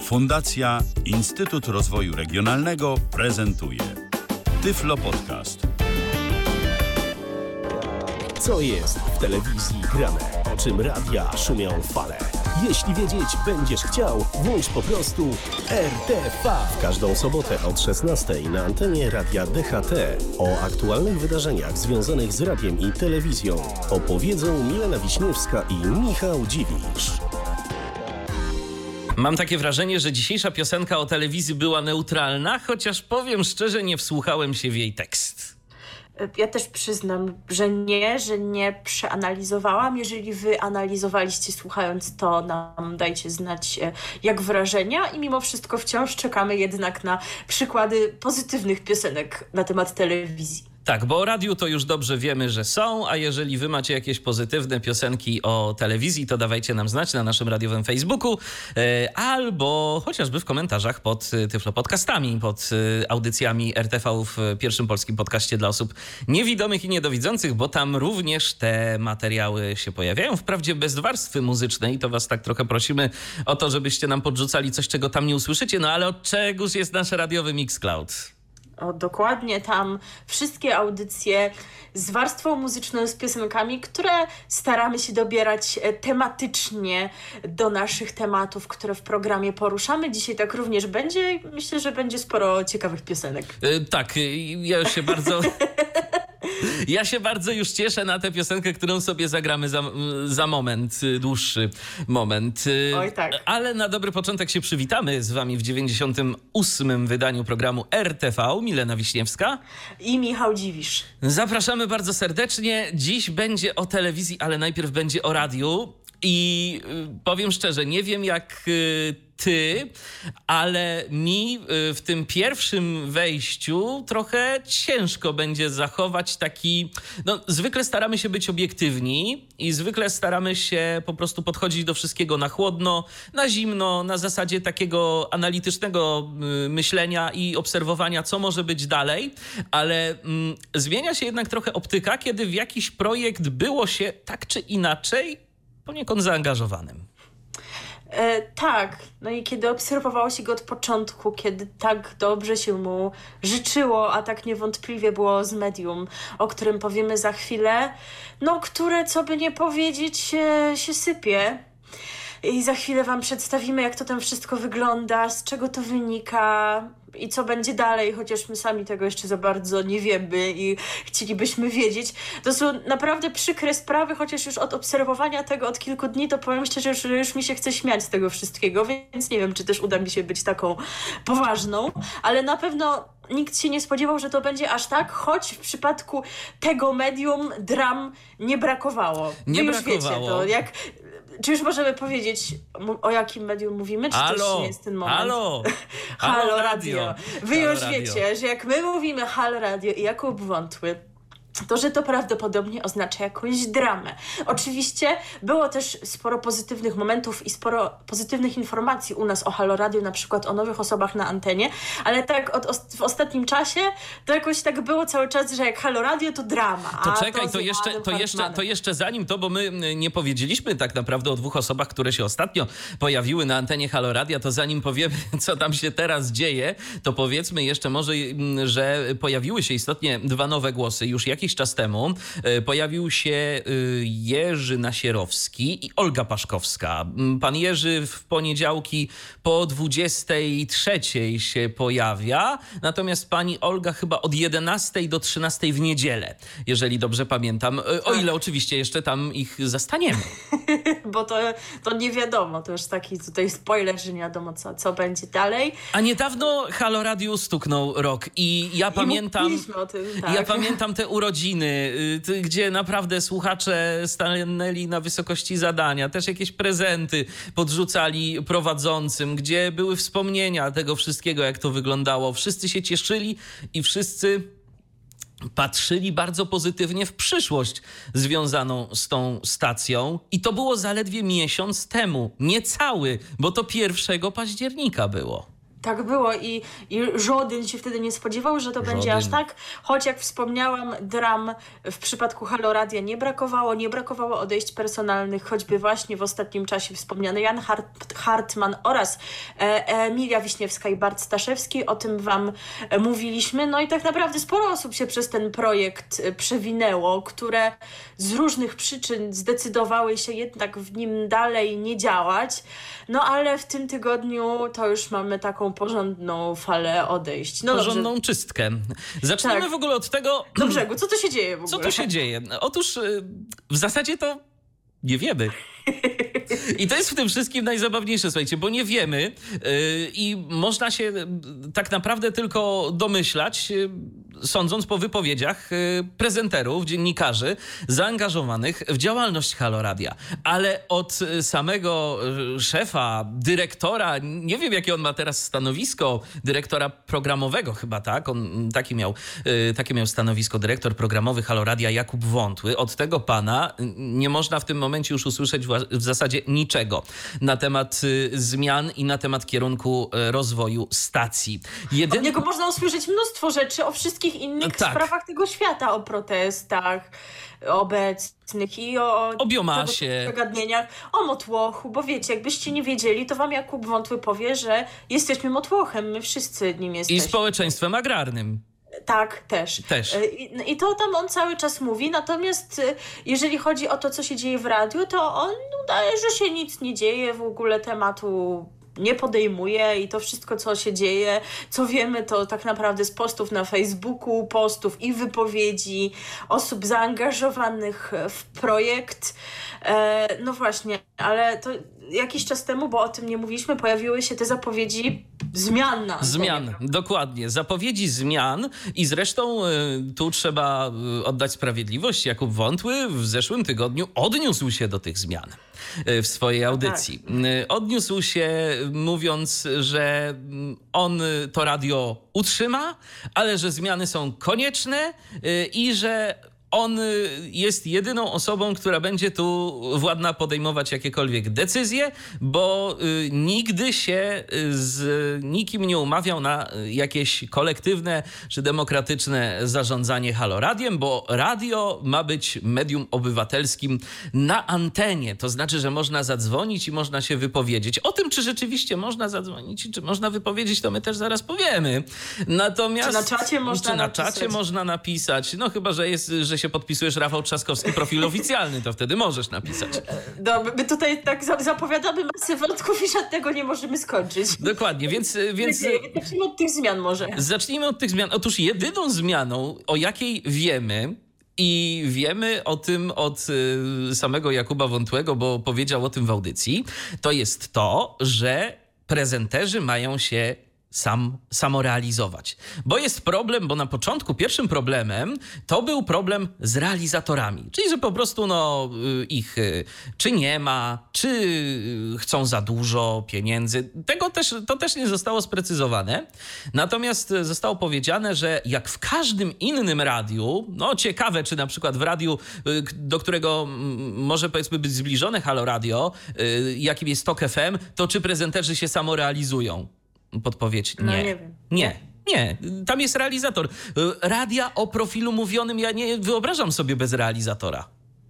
Fundacja Instytut Rozwoju Regionalnego prezentuje Tyflo Podcast. Co jest w telewizji grane? O czym radia szumią fale? Jeśli wiedzieć będziesz chciał, włącz po prostu RTV. W każdą sobotę od 16:00 na antenie Radia DHT o aktualnych wydarzeniach związanych z radiem i telewizją opowiedzą Milena Wiśniewska i Michał Dziwisz. Mam takie wrażenie, że dzisiejsza piosenka o telewizji była neutralna, chociaż powiem szczerze, nie wsłuchałem się w jej tekst. Ja też przyznam, że nie przeanalizowałam. Jeżeli wy analizowaliście słuchając, to nam dajcie znać jak wrażenia i mimo wszystko wciąż czekamy jednak na przykłady pozytywnych piosenek na temat telewizji. Tak, bo o radiu to już dobrze wiemy, że są, a jeżeli wy macie jakieś pozytywne piosenki o telewizji, to dawajcie nam znać na naszym radiowym Facebooku albo chociażby w komentarzach pod Tyflo Podcastami, pod audycjami RTV w pierwszym polskim podcaście dla osób niewidomych i niedowidzących, bo tam również te materiały się pojawiają, wprawdzie bez warstwy muzycznej, to was tak trochę prosimy o to, żebyście nam podrzucali coś, czego tam nie usłyszycie, no ale od czegoż jest nasz radiowy Mixcloud? O, dokładnie, tam wszystkie audycje z warstwą muzyczną, z piosenkami, które staramy się dobierać tematycznie do naszych tematów, które w programie poruszamy. Dzisiaj tak również będzie i myślę, że będzie sporo ciekawych piosenek. Tak, ja się bardzo już cieszę na tę piosenkę, którą sobie zagramy za moment, dłuższy moment. Oj tak. Ale na dobry początek się przywitamy z wami w 98. wydaniu programu RTV. Milena Wiśniewska i Michał Dziwisz. Zapraszamy bardzo serdecznie. Dziś będzie o telewizji, ale najpierw będzie o radiu. I powiem szczerze, nie wiem jak ty, ale mi w tym pierwszym wejściu trochę ciężko będzie zachować taki... No, zwykle staramy się być obiektywni i zwykle staramy się po prostu podchodzić do wszystkiego na chłodno, na zimno, na zasadzie takiego analitycznego myślenia i obserwowania, co może być dalej, ale zmienia się jednak trochę optyka, kiedy w jakiś projekt było się tak czy inaczej poniekąd zaangażowanym. Tak, no i kiedy obserwowało się go od początku, kiedy tak dobrze się mu życzyło, a tak niewątpliwie było z medium, o którym powiemy za chwilę, no które, co by nie powiedzieć, się sypie. I za chwilę wam przedstawimy, jak to tam wszystko wygląda, z czego to wynika i co będzie dalej, chociaż my sami tego jeszcze za bardzo nie wiemy i chcielibyśmy wiedzieć. To są naprawdę przykre sprawy, chociaż już od obserwowania tego od kilku dni, to powiem szczerze, że już mi się chce śmiać z tego wszystkiego, więc nie wiem, czy też uda mi się być taką poważną, ale na pewno nikt się nie spodziewał, że to będzie aż tak, choć w przypadku tego medium dram nie brakowało. Nie Wy brakowało. Już wiecie to, jak... Czy już możemy powiedzieć, o jakim medium mówimy, czy halo, też nie jest ten moment? Halo radio. Wy Halo już radio. wiecie, że jak my mówimy Halo Radio i Jakub Wątły, to, że to prawdopodobnie oznacza jakąś dramę. Oczywiście było też sporo pozytywnych momentów i sporo pozytywnych informacji u nas o Halo Radio, na przykład o nowych osobach na antenie, ale tak w ostatnim czasie to jakoś tak było cały czas, że jak Halo Radio to drama. To czekaj, to jeszcze zanim to, bo my nie powiedzieliśmy tak naprawdę o dwóch osobach, które się ostatnio pojawiły na antenie Halo Radia, to zanim powiemy, co tam się teraz dzieje, to powiedzmy jeszcze może, że pojawiły się istotnie dwa nowe głosy już jakiś czas temu. Pojawił się Jerzy Nasierowski i Olga Paszkowska. Pan Jerzy w poniedziałki po 23:00 się pojawia, natomiast pani Olga chyba od 11:00 do 13:00 w niedzielę, jeżeli dobrze pamiętam. O ile oczywiście jeszcze tam ich zastaniemy. Bo to nie wiadomo, to już taki tutaj spoiler, że nie wiadomo co będzie dalej. A niedawno Halo Radio stuknął rok i ja pamiętam... o tym, tak. Ja pamiętam te urodziny, gdzie naprawdę słuchacze stanęli na wysokości zadania, też jakieś prezenty podrzucali prowadzącym, gdzie były wspomnienia tego wszystkiego, jak to wyglądało. Wszyscy się cieszyli i wszyscy patrzyli bardzo pozytywnie w przyszłość związaną z tą stacją i to było zaledwie miesiąc temu, niecały, bo to 1 października było. Tak było i żaden się wtedy nie spodziewał, że to będzie aż tak. Choć jak wspomniałam, dram w przypadku Halo Radia nie brakowało odejść personalnych, choćby właśnie w ostatnim czasie wspomniany Jan Hartman oraz Emilia Wiśniewska i Bart Staszewski. O tym wam mówiliśmy. No i tak naprawdę sporo osób się przez ten projekt przewinęło, które z różnych przyczyn zdecydowały się jednak w nim dalej nie działać. No ale w tym tygodniu to już mamy taką porządną falę odejść. No porządną dobrze. czystkę. Zacznijmy w ogóle od tego... Do brzegu, co tu się dzieje w ogóle? Co tu się dzieje? Otóż w zasadzie to nie wiemy. I to jest w tym wszystkim najzabawniejsze, słuchajcie, bo nie wiemy i można się tak naprawdę tylko domyślać, sądząc po wypowiedziach prezenterów, dziennikarzy zaangażowanych w działalność Halo Radia. Ale od samego szefa, dyrektora, nie wiem jakie on ma teraz stanowisko, dyrektora programowego chyba, tak? On takie miał stanowisko, dyrektor programowy Halo Radia Jakub Wątły. Od tego pana nie można w tym momencie już usłyszeć w zasadzie niczego na temat zmian i na temat kierunku rozwoju stacji. Od niego można usłyszeć mnóstwo rzeczy o wszystkich innych sprawach tego świata, o protestach obecnych i o biomasie, zagadnieniach, o motłochu, bo wiecie, jakbyście nie wiedzieli, to wam Jakub Wątły powie, że jesteśmy motłochem, my wszyscy nim jesteśmy. I społeczeństwem agrarnym. Tak, też. I to tam on cały czas mówi, natomiast jeżeli chodzi o to, co się dzieje w radiu, to on udaje, że się nic nie dzieje, w ogóle tematu nie podejmuje i to wszystko, co się dzieje, co wiemy, to tak naprawdę z postów na Facebooku, postów i wypowiedzi osób zaangażowanych w projekt. No właśnie, ale to jakiś czas temu, bo o tym nie mówiliśmy, pojawiły się te zapowiedzi zmian na antenie. Zmian, dokładnie. Zapowiedzi zmian i zresztą tu trzeba oddać sprawiedliwość. Jakub Wątły w zeszłym tygodniu odniósł się do tych zmian w swojej audycji. Tak. Odniósł się mówiąc, że on to radio utrzyma, ale że zmiany są konieczne i że on jest jedyną osobą, która będzie tu władna podejmować jakiekolwiek decyzje, bo nigdy się z nikim nie umawiał na jakieś kolektywne czy demokratyczne zarządzanie Halo Radiem, bo radio ma być medium obywatelskim na antenie. To znaczy, że można zadzwonić i można się wypowiedzieć. O tym, czy rzeczywiście można zadzwonić i czy można wypowiedzieć, to my też zaraz powiemy. Natomiast czy na czacie można napisać? No chyba, że się podpisujesz Rafał Trzaskowski profil oficjalny, to wtedy możesz napisać. No, my tutaj tak zapowiadamy masę wątków i żadnego nie możemy skończyć. Dokładnie, więc zacznijmy od tych zmian może. Zacznijmy od tych zmian. Otóż jedyną zmianą, o jakiej wiemy, i wiemy o tym od samego Jakuba Wątłego, bo powiedział o tym w audycji, to jest to, że prezenterzy mają się samorealizować. Bo jest problem, bo na początku pierwszym problemem to był problem z realizatorami. Czyli, że po prostu ich czy nie ma, czy chcą za dużo pieniędzy. To też nie zostało sprecyzowane. Natomiast zostało powiedziane, że jak w każdym innym radiu, ciekawe, czy na przykład w radiu, do którego może powiedzmy być zbliżone Halo Radio, jakim jest TOK FM, to czy prezenterzy się samorealizują? Podpowiedź nie. No nie wiem. Nie. Tam jest realizator. Radia o profilu mówionym ja nie wyobrażam sobie bez realizatora.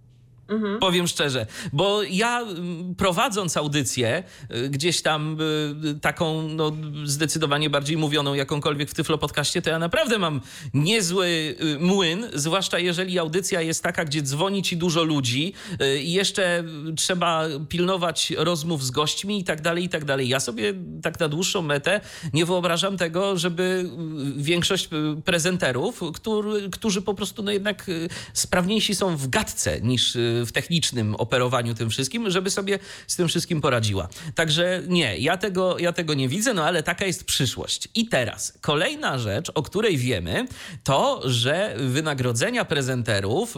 Powiem szczerze, bo ja prowadząc audycję gdzieś tam taką zdecydowanie bardziej mówioną jakąkolwiek w Tyflo Podcaście, to ja naprawdę mam niezły młyn, zwłaszcza jeżeli audycja jest taka, gdzie dzwoni ci dużo ludzi i jeszcze trzeba pilnować rozmów z gośćmi i tak dalej, i tak dalej. Ja sobie tak na dłuższą metę nie wyobrażam tego, żeby większość prezenterów, którzy po prostu jednak sprawniejsi są w gadce niż w technicznym operowaniu tym wszystkim, żeby sobie z tym wszystkim poradziła. Także nie, ja tego nie widzę, ale taka jest przyszłość. I teraz kolejna rzecz, o której wiemy, to, że wynagrodzenia prezenterów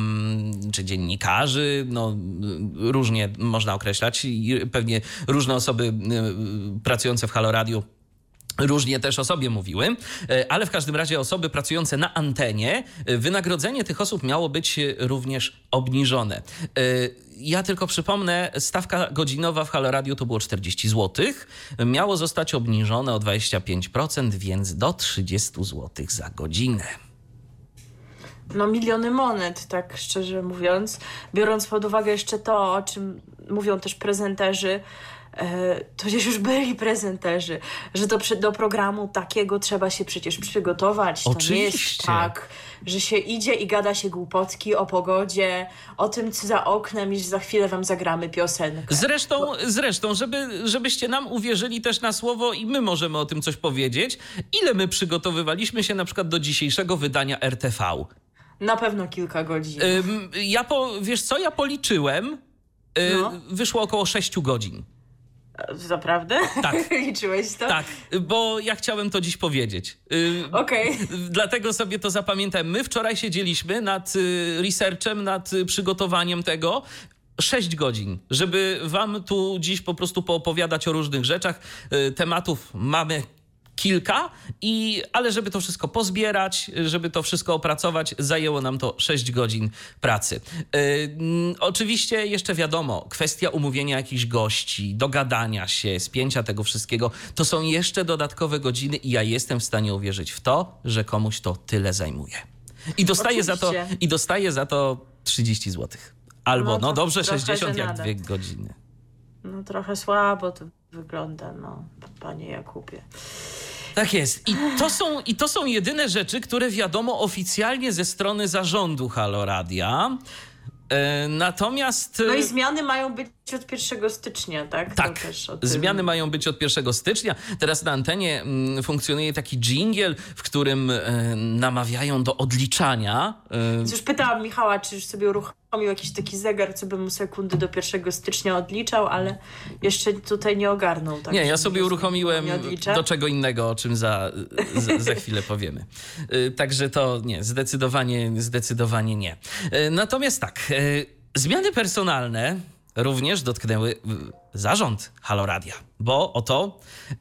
czy dziennikarzy, różnie można określać i pewnie różne osoby pracujące w Halo Radiu różnie też o sobie mówiły, ale w każdym razie osoby pracujące na antenie, wynagrodzenie tych osób miało być również obniżone. Ja tylko przypomnę, stawka godzinowa w Halo Radio to było 40 zł. Miało zostać obniżone o 25%, więc do 30 zł za godzinę. No miliony monet, tak szczerze mówiąc. Biorąc pod uwagę jeszcze to, o czym mówią też prezenterzy, to gdzieś już byli prezenterzy, że do programu takiego trzeba się przecież przygotować. To Oczywiście. nie jest tak, że się idzie i gada się głupotki o pogodzie, o tym, co za oknem i że za chwilę wam zagramy piosenkę. Zresztą, żebyście nam uwierzyli też na słowo i my możemy o tym coś powiedzieć, ile my przygotowywaliśmy się na przykład do dzisiejszego wydania RTV. Na pewno kilka godzin. Wiesz co, ja policzyłem, wyszło około 6 godzin. Naprawdę? Tak. Liczyłeś to? Tak, bo ja chciałem to dziś powiedzieć. Okej. Dlatego sobie to zapamiętałem. My wczoraj siedzieliśmy nad researchem, nad przygotowaniem tego 6 godzin, żeby wam tu dziś po prostu poopowiadać o różnych rzeczach. Tematów mamy kilka, ale żeby to wszystko pozbierać, żeby to wszystko opracować, zajęło nam to 6 godzin pracy. Oczywiście jeszcze wiadomo, kwestia umówienia jakichś gości, dogadania się, spięcia tego wszystkiego, to są jeszcze dodatkowe godziny i ja jestem w stanie uwierzyć w to, że komuś to tyle zajmuje. I dostaję za to 30 zł. Albo, no dobrze, 60 jak 2 godziny. No trochę słabo to wygląda, panie Jakubie. Tak jest. I to są jedyne rzeczy, które wiadomo oficjalnie ze strony zarządu Halo Radia. Natomiast... No i zmiany mają być od 1 stycznia, tak? Tak, zmiany mają być od 1 stycznia. Teraz na antenie funkcjonuje taki dżingiel, w którym namawiają do odliczania. Już pytałam Michała, czy już sobie uruchomił jakiś taki zegar, co by mu sekundy do 1 stycznia odliczał, ale jeszcze tutaj nie ogarnął. Tak, nie, ja sobie uruchomiłem do czego innego, o czym za chwilę powiemy. Także to nie, zdecydowanie nie. Natomiast tak, zmiany personalne również dotknęły zarząd Halo Radia, bo oto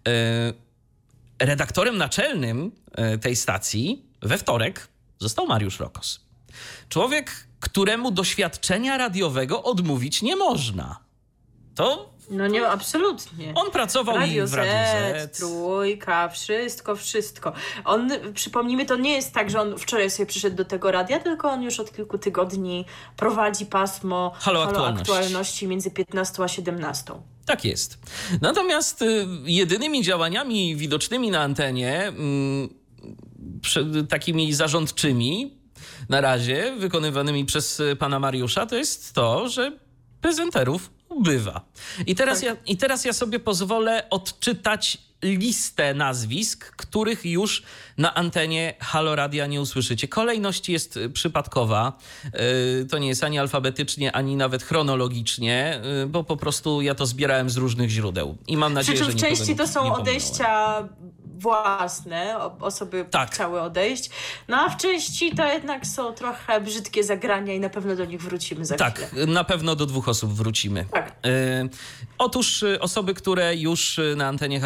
redaktorem naczelnym tej stacji we wtorek został Mariusz Rokos. Człowiek, któremu doświadczenia radiowego odmówić nie można. To... No nie, absolutnie. On pracował Radio w Radiu Z. Trójka, wszystko. On, przypomnijmy, to nie jest tak, że on wczoraj sobie przyszedł do tego radia, tylko on już od kilku tygodni prowadzi pasmo Halo Aktualności między 15 a 17. Tak jest. Natomiast jedynymi działaniami widocznymi na antenie, takimi zarządczymi na razie, wykonywanymi przez pana Mariusza, to jest to, że prezenterów ubywa. I teraz ja sobie pozwolę odczytać listę nazwisk, których już na antenie Halo Radia nie usłyszycie. Kolejność jest przypadkowa. To nie jest ani alfabetycznie, ani nawet chronologicznie, bo po prostu ja to zbierałem z różnych źródeł. I mam nadzieję, że w części to są odejścia własne, osoby chciały odejść, no a w części to jednak są trochę brzydkie zagrania i na pewno do nich wrócimy za chwilę. Tak, na pewno do 2 osób wrócimy. Tak. Otóż osoby, które już na antenie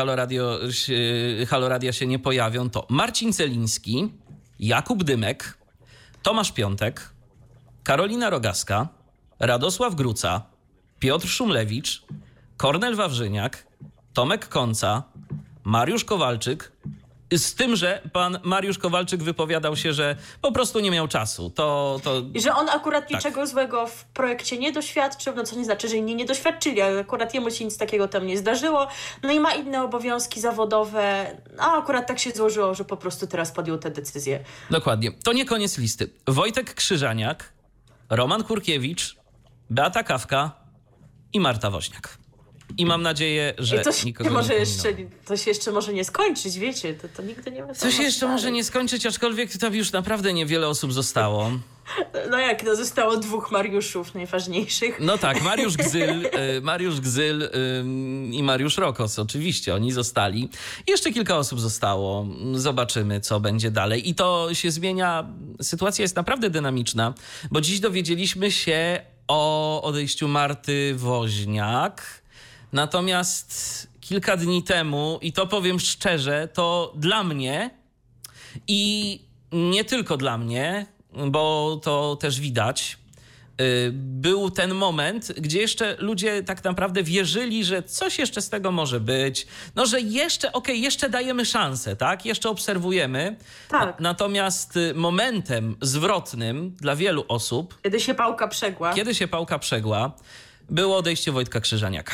Halo Radia się nie pojawią, to Marcin Celiński, Jakub Dymek, Tomasz Piątek, Karolina Rogaska, Radosław Gruca, Piotr Szumlewicz, Kornel Wawrzyniak, Tomek Konca, Mariusz Kowalczyk, z tym, że pan Mariusz Kowalczyk wypowiadał się, że po prostu nie miał czasu. I że on akurat niczego złego w projekcie nie doświadczył, no co nie znaczy, że inni nie doświadczyli, ale akurat jemu się nic takiego tam nie zdarzyło. No i ma inne obowiązki zawodowe, a akurat tak się złożyło, że po prostu teraz podjął tę decyzję. Dokładnie. To nie koniec listy. Wojtek Krzyżaniak, Roman Kurkiewicz, Beata Kawka i Marta Woźniak. I mam nadzieję, że nikogo to się jeszcze może nie skończyć, wiecie, to nigdy nie ma. To się jeszcze może nie skończyć, aczkolwiek tam już naprawdę niewiele osób zostało. No zostało 2 Mariuszów najważniejszych. No tak, Mariusz Gzyl i Mariusz Rokos, oczywiście, oni zostali. Jeszcze kilka osób zostało. Zobaczymy, co będzie dalej. I to się zmienia, sytuacja jest naprawdę dynamiczna, bo dziś dowiedzieliśmy się o odejściu Marty Woźniak. Natomiast kilka dni temu, i to powiem szczerze, to dla mnie i nie tylko dla mnie, bo to też widać, był ten moment, gdzie jeszcze ludzie tak naprawdę wierzyli, że coś jeszcze z tego może być, no że jeszcze, jeszcze dajemy szansę, tak? Jeszcze obserwujemy. Tak. Natomiast momentem zwrotnym dla wielu osób, Kiedy się pałka przegła, było odejście Wojtka Krzyżaniaka.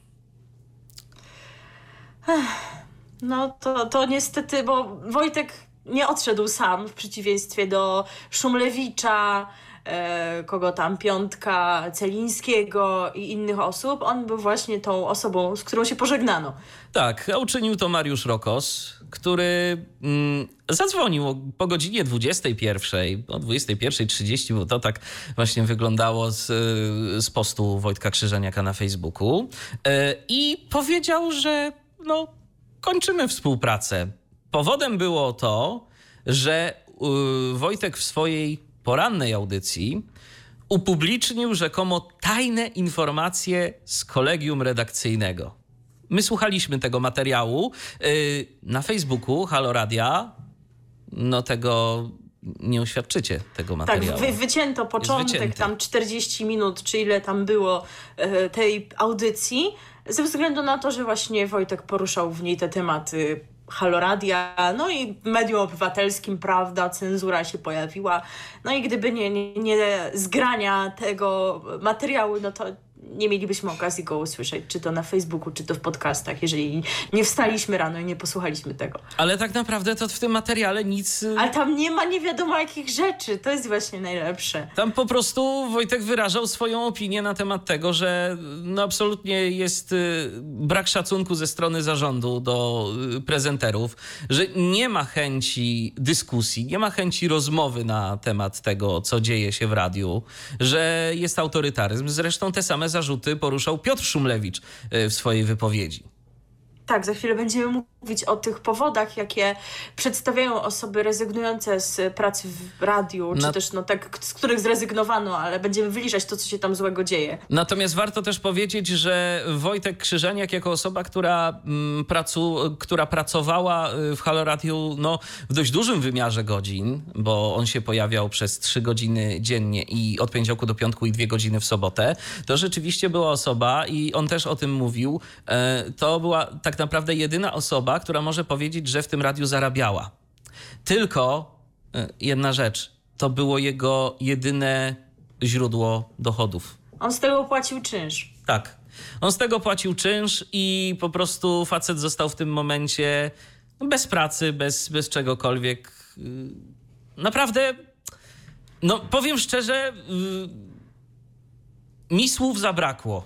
No to niestety, bo Wojtek nie odszedł sam, w przeciwieństwie do Szumlewicza, kogo tam, Piątka, Celińskiego i innych osób. On był właśnie tą osobą, z którą się pożegnano. Tak, a uczynił to Mariusz Rokos, który zadzwonił po godzinie 21, o 21:30, bo to tak właśnie wyglądało z postu Wojtka Krzyżaniaka na Facebooku i powiedział, że no, kończymy współpracę. Powodem było to, że Wojtek w swojej porannej audycji upublicznił rzekomo tajne informacje z kolegium redakcyjnego. My słuchaliśmy tego materiału na Facebooku Halo Radia. No tego nie uświadczycie, tego materiału. Tak, wycięto początek, tam 40 minut, czy ile tam było tej audycji, ze względu na to, że właśnie Wojtek poruszał w niej te tematy Halo Radia, no i w medium obywatelskim, prawda, cenzura się pojawiła. No i gdyby nie zgrania tego materiału, no to nie mielibyśmy okazji go usłyszeć, czy to na Facebooku, czy to w podcastach, jeżeli nie wstaliśmy rano i nie posłuchaliśmy tego. Ale tak naprawdę to w tym materiale nic... Ale tam nie ma nie wiadomo jakich rzeczy, to jest właśnie najlepsze. Tam po prostu Wojtek wyrażał swoją opinię na temat tego, że no absolutnie jest brak szacunku ze strony zarządu do prezenterów, że nie ma chęci dyskusji, nie ma chęci rozmowy na temat tego, co dzieje się w radiu, że jest autorytaryzm. Zresztą te same zarzuty poruszał Piotr Szumlewicz w swojej wypowiedzi. Tak, za chwilę będziemy mówić o tych powodach, jakie przedstawiają osoby rezygnujące z pracy w radiu, czy też z których zrezygnowano, ale będziemy wyliczać to, co się tam złego dzieje. Natomiast warto też powiedzieć, że Wojtek Krzyżaniak jako osoba, która pracowała w Halo Radiu w dość dużym wymiarze godzin, bo on się pojawiał przez 3 godziny dziennie i od poniedziałku do piątku i 2 godziny w sobotę, to rzeczywiście była osoba i on też o tym mówił, to była tak naprawdę jedyna osoba, która może powiedzieć, że w tym radiu zarabiała. Tylko jedna rzecz, to było jego jedyne źródło dochodów. On z tego płacił czynsz. Tak. On z tego płacił czynsz i po prostu facet został w tym momencie bez pracy, bez czegokolwiek. Naprawdę, powiem szczerze, mi słów zabrakło,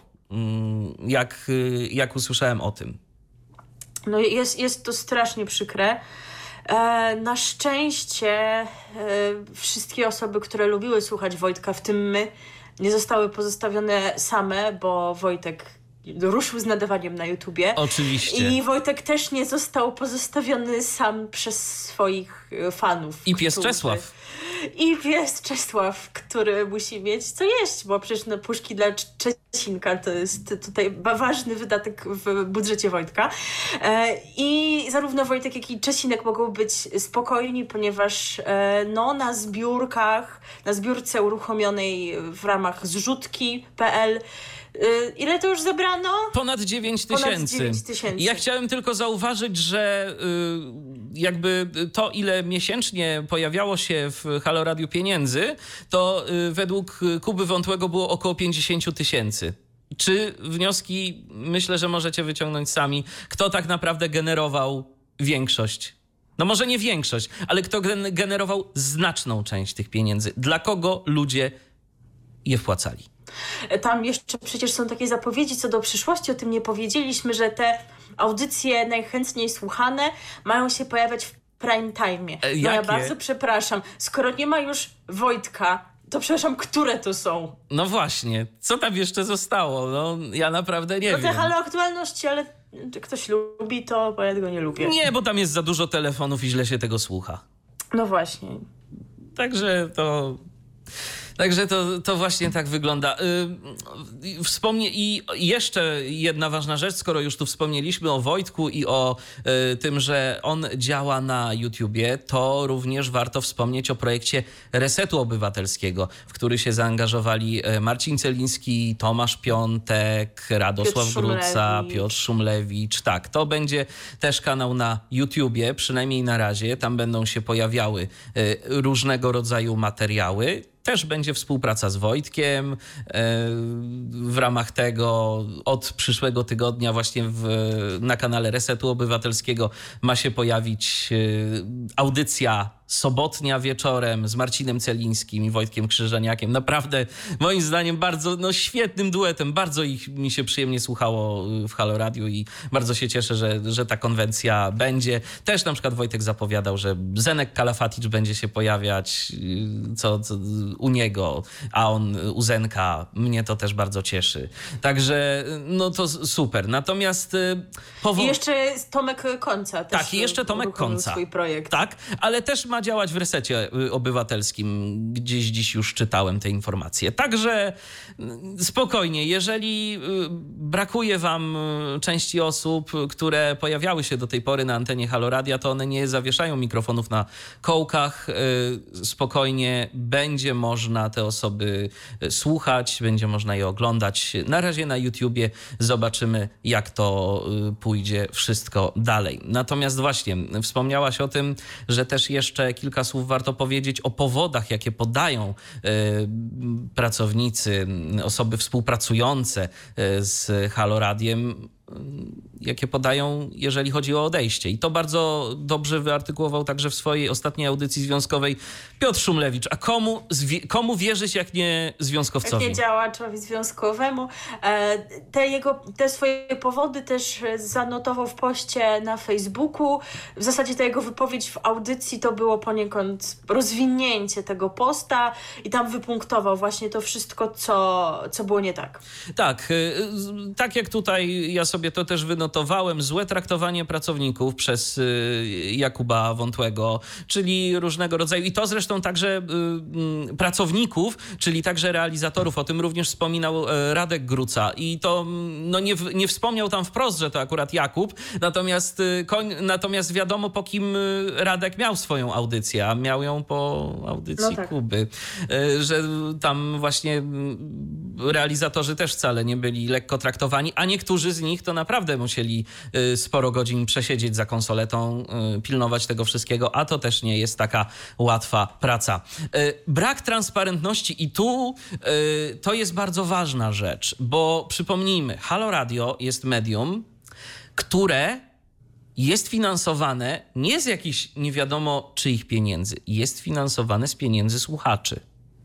jak usłyszałem o tym. No jest to strasznie przykre. Na szczęście wszystkie osoby, które lubiły słuchać Wojtka, w tym my, nie zostały pozostawione same, bo Wojtek ruszył z nadawaniem na YouTubie. Oczywiście. I Wojtek też nie został pozostawiony sam przez swoich fanów. I pies Czesław. I pies Czesław, który musi mieć co jeść, bo przecież puszki dla Czesinka to jest tutaj ważny wydatek w budżecie Wojtka. I zarówno Wojtek, jak i Czesinek mogą być spokojni, ponieważ na zbiórce uruchomionej w ramach zrzutki.pl ile to już zebrano? Ponad 9 tysięcy. Ja chciałem tylko zauważyć, że jakby to, ile miesięcznie pojawiało się w Halo Radiu pieniędzy, to według Kuby Wątłego było około 50 tysięcy. Czy wnioski, myślę, że możecie wyciągnąć sami, kto tak naprawdę generował większość? No może nie większość, ale kto generował znaczną część tych pieniędzy? Dla kogo ludzie je wpłacali? Tam jeszcze przecież są takie zapowiedzi co do przyszłości, o tym nie powiedzieliśmy, że te audycje najchętniej słuchane mają się pojawiać w prime time. Ja bardzo przepraszam, skoro nie ma już Wojtka, to przepraszam, które to są? No właśnie, co tam jeszcze zostało? Ja naprawdę nie wiem. Te Halo Aktualności, ale czy ktoś lubi to, bo ja tego nie lubię. Nie, bo tam jest za dużo telefonów i źle się tego słucha. No właśnie. Także to... Także to właśnie tak wygląda. I jeszcze jedna ważna rzecz, skoro już tu wspomnieliśmy o Wojtku i o tym, że on działa na YouTubie, to również warto wspomnieć o projekcie Resetu Obywatelskiego, w który się zaangażowali Marcin Celiński, Tomasz Piątek, Radosław Gruca, Piotr Szumlewicz. Tak, to będzie też kanał na YouTubie, przynajmniej na razie. Tam będą się pojawiały różnego rodzaju materiały. Też będzie współpraca z Wojtkiem. W ramach tego od przyszłego tygodnia właśnie na kanale Resetu Obywatelskiego ma się pojawić audycja sobotnia wieczorem z Marcinem Celińskim i Wojtkiem Krzyżaniakiem. Naprawdę moim zdaniem bardzo świetnym duetem. Bardzo mi się przyjemnie słuchało w Halo Radio i bardzo się cieszę, że ta konwencja będzie. Też na przykład Wojtek zapowiadał, że Zenek Kalafaticz będzie się pojawiać co u niego, a on u Zenka. Mnie to też bardzo cieszy. Także no to super. Natomiast I jeszcze Tomek Końca. Też tak, i jeszcze Tomek Końca. Swój projekt. Tak, ale też ma działać w Resecie Obywatelskim. Gdzieś dziś już czytałem te informacje. Także spokojnie, jeżeli brakuje wam części osób, które pojawiały się do tej pory na antenie Halo Radia, to one nie zawieszają mikrofonów na kołkach. Spokojnie będzie można te osoby słuchać, będzie można je oglądać. Na razie na YouTubie zobaczymy, jak to pójdzie wszystko dalej. Natomiast właśnie wspomniałaś o tym, że też jeszcze kilka słów warto powiedzieć o powodach, jakie podają pracownicy, osoby współpracujące z Halo Radiem, jakie podają, jeżeli chodzi o odejście. I to bardzo dobrze wyartykułował także w swojej ostatniej audycji związkowej Piotr Szumlewicz. A komu wierzyć, jak nie związkowcowi? Jak nie działaczowi związkowemu. Te swoje powody też zanotował w poście na Facebooku. W zasadzie ta jego wypowiedź w audycji to było poniekąd rozwinięcie tego posta i tam wypunktował właśnie to wszystko, co było nie tak. Tak, tak jak tutaj ja sobie to też wynotowałem, złe traktowanie pracowników przez Jakuba Wątłego, czyli różnego rodzaju, i to zresztą także pracowników, czyli także realizatorów, o tym również wspominał Radek Gruca i to nie wspomniał tam wprost, że to akurat Jakub, natomiast wiadomo, po kim Radek miał swoją audycję, a miał ją po audycji Kuby, że tam właśnie realizatorzy też wcale nie byli lekko traktowani, a niektórzy z nich to naprawdę musieli sporo godzin przesiedzieć za konsoletą, pilnować tego wszystkiego, a to też nie jest taka łatwa praca. Brak transparentności i tu to jest bardzo ważna rzecz, bo przypomnijmy, Halo Radio jest medium, które jest finansowane nie z jakichś nie wiadomo czyich pieniędzy, jest finansowane z pieniędzy słuchaczy.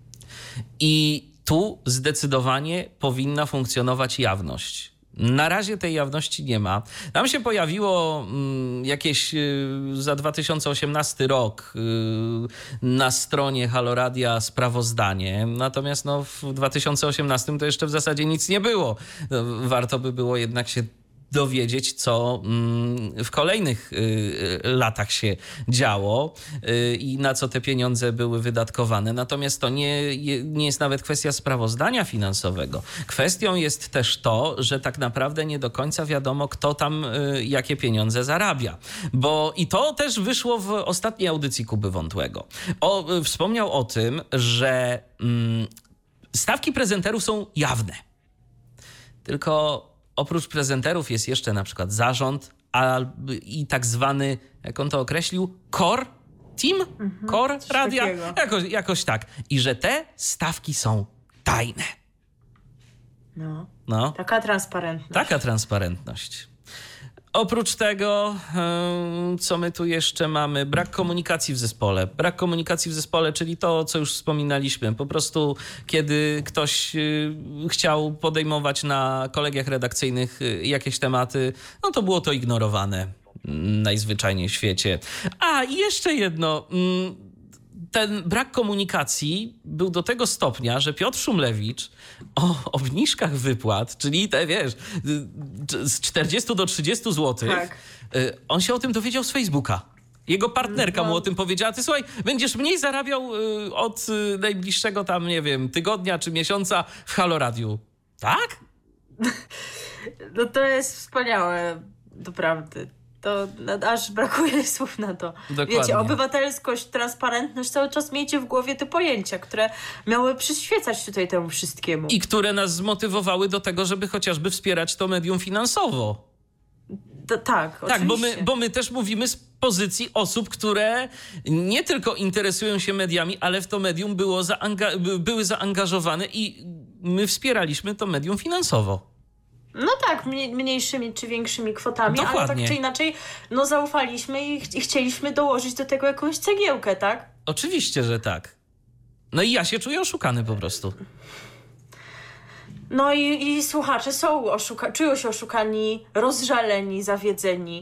I tu zdecydowanie powinna funkcjonować jawność. Na razie tej jawności nie ma. Tam się pojawiło jakieś za 2018 rok na stronie Halo Radia sprawozdanie, natomiast w 2018 to jeszcze w zasadzie nic nie było. Warto by było jednak się dowiedzieć, co w kolejnych latach się działo i na co te pieniądze były wydatkowane. Natomiast to nie jest nawet kwestia sprawozdania finansowego. Kwestią jest też to, że tak naprawdę nie do końca wiadomo, kto tam jakie pieniądze zarabia. I to też wyszło w ostatniej audycji Kuby Wątłego. Wspomniał o tym, że stawki prezenterów są jawne. Tylko oprócz prezenterów jest jeszcze na przykład zarząd i tak zwany, jak on to określił, core team? Core radia? Jakoś tak. I że te stawki są tajne. No. Taka transparentność. Taka transparentność. Oprócz tego, co my tu jeszcze mamy? Brak komunikacji w zespole. Brak komunikacji w zespole, czyli to, co już wspominaliśmy. Po prostu, kiedy ktoś chciał podejmować na kolegiach redakcyjnych jakieś tematy, to było to ignorowane najzwyczajniej w świecie. I jeszcze jedno. Ten brak komunikacji był do tego stopnia, że Piotr Szumlewicz o obniżkach wypłat, czyli te, z 40 do 30 zł, on się o tym dowiedział z Facebooka. Jego partnerka mu o tym powiedziała. Ty słuchaj, będziesz mniej zarabiał od najbliższego tam, nie wiem, tygodnia czy miesiąca w Halo Radiu. Tak? No to jest wspaniałe, doprawdy. To aż brakuje słów na to. Dokładnie. Wiecie, obywatelskość, transparentność, cały czas miejcie w głowie te pojęcia, które miały przyświecać tutaj temu wszystkiemu. I które nas zmotywowały do tego, żeby chociażby wspierać to medium finansowo. Tak, Tak, oczywiście. bo my też mówimy z pozycji osób, które nie tylko interesują się mediami, ale w to medium były zaangażowane i my wspieraliśmy to medium finansowo. No tak, mniejszymi czy większymi kwotami, Dokładnie. ale tak czy inaczej, no zaufaliśmy i chcieliśmy dołożyć do tego jakąś cegiełkę, tak? Oczywiście, że tak. No i ja się czuję oszukany po prostu. No i słuchacze czują się oszukani, rozżaleni, zawiedzeni.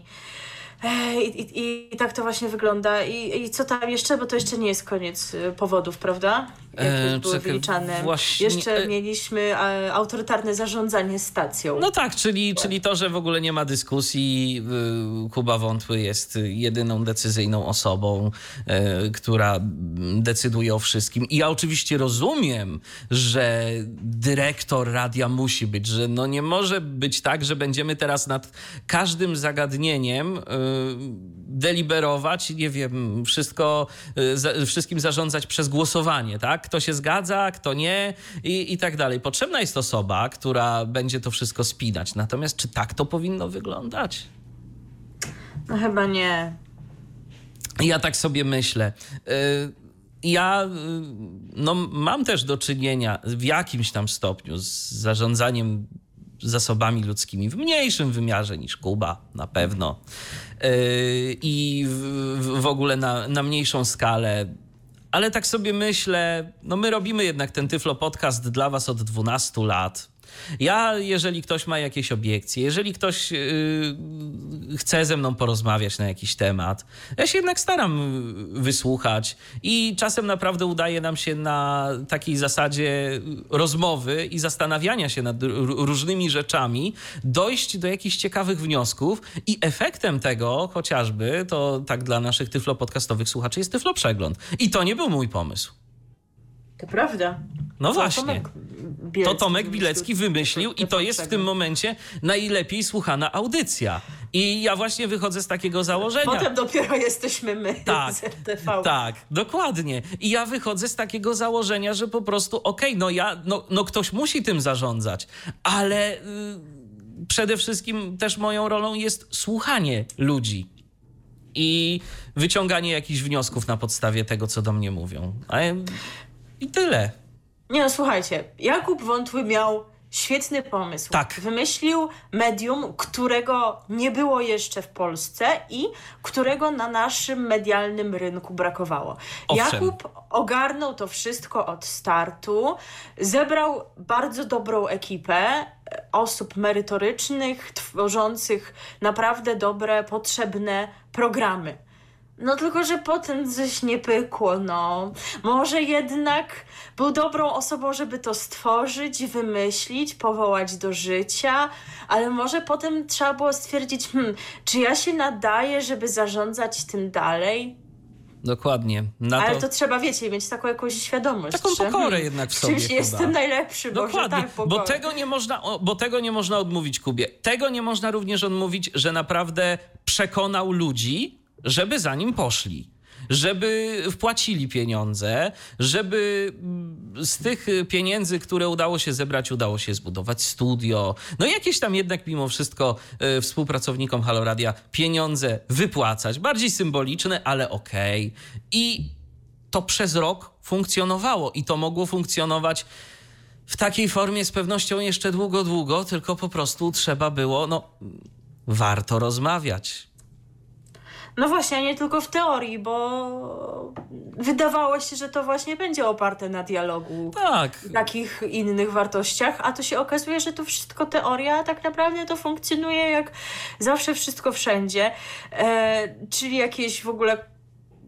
I tak to właśnie wygląda. I co tam jeszcze? Bo to jeszcze nie jest koniec powodów, prawda? Jakie były wyliczane. Właśnie, jeszcze mieliśmy autorytarne zarządzanie stacją. No tak, czyli to, że w ogóle nie ma dyskusji. Kuba Wątły jest jedyną decyzyjną osobą, która decyduje o wszystkim. I ja oczywiście rozumiem, że dyrektor radia musi być, że no nie może być tak, że będziemy teraz nad każdym zagadnieniem deliberować, nie wiem, wszystkim zarządzać przez głosowanie, tak? Kto się zgadza, kto nie i tak dalej. Potrzebna jest osoba, która będzie to wszystko spinać. Natomiast czy tak to powinno wyglądać? No chyba nie. Ja tak sobie myślę. Ja mam też do czynienia w jakimś tam stopniu z zarządzaniem zasobami ludzkimi w mniejszym wymiarze niż Kuba, na pewno. I w ogóle na mniejszą skalę. Ale tak sobie myślę, no my robimy jednak ten Tyflo Podcast dla was od 12 lat. Jeżeli ktoś ma jakieś obiekcje, jeżeli ktoś chce ze mną porozmawiać na jakiś temat, ja się jednak staram wysłuchać i czasem naprawdę udaje nam się na takiej zasadzie rozmowy i zastanawiania się nad różnymi rzeczami dojść do jakichś ciekawych wniosków i efektem tego chociażby, to tak dla naszych Tyflo Podcastowych słuchaczy, jest Tyflo Przegląd. I to nie był mój pomysł. To prawda. No właśnie. To Tomek Bilecki wymyślił i to jest w tym momencie najlepiej słuchana audycja. I ja właśnie wychodzę z takiego założenia. Potem dopiero jesteśmy my z RTV. Tak, dokładnie. I ja wychodzę z takiego założenia, że po prostu ktoś musi tym zarządzać, ale przede wszystkim też moją rolą jest słuchanie ludzi i wyciąganie jakichś wniosków na podstawie tego, co do mnie mówią. I tyle. Nie no, słuchajcie, Jakub Wątły miał świetny pomysł. Tak. Wymyślił medium, którego nie było jeszcze w Polsce i którego na naszym medialnym rynku brakowało. Owszem. Jakub ogarnął to wszystko od startu, zebrał bardzo dobrą ekipę osób merytorycznych, tworzących naprawdę dobre, potrzebne programy. No tylko, że potem coś nie pykło, no. Może jednak był dobrą osobą, żeby to stworzyć, wymyślić, powołać do życia, ale może potem trzeba było stwierdzić, czy ja się nadaję, żeby zarządzać tym dalej? Dokładnie. Ale to trzeba, wiecie, mieć taką jakąś świadomość. Taką pokorę jednak w sobie. Czymś jestem najlepszy, dokładnie, tak, bo tego nie można odmówić Kubie. Tego nie można również odmówić, że naprawdę przekonał ludzi, żeby za nim poszli, żeby wpłacili pieniądze, żeby z tych pieniędzy, które udało się zebrać, udało się zbudować studio. No jakieś tam jednak mimo wszystko współpracownikom Halo Radia pieniądze wypłacać. Bardziej symboliczne, ale okej. I to przez rok funkcjonowało i to mogło funkcjonować w takiej formie z pewnością jeszcze długo, długo, tylko po prostu trzeba było, warto rozmawiać. No właśnie, a nie tylko w teorii, bo wydawało się, że to właśnie będzie oparte na dialogu. Tak. Takich innych wartościach, a to się okazuje, że to wszystko teoria, a tak naprawdę to funkcjonuje jak zawsze wszystko wszędzie. Czyli jakieś w ogóle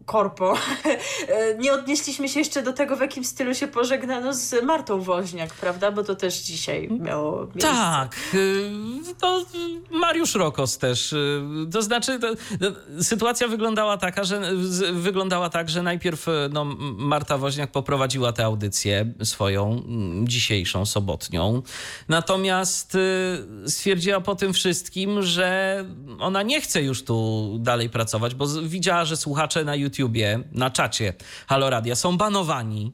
korpo. Nie odnieśliśmy się jeszcze do tego, w jakim stylu się pożegnano z Martą Woźniak, prawda? Bo to też dzisiaj miało miejsce. Tak. To Mariusz Rokos też. To znaczy, sytuacja wyglądała tak, że najpierw Marta Woźniak poprowadziła tę audycję swoją dzisiejszą, sobotnią. Natomiast stwierdziła po tym wszystkim, że ona nie chce już tu dalej pracować, bo widziała, że słuchacze na YouTubie, na czacie Halo Radia są banowani.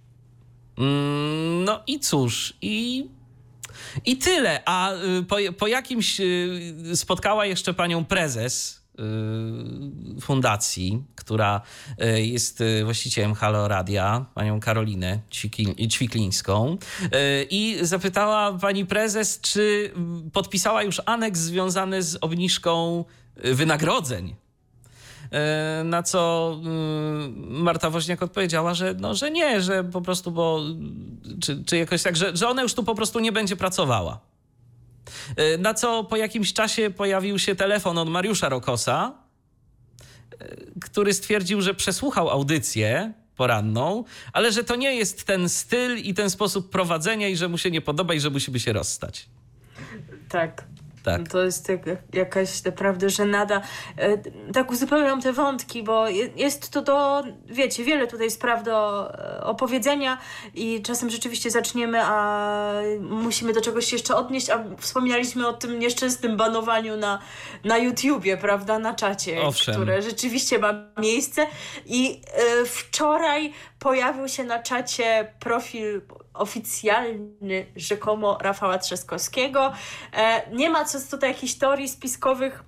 No i cóż, i tyle. A po jakimś spotkała jeszcze panią prezes fundacji, która jest właścicielem Halo Radia, panią Karolinę Ćwiklińską, i zapytała pani prezes, czy podpisała już aneks związany z obniżką wynagrodzeń. Na co Marta Woźniak odpowiedziała, że nie, że po prostu, czy jakoś tak, że ona już tu po prostu nie będzie pracowała. Na co po jakimś czasie pojawił się telefon od Mariusza Rokosa, który stwierdził, że przesłuchał audycję poranną, ale że to nie jest ten styl i ten sposób prowadzenia i że mu się nie podoba i że musimy się rozstać. Tak. Tak. To jest jakaś naprawdę żenada. Tak uzupełniam te wątki, bo jest to wiecie, wiele tutaj spraw do opowiedzenia i czasem rzeczywiście zaczniemy, a musimy do czegoś się jeszcze odnieść, a wspominaliśmy o tym nieszczęsnym banowaniu na YouTubie, prawda, na czacie, Owszem. które rzeczywiście ma miejsce i wczoraj pojawił się na czacie profil oficjalny rzekomo Rafała Trzaskowskiego. Nie ma co tutaj historii spiskowych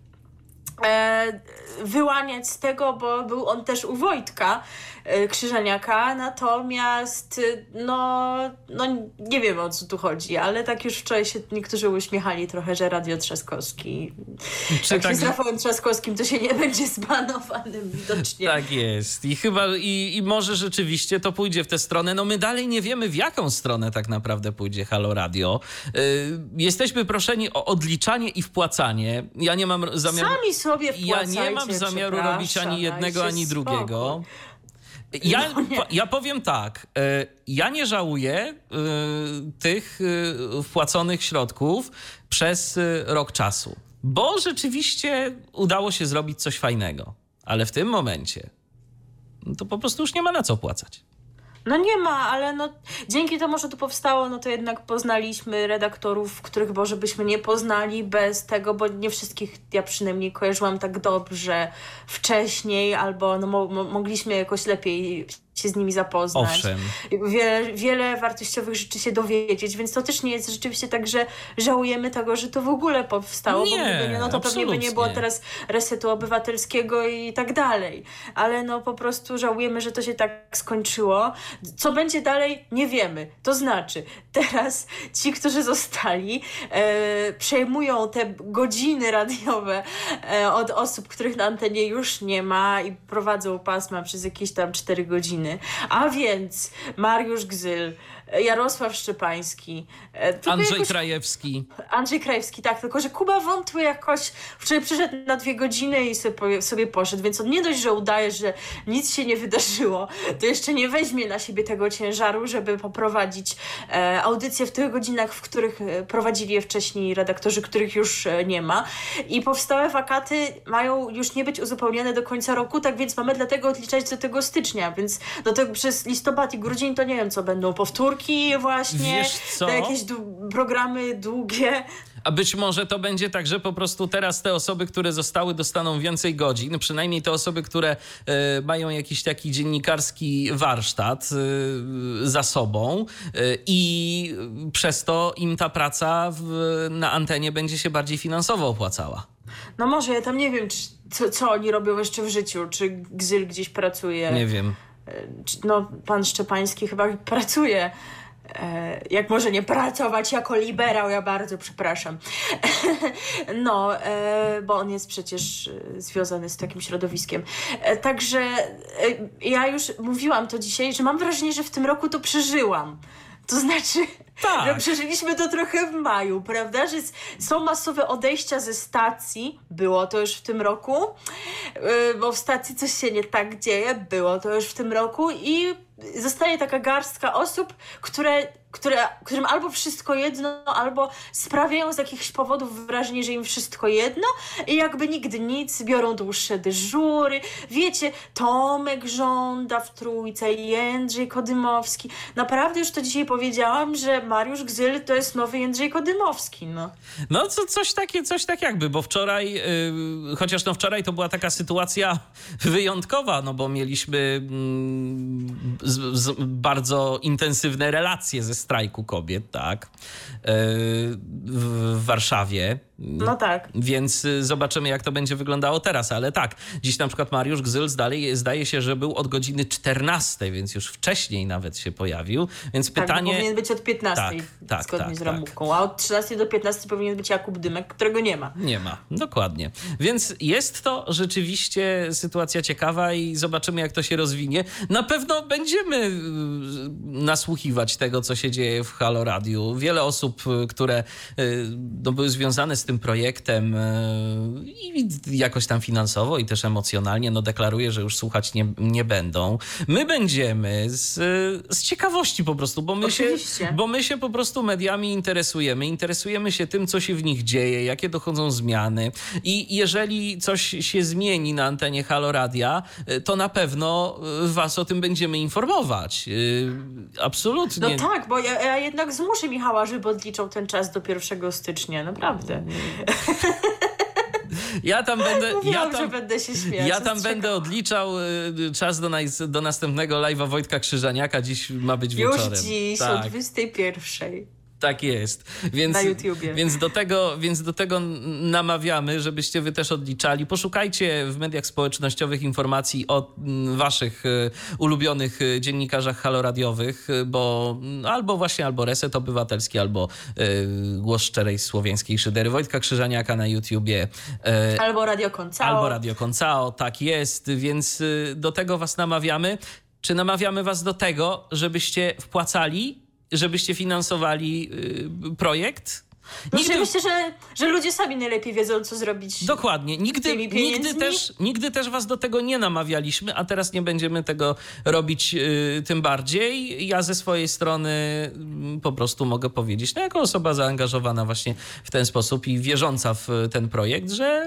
wyłaniać z tego, bo był on też u Wojtka Krzyżaniaka, natomiast no nie wiem, o co tu chodzi, ale tak już wczoraj się niektórzy uśmiechali trochę, że Radio Trzaskowski. Jak się z Rafałem Trzaskowskim, to się nie będzie zbanowanym widocznie. Tak jest. I chyba i może rzeczywiście to pójdzie w tę stronę. No my dalej nie wiemy, w jaką stronę tak naprawdę pójdzie Halo Radio. Jesteśmy proszeni o odliczanie i wpłacanie. Ja nie mam zamiaru... Sami sobie wpłacajcie, ja nie mam zamiaru robić ani jednego, ani drugiego. Ja powiem tak, ja nie żałuję tych wpłaconych środków przez rok czasu, bo rzeczywiście udało się zrobić coś fajnego, ale w tym momencie to po prostu już nie ma na co płacać. No nie ma, ale dzięki temu, że to powstało, to jednak poznaliśmy redaktorów, których może byśmy nie poznali bez tego, bo nie wszystkich ja przynajmniej kojarzyłam tak dobrze wcześniej, albo mogliśmy jakoś lepiej się z nimi zapoznać. Owszem. Wiele wartościowych rzeczy się dowiedzieć, więc to też nie jest rzeczywiście tak, że żałujemy tego, że to w ogóle powstało, bo gdyby nie, to pewnie by nie było teraz Resetu Obywatelskiego i tak dalej. Ale po prostu żałujemy, że to się tak skończyło. Co będzie dalej, nie wiemy. To znaczy, teraz ci, którzy zostali, przejmują te godziny radiowe od osób, których na antenie już nie ma i prowadzą pasma przez jakieś tam 4 godziny. A więc Mariusz Gzyl, Jarosław Szczepański, Andrzej Krajewski, tak, tylko że Kuba Wątły jakoś wczoraj przyszedł na 2 godziny i sobie poszedł, więc on nie dość, że udaje, że nic się nie wydarzyło, to jeszcze nie weźmie na siebie tego ciężaru, żeby poprowadzić audycję w tych godzinach, w których prowadzili je wcześniej redaktorzy, których już nie ma. I powstałe wakaty mają już nie być uzupełnione do końca roku, tak więc mamy dlatego odliczać do tego stycznia, więc do tego przez listopad i grudzień to nie wiem, co będą powtórki właśnie, wiesz co? Te jakieś programy długie. A być może to będzie tak, że po prostu teraz te osoby, które zostały, dostaną więcej godzin, przynajmniej te osoby, które mają jakiś taki dziennikarski warsztat za sobą i przez to im ta praca na antenie będzie się bardziej finansowo opłacała. No może, ja tam nie wiem, co oni robią jeszcze w życiu, czy Gzyl gdzieś pracuje. Nie wiem. Pan Szczepański chyba pracuje. Jak może nie pracować jako liberał, ja bardzo przepraszam. Bo on jest przecież związany z takim środowiskiem. Także ja już mówiłam to dzisiaj, że mam wrażenie, że w tym roku to przeżyłam. To znaczy, tak, że przeżyliśmy to trochę w maju, prawda? Że są masowe odejścia ze stacji, było to już w tym roku. bo w stacji coś się nie tak dzieje, było to już w tym roku i zostaje taka garstka osób, którym albo wszystko jedno, albo sprawiają z jakichś powodów wrażenie, że im wszystko jedno i jakby nigdy nic, biorą dłuższe dyżury. Wiecie, Tomek żąda w Trójce, Jędrzej Kodymowski. Naprawdę już to dzisiaj powiedziałam, że Mariusz Gzyl to jest nowy Jędrzej Kodymowski, no. No coś tak jakby, bo wczoraj, chociaż no wczoraj to była taka sytuacja wyjątkowa, no bo mieliśmy bardzo intensywne relacje ze strajku kobiet, tak, w Warszawie. No tak. Więc zobaczymy, jak to będzie wyglądało teraz, ale tak, dziś na przykład Mariusz Gzyl zdaje się, że był od godziny 14, więc już wcześniej nawet się pojawił, więc tak, pytanie... powinien być od 15, zgodnie z ramówką, a od 13 do 15 powinien być Jakub Dymek, którego nie ma. Nie ma, dokładnie. Więc jest to rzeczywiście sytuacja ciekawa i zobaczymy, jak to się rozwinie. Na pewno będziemy nasłuchiwać tego, co się dzieje w Halo Radiu. Wiele osób, które były związane z tym projektem i jakoś tam finansowo i też emocjonalnie, deklaruje, że już słuchać nie będą. My będziemy z ciekawości po prostu, bo my się po prostu mediami interesujemy się tym, co się w nich dzieje, jakie dochodzą zmiany i jeżeli coś się zmieni na antenie Halo Radia, to na pewno was o tym będziemy informować. Absolutnie. No tak, bo ja jednak zmuszę Michała, żeby odliczał ten czas do 1 stycznia, naprawdę. Ja tam będę się śmiać. Ja tam będę odliczał czas do następnego live'a Wojtka Krzyżaniaka. Dziś ma być wieczorem. Już dziś, tak. O 21:00. Tak jest. Więc, na YouTubie. Więc do tego namawiamy, żebyście wy też odliczali. Poszukajcie w mediach społecznościowych informacji o waszych ulubionych dziennikarzach haloradiowych, bo albo Reset Obywatelski, albo Głos Szczerej Słowiańskiej Szydery Wojtka Krzyżaniaka na YouTubie. Albo Radio Koncao, tak jest. Więc do tego was namawiamy. Czy namawiamy was do tego, żebyście wpłacali, żebyście finansowali projekt? Myślę, że ludzie sami najlepiej wiedzą, co zrobić. Dokładnie. Nigdy też was do tego nie namawialiśmy, a teraz nie będziemy tego robić tym bardziej. Ja ze swojej strony po prostu mogę powiedzieć, jako osoba zaangażowana właśnie w ten sposób i wierząca w ten projekt, że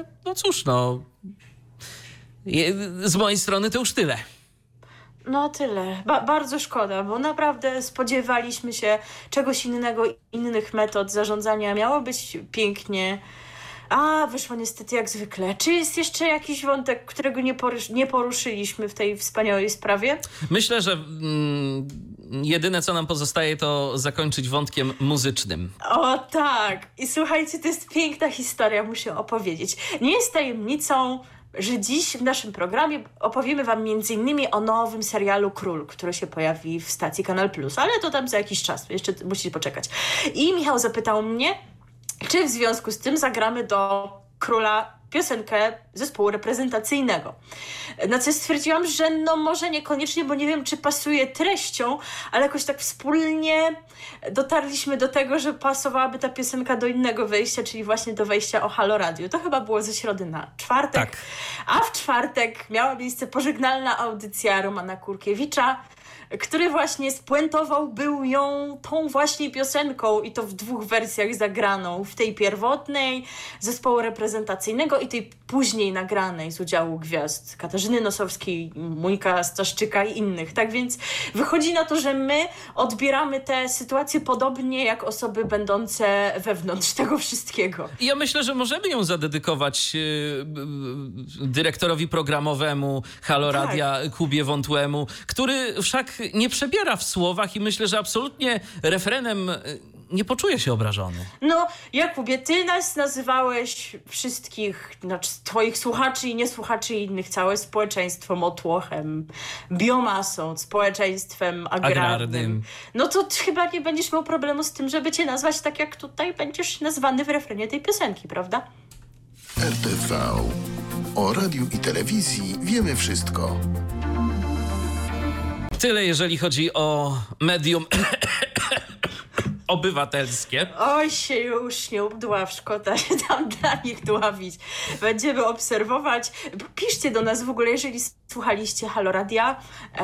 z mojej strony to już tyle. No tyle. Bardzo szkoda, bo naprawdę spodziewaliśmy się czegoś innego, innych metod zarządzania. Miało być pięknie, a wyszło niestety jak zwykle. Czy jest jeszcze jakiś wątek, którego nie poruszyliśmy w tej wspaniałej sprawie? Myślę, że jedyne, co nam pozostaje, to zakończyć wątkiem muzycznym. O tak. I słuchajcie, to jest piękna historia, muszę opowiedzieć. Nie jest tajemnicą, że dziś w naszym programie opowiemy wam m.in. o nowym serialu Król, który się pojawi w stacji Kanal Plus, ale to tam za jakiś czas, jeszcze musicie poczekać. I Michał zapytał mnie, czy w związku z tym zagramy do Króla piosenkę zespołu reprezentacyjnego. Na co stwierdziłam, że może niekoniecznie, bo nie wiem, czy pasuje treścią, ale jakoś tak wspólnie dotarliśmy do tego, że pasowałaby ta piosenka do innego wejścia, czyli właśnie do wejścia o Halo Radio. To chyba było ze środy na czwartek. Tak. A w czwartek miała miejsce pożegnalna audycja Romana Kurkiewicza, który właśnie spuentował był ją tą właśnie piosenką i to w 2 wersjach zagraną. W tej pierwotnej zespołu reprezentacyjnego i tej później nagranej z udziału gwiazd Katarzyny Nosowskiej, Mójka Staszczyka i innych. Tak więc wychodzi na to, że my odbieramy tę sytuację podobnie jak osoby będące wewnątrz tego wszystkiego. I ja myślę, że możemy ją zadedykować dyrektorowi programowemu Halo Radia, Kubie Wątłemu, który wszak nie przebiera w słowach i myślę, że absolutnie refrenem nie poczuje się obrażony. No, Jakubie, ty nas nazywałeś wszystkich, twoich słuchaczy i niesłuchaczy i innych, całe społeczeństwo motłochem, biomasą, społeczeństwem agrarnym. No to chyba nie będziesz miał problemu z tym, żeby cię nazwać tak, jak tutaj będziesz nazwany w refrenie tej piosenki, prawda? RTV. O radiu i telewizji wiemy wszystko. Tyle, jeżeli chodzi o medium obywatelskie. Oj, się już nie udław, szkoda się tam dla nich dławić. Będziemy obserwować. Piszcie do nas w ogóle, jeżeli słuchaliście Halo Radia.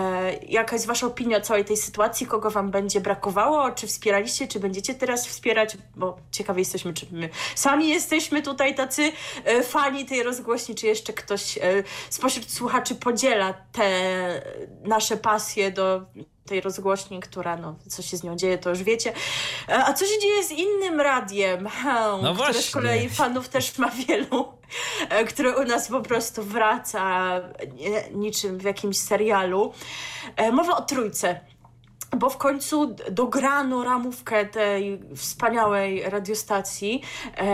Jaka jest wasza opinia o całej tej sytuacji? Kogo wam będzie brakowało? Czy wspieraliście? Czy będziecie teraz wspierać? Bo ciekawi jesteśmy, czy my sami jesteśmy tutaj tacy fani tej rozgłośni, czy jeszcze ktoś spośród słuchaczy podziela te nasze pasje do tej rozgłośni, która, co się z nią dzieje, to już wiecie. A co się dzieje z innym radiem, które właśnie. z kolei fanów też ma wielu, które u nas po prostu wraca niczym w jakimś serialu. Mowa o Trójce. Bo w końcu dograno ramówkę tej wspaniałej radiostacji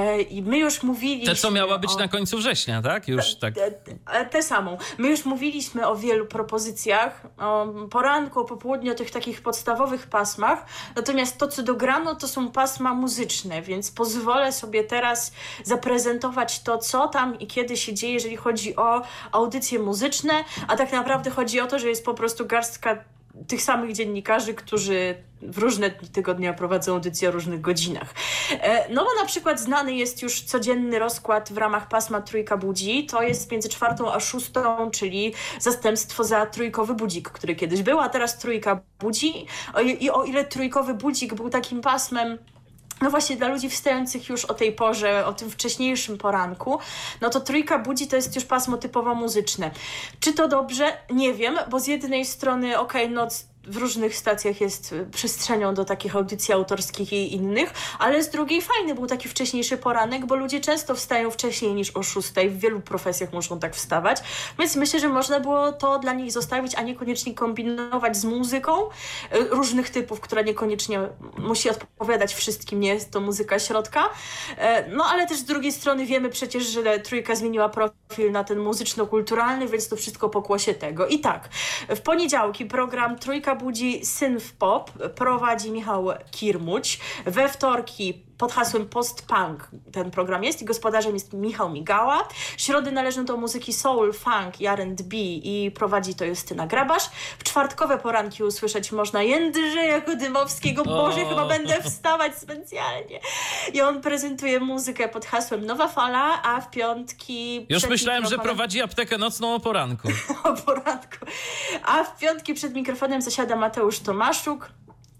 i my już mówiliśmy... Te, co miała być na końcu września, tak? Już tak. Tę samą. My już mówiliśmy o wielu propozycjach, o poranku, o popołudniu, o tych takich podstawowych pasmach, natomiast to, co dograno, to są pasma muzyczne, więc pozwolę sobie teraz zaprezentować to, co tam i kiedy się dzieje, jeżeli chodzi o audycje muzyczne, a tak naprawdę chodzi o to, że jest po prostu garstka tych samych dziennikarzy, którzy w różne tygodnia prowadzą audycje o różnych godzinach. No bo na przykład znany jest już codzienny rozkład w ramach pasma Trójka Budzi. To jest między 4 a 6, czyli zastępstwo za Trójkowy Budzik, który kiedyś był, a teraz Trójka Budzi. I o ile Trójkowy Budzik był takim pasmem no właśnie dla ludzi wstających już o tej porze, o tym wcześniejszym poranku, no to Trójka Budzi to jest już pasmo typowo muzyczne. Czy to dobrze? Nie wiem, bo z jednej strony noc w różnych stacjach jest przestrzenią do takich audycji autorskich i innych, ale z drugiej fajny był taki wcześniejszy poranek, bo ludzie często wstają wcześniej niż o 6, w wielu profesjach muszą tak wstawać, więc myślę, że można było to dla nich zostawić, a niekoniecznie kombinować z muzyką różnych typów, która niekoniecznie musi odpowiadać wszystkim, nie jest to muzyka środka, no ale też z drugiej strony wiemy przecież, że Trójka zmieniła profil na ten muzyczno-kulturalny, więc to wszystko pokłosie tego. I tak, w poniedziałki program Trójka Budzi Synth Pop prowadzi Michał Kirmuć. We wtorki pod hasłem Post-Punk ten program jest i gospodarzem jest Michał Migała. Środy należą do muzyki soul, funk i R&B i prowadzi to Justyna Grabasz. W czwartkowe poranki usłyszeć można Jędrzeja Dymowskiego. Boże, chyba będę wstawać specjalnie. I on prezentuje muzykę pod hasłem Nowa Fala, a w piątki... Już myślałem, że prowadzi aptekę nocną o poranku. O poranku. A w piątki przed mikrofonem zasiada Mateusz Tomaszuk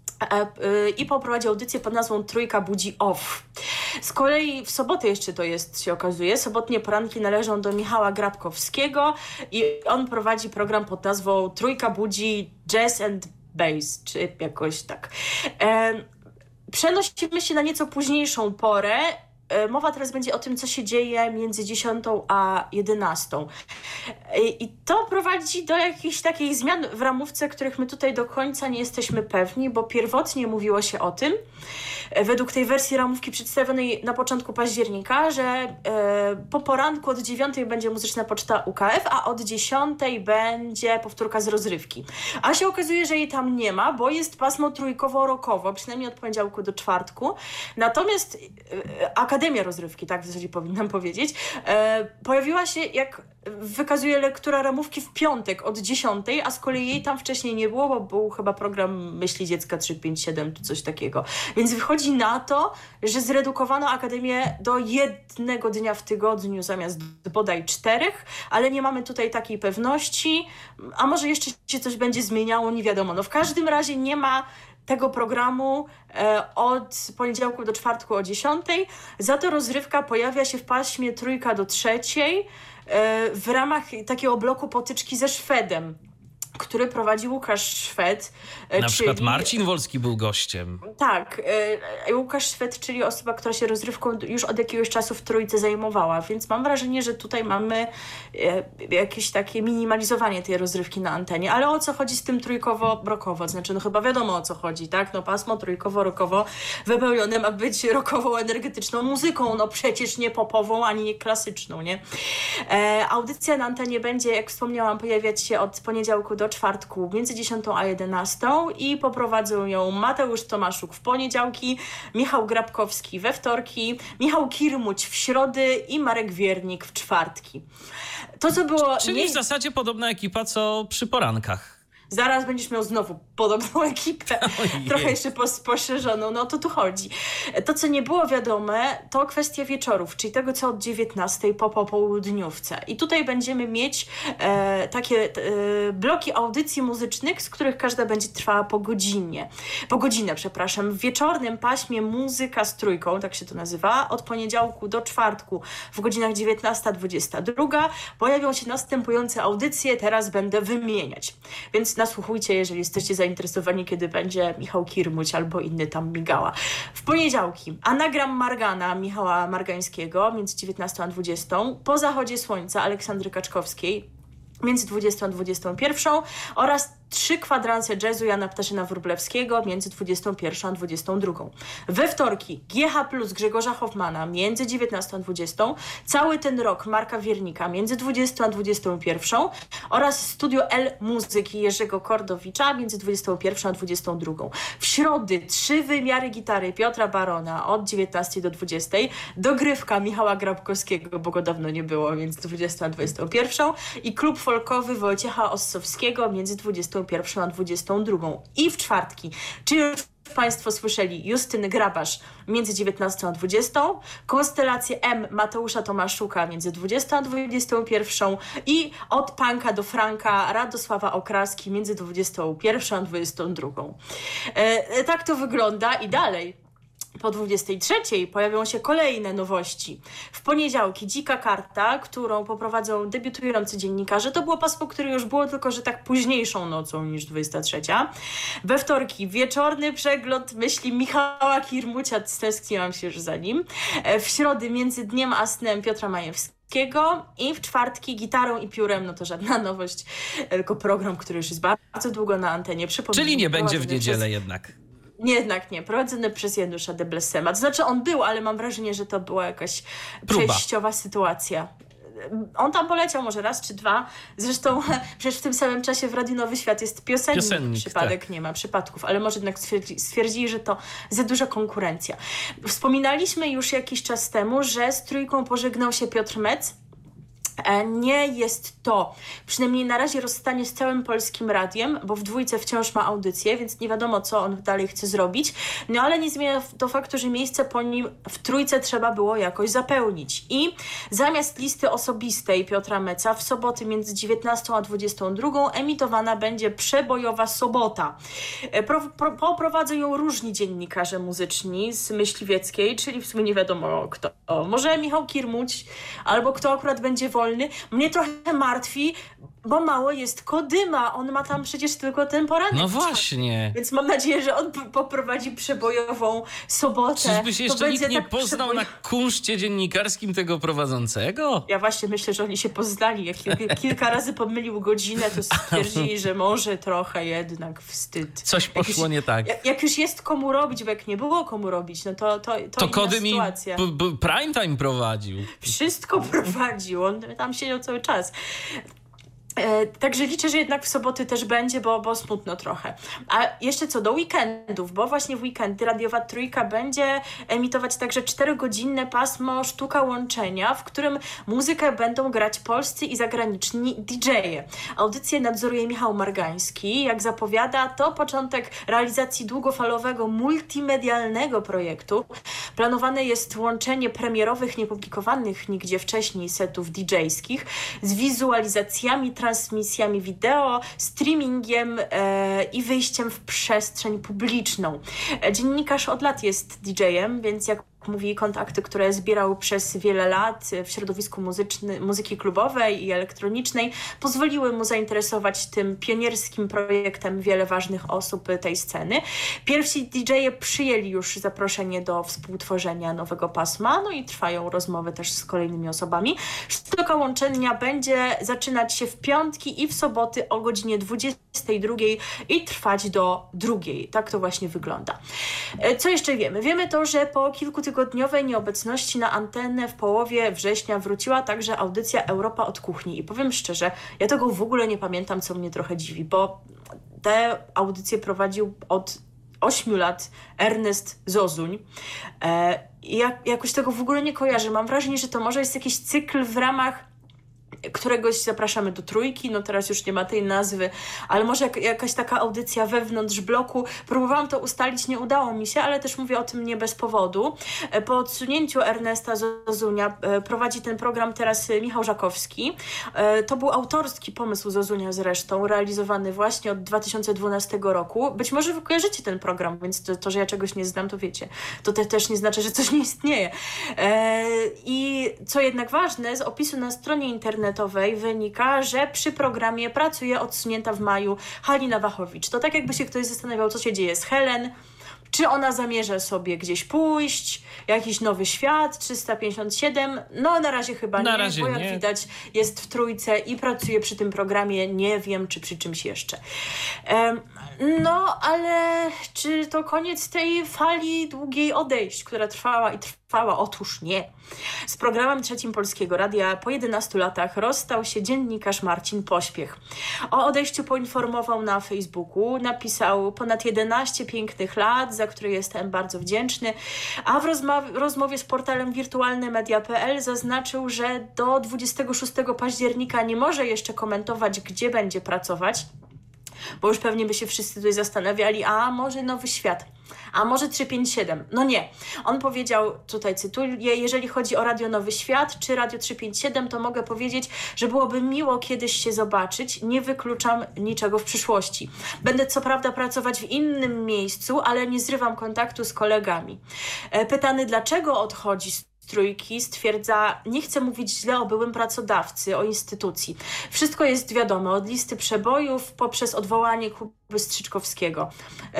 i poprowadzi audycję pod nazwą Trójka Budzi Off. Z kolei w sobotę jeszcze to jest, się okazuje, sobotnie poranki należą do Michała Grabkowskiego i on prowadzi program pod nazwą Trójka Budzi Jazz and Bass, czy jakoś tak. Przenosimy się na nieco późniejszą porę. Mowa teraz będzie o tym, co się dzieje między 10 a 11. I to prowadzi do jakichś takich zmian w ramówce, których my tutaj do końca nie jesteśmy pewni, bo pierwotnie mówiło się o tym, według tej wersji ramówki przedstawionej na początku października, że po poranku od 9 będzie muzyczna poczta UKF, a od 10 będzie powtórka z rozrywki. A się okazuje, że jej tam nie ma, bo jest pasmo trójkowo-rokowo, przynajmniej od poniedziałku do czwartku. Natomiast Akademia Rozrywki, tak w zasadzie powinnam powiedzieć, pojawiła się, jak wykazuje lektura ramówki, w piątek od 10, a z kolei jej tam wcześniej nie było, bo był chyba program Myśli Dziecka 357 czy coś takiego. Więc wychodzi na to, że zredukowano Akademię do 1 dnia w tygodniu zamiast bodaj 4, ale nie mamy tutaj takiej pewności, a może jeszcze się coś będzie zmieniało, nie wiadomo. No w każdym razie nie ma tego programu od poniedziałku do czwartku o 10. Za to rozrywka pojawia się w paśmie 3 do 3 w ramach takiego bloku Potyczki ze Szwedem, który prowadzi Łukasz Szwed. Na przykład Marcin Wolski był gościem. Tak, Łukasz Szwed, czyli osoba, która się rozrywką już od jakiegoś czasu w Trójce zajmowała, więc mam wrażenie, że tutaj mamy jakieś takie minimalizowanie tej rozrywki na antenie. Ale o co chodzi z tym trójkowo-rokowo? Znaczy, no chyba wiadomo, o co chodzi, tak? No pasmo trójkowo-rokowo wypełnione ma być rockową, energetyczną muzyką, no przecież nie popową, ani nie klasyczną, nie? Audycja na antenie będzie, jak wspomniałam, pojawiać się od poniedziałku do czwartku między 10 a 11 i poprowadzą ją Mateusz Tomaszuk w poniedziałki, Michał Grabkowski we wtorki, Michał Kirmuć w środy i Marek Wiernik w czwartki. To, co było... Czyli w zasadzie podobna ekipa, co przy porankach. Zaraz będziesz miał znowu podobną ekipę, trochę jeszcze poszerzoną, no to tu chodzi. To, co nie było wiadome, to kwestia wieczorów, czyli tego, co od 19 po popołudniówce. I tutaj będziemy mieć takie bloki audycji muzycznych, z których każda będzie trwała po godzinę. W wieczornym paśmie muzyka z trójką, tak się to nazywa, od poniedziałku do czwartku w godzinach 19-22 pojawią się następujące audycje, teraz będę wymieniać. Więc nasłuchujcie, jeżeli jesteście zainteresowani, kiedy będzie Michał Kirmuć albo inny tam migała. W poniedziałki Anagram Margana Michała Margańskiego między 19 a 20, Po zachodzie słońca Aleksandry Kaczkowskiej między 20 a 21 oraz 3 kwadranse jazzu Jana Ptaszyna-Wróblewskiego między 21 a 22. We wtorki GH Plus Grzegorza Hoffmana między 19 a 20, Cały ten rok Marka Wiernika między 20 a 21 oraz Studio L Muzyki Jerzego Kordowicza między 21 a 22. W środy 3 wymiary gitary Piotra Barona od 19 do 20, dogrywka Michała Grabkowskiego, bo go dawno nie było, między 20 a 21 i klub folkowy Wojciecha Ossowskiego między 21 a 22. I w czwartki, czy już Państwo słyszeli, Justyny Grabasz między 19 a 20, Konstelacje M Mateusza Tomaszuka między 20 a 21 i Od Panka do Franka Radosława Okraski między 21 a 22. Tak to wygląda i dalej. Po 23 pojawią się kolejne nowości. W poniedziałki Dzika Karta, którą poprowadzą debiutujący dziennikarze. To było pasmo, które już było, tylko że tak późniejszą nocą niż 23. We wtorki wieczorny przegląd myśli Michała Kirmucia, stęskniłam się już za nim. W środy Między dniem a snem Piotra Majewskiego i w czwartki Gitarą i piórem, no to żadna nowość, tylko program, który już jest bardzo długo na antenie. Czyli nie będzie w niedzielę jednak. Jednak nie, prowadzony przez Janusza de Blessema. To znaczy on był, ale mam wrażenie, że to była jakaś przejściowa sytuacja. On tam poleciał może raz czy dwa. Zresztą przecież w tym samym czasie w Radiu Nowy Świat jest piosennik przypadek, tak. Nie ma przypadków, ale może jednak stwierdzili, że to za duża konkurencja. Wspominaliśmy już jakiś czas temu, że z trójką pożegnał się Piotr Mec. Nie jest to, przynajmniej na razie, rozstanie z całym Polskim Radiem, bo w dwójce wciąż ma audycję, więc nie wiadomo, co on dalej chce zrobić. No ale nie zmienia to faktu, że miejsce po nim w trójce trzeba było jakoś zapełnić. I zamiast listy osobistej Piotra Meca w soboty między 19 a 22 emitowana będzie przebojowa sobota. Poprowadzą ją różni dziennikarze muzyczni z Myśliwieckiej, czyli w sumie nie wiadomo kto. Może Michał Kirmuć, albo kto akurat będzie wolny. Mnie trochę martwi, bo mało jest Kodyma. On ma tam przecież tylko ten poranek. No właśnie. Więc mam nadzieję, że on poprowadzi przebojową sobotę. Czyżby się jeszcze nikt nie poznał na kunszcie dziennikarskim tego prowadzącego? Ja właśnie myślę, że oni się poznali. Jak kilka razy pomylił godzinę, to stwierdzili, że może trochę jednak wstyd. Coś poszło nie tak. Jak już jest komu robić, bo jak nie było komu robić, no to Kodym sytuacja. Prime time prowadził. Wszystko prowadził. On tam siedział cały czas. Także liczę, że jednak w soboty też będzie, bo smutno trochę. A jeszcze co do weekendów, bo właśnie w weekendy radiowa Trójka będzie emitować także 4-godzinne pasmo Sztuka Łączenia, w którym muzykę będą grać polscy i zagraniczni DJ-e. Audycję nadzoruje Michał Margański. Jak zapowiada, to początek realizacji długofalowego, multimedialnego projektu. Planowane jest łączenie premierowych, niepublikowanych nigdzie wcześniej setów DJ-skich z wizualizacjami, transmisjami wideo, streamingiem i wyjściem w przestrzeń publiczną. Dziennikarz od lat jest DJ-em, więc jak mówi, kontakty, które zbierał przez wiele lat w środowisku muzyki klubowej i elektronicznej, pozwoliły mu zainteresować tym pionierskim projektem wiele ważnych osób tej sceny. Pierwsi DJ-e przyjęli już zaproszenie do współtworzenia nowego pasma, no i trwają rozmowy też z kolejnymi osobami. Sztuka Łączenia będzie zaczynać się w piątki i w soboty o godzinie 22 i trwać do 2. Tak to właśnie wygląda. Co jeszcze wiemy? Wiemy to, że po kilkutygodniowej nieobecności na antenę w połowie września wróciła także audycja Europa od kuchni. I powiem szczerze, ja tego w ogóle nie pamiętam, co mnie trochę dziwi, bo tę audycję prowadził od 8 lat Ernest Zozuń. Jakoś tego w ogóle nie kojarzę. Mam wrażenie, że to może jest jakiś cykl w ramach któregoś zapraszamy do Trójki, no teraz już nie ma tej nazwy, ale może jakaś taka audycja wewnątrz bloku. Próbowałam to ustalić, nie udało mi się, ale też mówię o tym nie bez powodu. Po odsunięciu Ernesta Zozunia prowadzi ten program teraz Michał Żakowski. To był autorski pomysł Zozunia zresztą, realizowany właśnie od 2012 roku. Być może wy kojarzycie ten program, więc to, że ja czegoś nie znam, to wiecie. To też nie znaczy, że coś nie istnieje. I co jednak ważne, z opisu na stronie internetowej wynika, że przy programie pracuje odsunięta w maju Halina Wachowicz. To tak jakby się ktoś zastanawiał, co się dzieje z Helen, czy ona zamierza sobie gdzieś pójść, jakiś nowy świat, 357, no na razie chyba nie, bo jak widać jest w Trójce i pracuje przy tym programie, nie wiem, czy przy czymś jeszcze. No, ale czy to koniec tej fali długiej odejść, która trwała i trwała? Otóż nie. Z programem Trzecim Polskiego Radia po 11 latach rozstał się dziennikarz Marcin Pośpiech. O odejściu poinformował na Facebooku, napisał ponad 11 pięknych lat, za które jestem bardzo wdzięczny, a w rozmowie z portalem wirtualnemedia.pl zaznaczył, że do 26 października nie może jeszcze komentować, gdzie będzie pracować, bo już pewnie by się wszyscy tutaj zastanawiali, a może Nowy Świat, a może 357. No nie. On powiedział, tutaj cytuję, jeżeli chodzi o Radio Nowy Świat czy Radio 357, to mogę powiedzieć, że byłoby miło kiedyś się zobaczyć. Nie wykluczam niczego w przyszłości. Będę co prawda pracować w innym miejscu, ale nie zrywam kontaktu z kolegami. Pytany, dlaczego odchodzi z Trójki, stwierdza, nie chcę mówić źle o byłym pracodawcy, o instytucji. Wszystko jest wiadome, od listy przebojów poprzez odwołanie Kuby Strzyczkowskiego.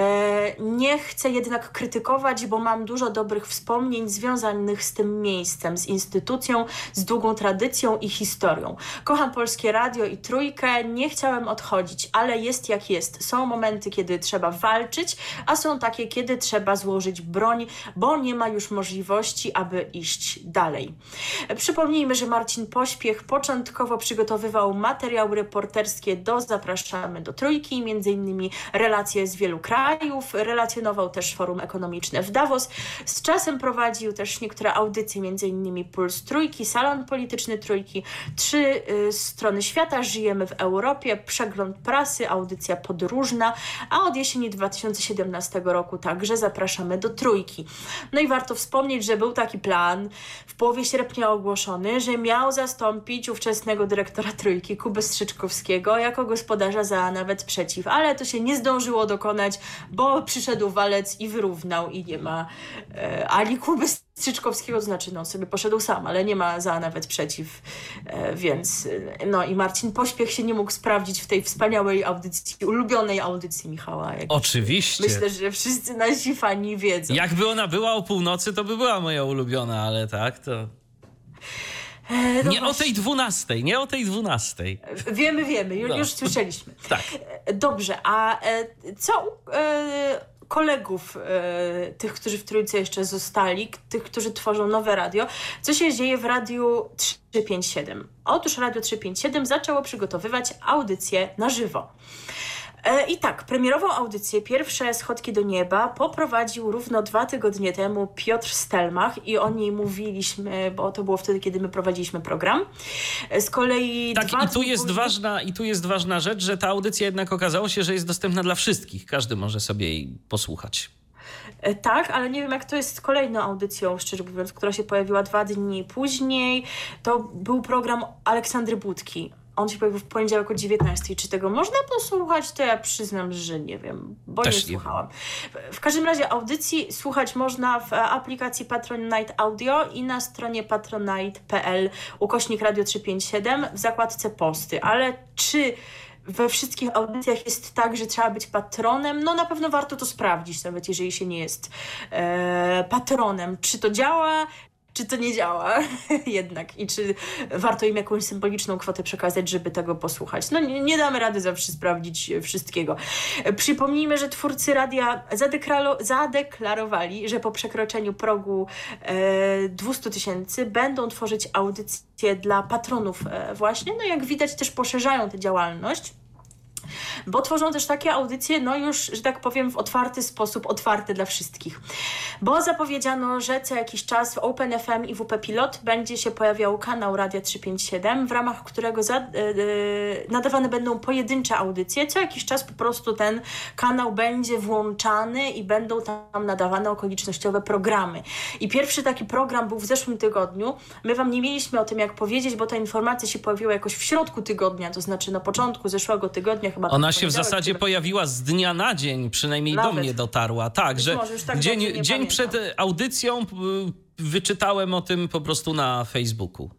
Nie chcę jednak krytykować, bo mam dużo dobrych wspomnień związanych z tym miejscem, z instytucją, z długą tradycją i historią. Kocham Polskie Radio i Trójkę, nie chciałem odchodzić, ale jest jak jest. Są momenty, kiedy trzeba walczyć, a są takie, kiedy trzeba złożyć broń, bo nie ma już możliwości, aby iść dalej. Przypomnijmy, że Marcin Pośpiech początkowo przygotowywał materiały reporterskie do Zapraszamy do Trójki, między innymi relacje z wielu krajów, relacjonował też Forum Ekonomiczne w Davos. Z czasem prowadził też niektóre audycje, między innymi Puls Trójki, Salon Polityczny Trójki, 3 strony świata, Żyjemy w Europie, Przegląd Prasy, audycja podróżna, a od jesieni 2017 roku także Zapraszamy do Trójki. No i warto wspomnieć, że był taki plan w połowie sierpnia ogłoszony, że miał zastąpić ówczesnego dyrektora Trójki, Kubę Strzyczkowskiego, jako gospodarza za nawet przeciw, ale to się nie zdążyło dokonać, bo przyszedł walec i wyrównał i nie ma ani Kuby Strzyczkowskiego, to znaczy on sobie poszedł sam, ale nie ma za nawet przeciw, więc no i Marcin Pośpiech się nie mógł sprawdzić w tej wspaniałej audycji, ulubionej audycji Michała. Oczywiście. Myślę, że wszyscy nasi fani wiedzą. Jakby ona była o północy, to by była moja ulubiona, ale tak to... No nie właśnie. Nie o tej 12. Wiemy, już słyszeliśmy. Tak. Dobrze, a co kolegów, tych, którzy w Trójce jeszcze zostali, tych, którzy tworzą nowe radio, co się dzieje w Radiu 357? Otóż Radio 357 zaczęło przygotowywać audycję na żywo. I tak, premierową audycję Pierwsze schodki do nieba poprowadził równo 2 tygodnie temu Piotr Stelmach i o niej mówiliśmy, bo to było wtedy, kiedy my prowadziliśmy program. Z kolei tak, i tu jest ważna rzecz, że ta audycja jednak okazało się, że jest dostępna dla wszystkich. Każdy może sobie jej posłuchać. Tak, ale nie wiem, jak to jest z kolejną audycją, szczerze mówiąc, która się pojawiła 2 dni później. To był program Aleksandry Budki. On się pojawił w poniedziałek o 19:00. Czy tego można posłuchać? To ja przyznam, że nie wiem, bo też nie słuchałam. W każdym razie audycji słuchać można w aplikacji Patronite Audio i na stronie patronite.pl/Radio 357 w zakładce posty. Ale czy we wszystkich audycjach jest tak, że trzeba być patronem? No na pewno warto to sprawdzić, nawet jeżeli się nie jest patronem. Czy to działa? Czy to nie działa jednak i czy warto im jakąś symboliczną kwotę przekazać, żeby tego posłuchać. No nie damy rady zawsze sprawdzić wszystkiego. Przypomnijmy, że twórcy radia zadeklarowali, że po przekroczeniu progu 200 000 będą tworzyć audycje dla patronów właśnie. No jak widać też poszerzają tę działalność. bo tworzą też takie audycje, no już, że tak powiem, w otwarty sposób, otwarte dla wszystkich. Bo zapowiedziano, że co jakiś czas w Open FM i WP Pilot będzie się pojawiał kanał Radia 357, w ramach którego nadawane będą pojedyncze audycje. Co jakiś czas po prostu ten kanał będzie włączany i będą tam nadawane okolicznościowe programy. I pierwszy taki program był w zeszłym tygodniu. My wam nie mieliśmy o tym jak powiedzieć, bo ta informacja się pojawiła jakoś w środku tygodnia, to znaczy na początku zeszłego tygodnia chyba. Ona się w zasadzie pojawiła z dnia na dzień, przynajmniej do mnie dotarła. Tak, że tak dzień przed audycją wyczytałem o tym po prostu na Facebooku.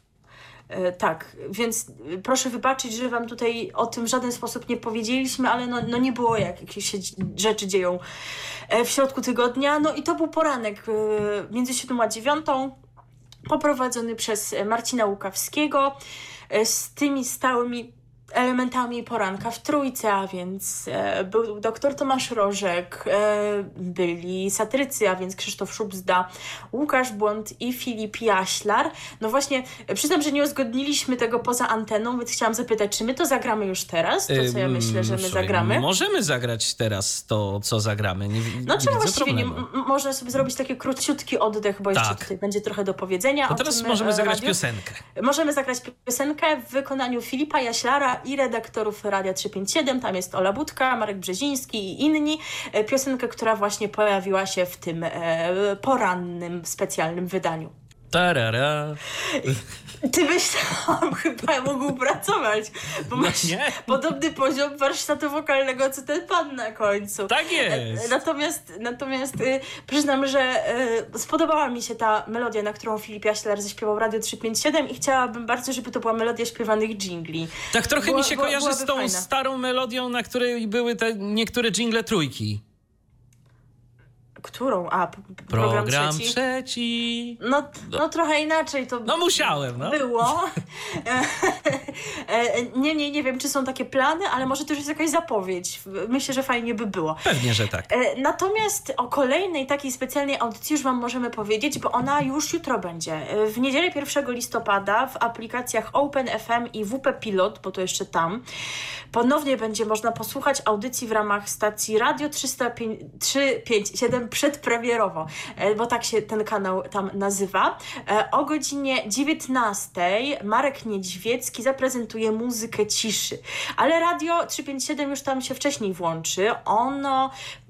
Tak, więc proszę wybaczyć, że wam tutaj o tym w żaden sposób nie powiedzieliśmy, ale no nie było jakieś się rzeczy dzieją w środku tygodnia. No i to był poranek między 7 a 9, poprowadzony przez Marcina Łukawskiego z tymi stałymi elementami poranka w trójce, a więc był dr Tomasz Rożek, byli satyrycy, a więc Krzysztof Szubzda, Łukasz Błąd i Filip Jaślar. No właśnie, przyznam, że nie uzgodniliśmy tego poza anteną, więc chciałam zapytać, czy my to zagramy już teraz? To, co ja myślę, że my zagramy? Możemy zagrać teraz to, co zagramy. No czy właściwie można sobie zrobić taki króciutki oddech, bo jeszcze tutaj będzie trochę do powiedzenia. To teraz możemy zagrać piosenkę. Możemy zagrać piosenkę w wykonaniu Filipa Jaślara i redaktorów Radia 357. Tam jest Ola Budka, Marek Brzeziński i inni. Piosenkę, która właśnie pojawiła się w tym porannym, specjalnym wydaniu. Tarara. Ty byś tam chyba mógł pracować, bo masz podobny poziom warsztatu wokalnego, co ten pan na końcu. Tak jest. Natomiast przyznam, że spodobała mi się ta melodia, na którą Filip Jaślar zaśpiewał Radio 357 i chciałabym bardzo, żeby to była melodia śpiewanych dżingli. Tak trochę mi się kojarzy z tą starą melodią, na której były te niektóre dżingle trójki. Którą? Program trzeci. No trochę inaczej to musiałem, było. Nie wiem, czy są takie plany, ale może to już jest jakaś zapowiedź. Myślę, że fajnie by było. Pewnie, że tak. Natomiast o kolejnej takiej specjalnej audycji już wam możemy powiedzieć, bo ona już jutro będzie. W niedzielę 1 listopada w aplikacjach Open FM i WP Pilot, bo to jeszcze tam, ponownie będzie można posłuchać audycji w ramach stacji Radio 357 przedpremierowo, bo tak się ten kanał tam nazywa. O godzinie 19:00 Marek Niedźwiecki zaprezentuje muzykę ciszy. Ale Radio 357 już tam się wcześniej włączy. Ono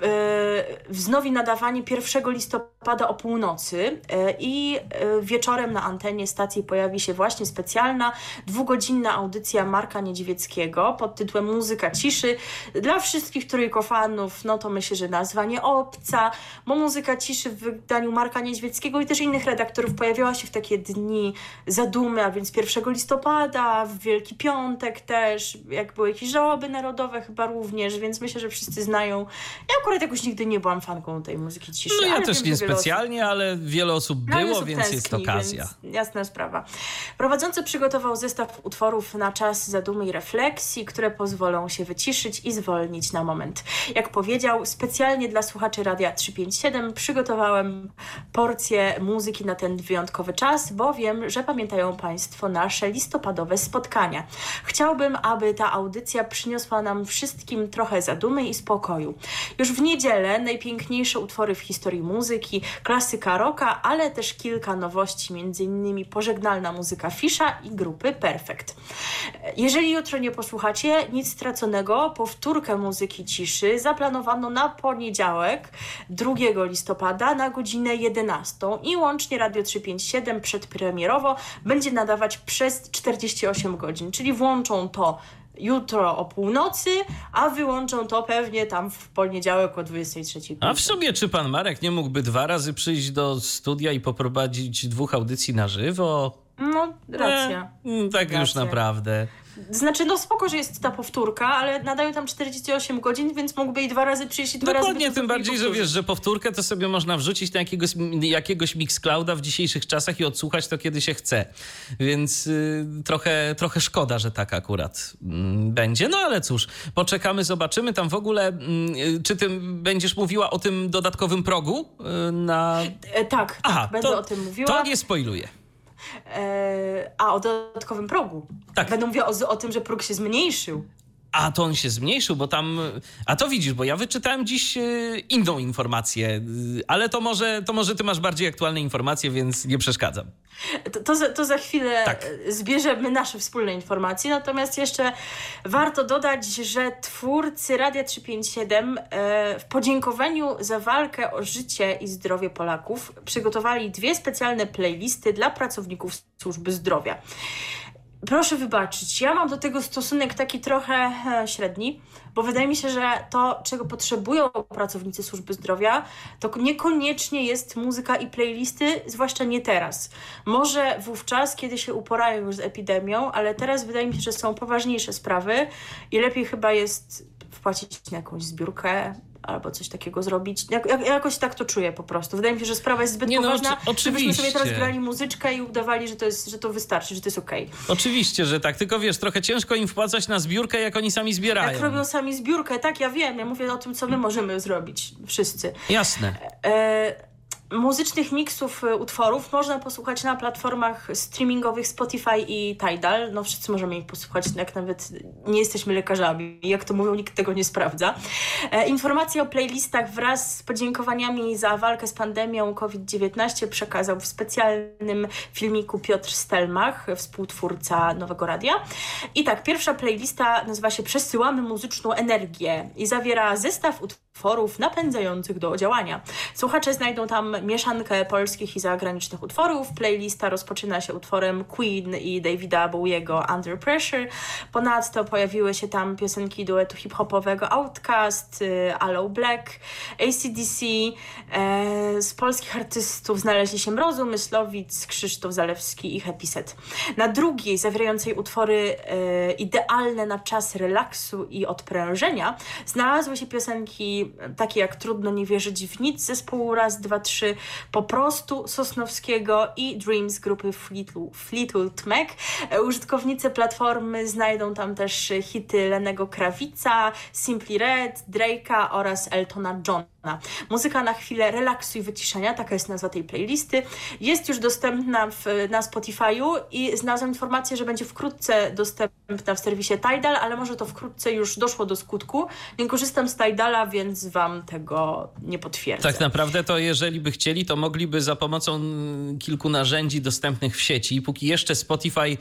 wznowi nadawanie 1 listopada o północy i wieczorem na antenie stacji pojawi się właśnie specjalna, 2-godzinna audycja Marka Niedźwieckiego pod tytułem Muzyka ciszy. Dla wszystkich trójkofanów, no to myślę, że nazwa nie obca, bo muzyka ciszy w wydaniu Marka Niedźwieckiego i też innych redaktorów pojawiała się w takie dni zadumy, a więc 1 listopada, w Wielki Piątek też, jak były jakieś żałoby narodowe chyba również, więc myślę, że wszyscy znają. Ja akurat jakoś nigdy nie byłam fanką tej muzyki ciszy. No ja też nie specjalnie, ale wiele osób było, więc jest okazja. Jasna sprawa. Prowadzący przygotował zestaw utworów na czas zadumy i refleksji, które pozwolą się wyciszyć i zwolnić na moment. Jak powiedział, specjalnie dla słuchaczy Radia 357 przygotowałem porcję muzyki na ten wyjątkowy czas, bo wiem, że pamiętają Państwo nasze listopadowe spotkania. Chciałbym, aby ta audycja przyniosła nam wszystkim trochę zadumy i spokoju. Już w niedzielę najpiękniejsze utwory w historii muzyki, klasyka rocka, ale też kilka nowości, m.in. pożegnalna muzyka Fisza i grupy Perfekt. Jeżeli jutro nie posłuchacie, nic straconego, powtórkę muzyki ciszy zaplanowano na poniedziałek, 2 listopada na godzinę 11 i łącznie Radio 357 przedpremierowo będzie nadawać przez 48 godzin, czyli włączą to jutro o północy, a wyłączą to pewnie tam w poniedziałek o 23:00. A w sumie czy pan Marek nie mógłby 2 razy przyjść do studia i poprowadzić 2 audycji na żywo? No, racja. Racja. Już naprawdę. Znaczy, no spoko, że jest ta powtórka, ale nadają tam 48 godzin, więc mógłby i 2 razy przyjść i 2 razy... Dokładnie, tym bardziej, że wiesz, że powtórkę to sobie można wrzucić na jakiegoś Mixclouda w dzisiejszych czasach i odsłuchać to, kiedy się chce. Więc trochę szkoda, że tak akurat będzie. No ale cóż, poczekamy, zobaczymy. Tam w ogóle, czy ty będziesz mówiła o tym dodatkowym progu? Tak, będę o tym mówiła. To nie spoiluję. O dodatkowym progu. Tak. Będę mówiła o tym, że próg się zmniejszył. A to on się zmniejszył, bo tam... A to widzisz, bo ja wyczytałem dziś inną informację, ale to może ty masz bardziej aktualne informacje, więc nie przeszkadzam. To za chwilę tak. Zbierzemy nasze wspólne informacje. Natomiast jeszcze warto dodać, że twórcy Radia 357 w podziękowaniu za walkę o życie i zdrowie Polaków przygotowali 2 specjalne playlisty dla pracowników służby zdrowia. Proszę wybaczyć, ja mam do tego stosunek taki trochę średni, bo wydaje mi się, że to, czego potrzebują pracownicy służby zdrowia, to niekoniecznie jest muzyka i playlisty, zwłaszcza nie teraz. Może wówczas, kiedy się uporają już z epidemią, ale teraz wydaje mi się, że są poważniejsze sprawy i lepiej chyba jest wpłacić na jakąś zbiórkę albo coś takiego zrobić. Jakoś tak to czuję po prostu. Wydaje mi się, że sprawa jest zbyt poważna, żebyśmy sobie teraz grali muzyczkę i udawali, że to wystarczy, że to jest okej. Oczywiście, że tak. Tylko wiesz, trochę ciężko im wpłacać na zbiórkę, jak oni sami zbierają. Jak robią sami zbiórkę, tak, ja wiem. Ja mówię o tym, co my możemy zrobić. Wszyscy. Jasne. Muzycznych miksów utworów można posłuchać na platformach streamingowych Spotify i Tidal. No wszyscy możemy ich posłuchać, jak nawet nie jesteśmy lekarzami. Jak to mówią, nikt tego nie sprawdza. Informacje o playlistach wraz z podziękowaniami za walkę z pandemią COVID-19 przekazał w specjalnym filmiku Piotr Stelmach, współtwórca Nowego Radia. I tak, pierwsza playlista nazywa się Przesyłamy muzyczną energię i zawiera zestaw utworów napędzających do działania. Słuchacze znajdą tam mieszankę polskich i zagranicznych utworów. Playlista rozpoczyna się utworem Queen i Davida Bowiego Under Pressure. Ponadto pojawiły się tam piosenki duetu hip-hopowego Outkast, Aloe Black, AC/DC. Z polskich artystów znaleźli się Mrozu, Myslowic, Krzysztof Zalewski i Happy Set. Na drugiej, zawierającej utwory idealne na czas relaksu i odprężenia, znalazły się piosenki takie jak Trudno nie wierzyć w nic zespołu Raz, 2, 3, Po prostu Sosnowskiego i Dreams grupy Fleetwood Mac. Użytkownicy platformy znajdą tam też hity Lennego Krawica, Simply Red, Drake'a oraz Eltona Johna. Muzyka na chwilę relaksu i wyciszenia, taka jest nazwa tej playlisty. Jest już dostępna na Spotify'u i znalazłam informację, że będzie wkrótce dostępna w serwisie Tidal, ale może to wkrótce już doszło do skutku. Nie korzystam z Tidala, więc wam tego nie potwierdzę. Tak naprawdę to jeżeli by chcieli, to mogliby za pomocą kilku narzędzi dostępnych w sieci, póki jeszcze Spotify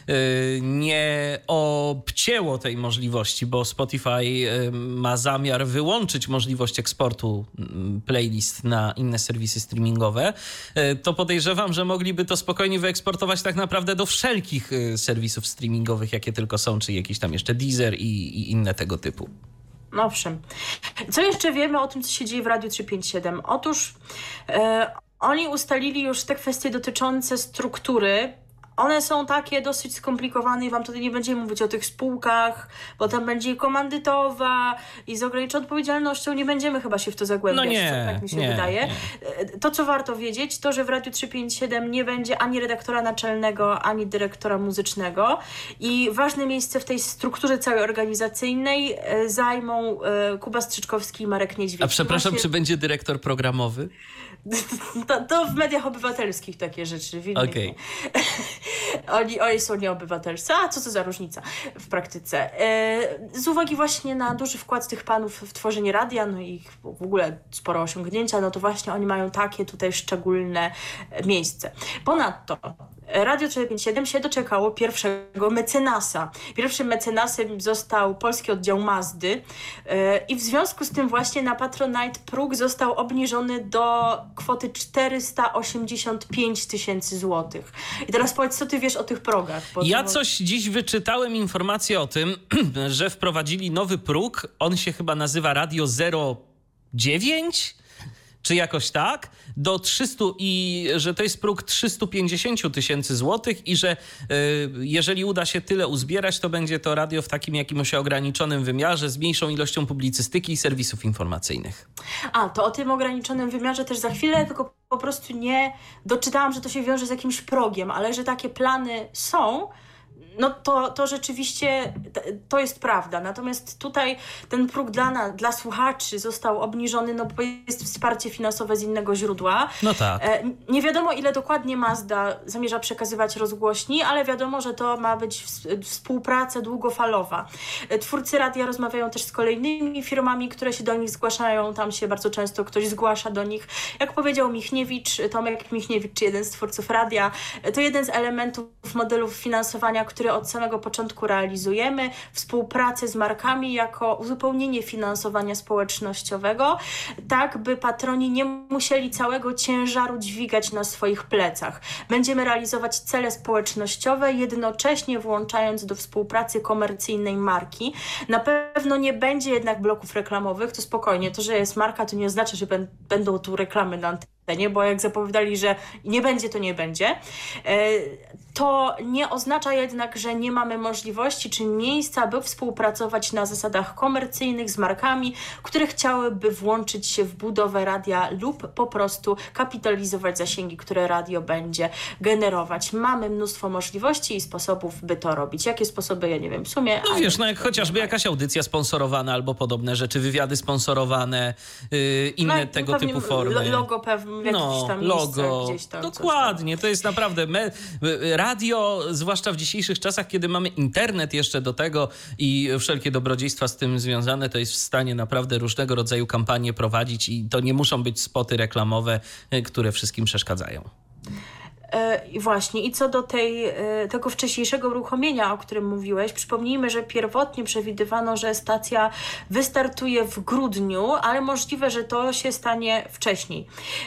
nie obcięło tej możliwości, bo Spotify ma zamiar wyłączyć możliwość eksportu playlist na inne serwisy streamingowe, to podejrzewam, że mogliby to spokojnie wyeksportować tak naprawdę do wszelkich serwisów streamingowych, jakie tylko są, czy jakiś tam jeszcze Deezer i inne tego typu. No owszem. Co jeszcze wiemy o tym, co się dzieje w Radiu 357? Otóż oni ustalili już te kwestie dotyczące struktury. One są takie dosyć skomplikowane i wam tutaj nie będziemy mówić o tych spółkach, bo tam będzie komandytowa i z ograniczoną odpowiedzialnością. Nie będziemy chyba się w to zagłębiać, tak mi się wydaje. Nie. To, co warto wiedzieć, to, że w Radiu 357 nie będzie ani redaktora naczelnego, ani dyrektora muzycznego i ważne miejsce w tej strukturze całej organizacyjnej zajmą Kuba Strzyczkowski i Marek Niedźwiedź. A przepraszam, czy będzie dyrektor programowy? To w mediach obywatelskich takie rzeczy. W innych okay. Oni są nieobywatelscy. A co to za różnica w praktyce? Z uwagi właśnie na duży wkład tych panów w tworzenie radia, no i ich w ogóle sporo osiągnięcia, no to właśnie oni mają takie tutaj szczególne miejsce. Ponadto Radio 457 się doczekało pierwszego mecenasa. Pierwszym mecenasem został polski oddział Mazdy i w związku z tym właśnie na Patronite próg został obniżony do kwoty 485 000 złotych. I teraz powiedz, co ty wiesz o tych progach? Ja coś dziś wyczytałem informację o tym, że wprowadzili nowy próg. On się chyba nazywa Radio 09? Czy jakoś tak, do 300 i że to jest próg 350 000 złotych i że jeżeli uda się tyle uzbierać, to będzie to radio w takim jakimś ograniczonym wymiarze z mniejszą ilością publicystyki i serwisów informacyjnych. A, to o tym ograniczonym wymiarze też za chwilę, tylko po prostu nie doczytałam, że to się wiąże z jakimś progiem, ale że takie plany są, no to rzeczywiście to jest prawda. Natomiast tutaj ten próg dla słuchaczy został obniżony, no bo jest wsparcie finansowe z innego źródła. No tak. Nie wiadomo, ile dokładnie Mazda zamierza przekazywać rozgłośni, ale wiadomo, że to ma być współpraca długofalowa. Twórcy radia rozmawiają też z kolejnymi firmami, które się do nich zgłaszają. Tam się bardzo często ktoś zgłasza do nich. Jak powiedział Tomek Michniewicz, jeden z twórców radia, to jeden z elementów modelów finansowania, który od samego początku realizujemy, współpracę z markami jako uzupełnienie finansowania społecznościowego, tak by patroni nie musieli całego ciężaru dźwigać na swoich plecach. Będziemy realizować cele społecznościowe, jednocześnie włączając do współpracy komercyjnej marki. Na pewno nie będzie jednak bloków reklamowych, to spokojnie, to, że jest marka, to nie oznacza, że będą tu reklamy na antenie, bo jak zapowiadali, że nie będzie, to nie będzie. To nie oznacza jednak, że nie mamy możliwości czy miejsca, by współpracować na zasadach komercyjnych z markami, które chciałyby włączyć się w budowę radia lub po prostu kapitalizować zasięgi, które radio będzie generować. Mamy mnóstwo możliwości i sposobów, by to robić. Jakie sposoby? Ja nie wiem, w sumie... No wiesz, jak chociażby jakaś audycja sponsorowana albo podobne rzeczy, wywiady sponsorowane, inne tego typu formy. Logo pewnie w jakichś tam logo. Gdzieś tam. Dokładnie, to jest naprawdę... Radio, zwłaszcza w dzisiejszych czasach, kiedy mamy internet jeszcze do tego i wszelkie dobrodziejstwa z tym związane, to jest w stanie naprawdę różnego rodzaju kampanie prowadzić i to nie muszą być spoty reklamowe, które wszystkim przeszkadzają. I właśnie, i co do tego wcześniejszego uruchomienia, o którym mówiłeś, przypomnijmy, że pierwotnie przewidywano, że stacja wystartuje w grudniu, ale możliwe, że to się stanie wcześniej.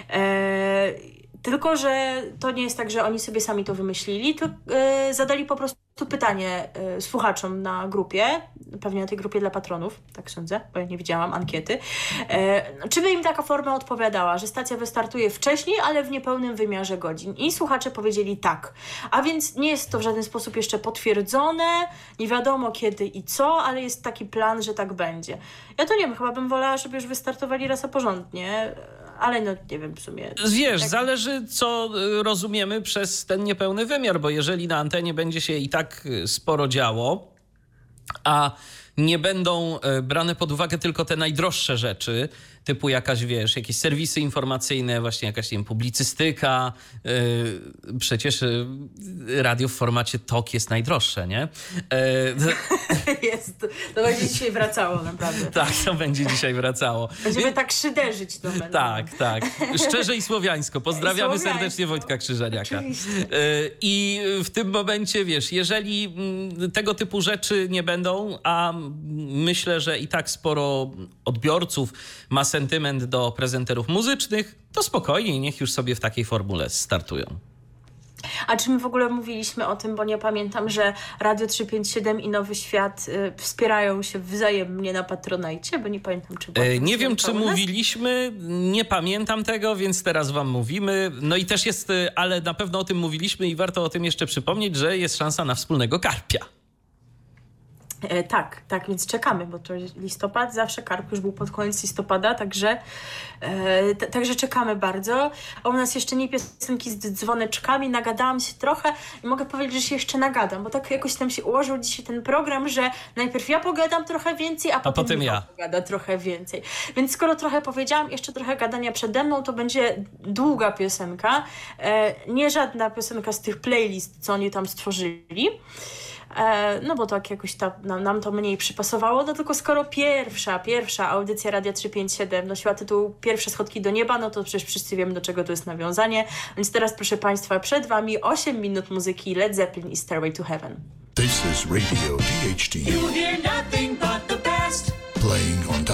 Tylko że to nie jest tak, że oni sobie sami to wymyślili, to zadali po prostu pytanie słuchaczom na grupie, pewnie na tej grupie dla patronów, tak sądzę, bo ja nie widziałam ankiety, czy by im taka forma odpowiadała, że stacja wystartuje wcześniej, ale w niepełnym wymiarze godzin. I słuchacze powiedzieli tak. A więc nie jest to w żaden sposób jeszcze potwierdzone, nie wiadomo kiedy i co, ale jest taki plan, że tak będzie. Ja to nie wiem, chyba bym wolała, żeby już wystartowali raz a porządnie, ale no nie wiem w sumie. Wiesz, zależy co rozumiemy przez ten niepełny wymiar, bo jeżeli na antenie będzie się i tak sporo działo, a nie będą brane pod uwagę tylko te najdroższe rzeczy, typu jakaś, wiesz, jakieś serwisy informacyjne, właśnie jakaś, nie wiem, publicystyka. Przecież radio w formacie TOK jest najdroższe, nie? Jest. To będzie dzisiaj wracało, naprawdę. Tak, to będzie dzisiaj wracało. Będziemy tak szyderzyć. Tak. Szczerze i słowiańsko. Pozdrawiamy serdecznie Wojtka Krzyżaniaka. I w tym momencie, wiesz, jeżeli tego typu rzeczy nie będą, a myślę, że i tak sporo odbiorców ma sentyment do prezenterów muzycznych, to spokojnie, niech już sobie w takiej formule startują. A czy my w ogóle mówiliśmy o tym, bo nie pamiętam, że Radio 357 i Nowy Świat wspierają się wzajemnie na Patronajcie, bo nie pamiętam, czy było. Nie wiem, czy mówiliśmy, nie pamiętam tego, więc teraz wam mówimy. No i też jest, ale na pewno o tym mówiliśmy i warto o tym jeszcze przypomnieć, że jest szansa na wspólnego karpia. Tak, więc czekamy, bo to listopad, zawsze karp już był pod koniec listopada, także czekamy bardzo. A u nas jeszcze nie piosenki z dzwoneczkami, nagadałam się trochę i mogę powiedzieć, że się jeszcze nagadam, bo tak jakoś tam się ułożył dzisiaj ten program, że najpierw ja pogadam trochę więcej, a potem ja pogada trochę więcej. Więc skoro trochę powiedziałam, jeszcze trochę gadania przede mną, to będzie długa piosenka, nie żadna piosenka z tych playlist, co oni tam stworzyli. No bo tak jakoś nam to mniej przypasowało, no tylko skoro pierwsza audycja Radia 357 nosiła tytuł Pierwsze schodki do nieba, no to przecież wszyscy wiemy, do czego to jest nawiązanie. Więc teraz, proszę Państwa, przed Wami 8 minut muzyki Led Zeppelin i Stairway to Heaven. This is Radio DHT. You hear nothing but the best. Playing on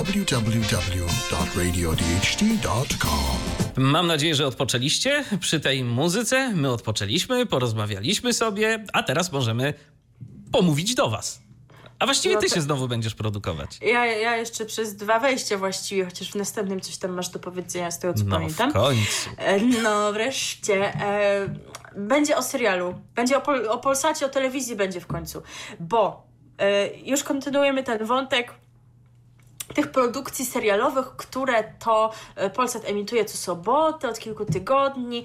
www.radiodht.com. Mam nadzieję, że odpoczęliście przy tej muzyce. My odpoczęliśmy, porozmawialiśmy sobie, a teraz możemy pomówić do was. A właściwie ty się znowu będziesz produkować. Ja jeszcze przez 2 wejścia właściwie, chociaż w następnym coś tam masz do powiedzenia z tego, co pamiętam. W końcu. No wreszcie. Będzie o serialu. Będzie o Polsacie, o telewizji będzie w końcu. Bo już kontynuujemy ten wątek tych produkcji serialowych, które to Polsat emituje co sobotę od kilku tygodni,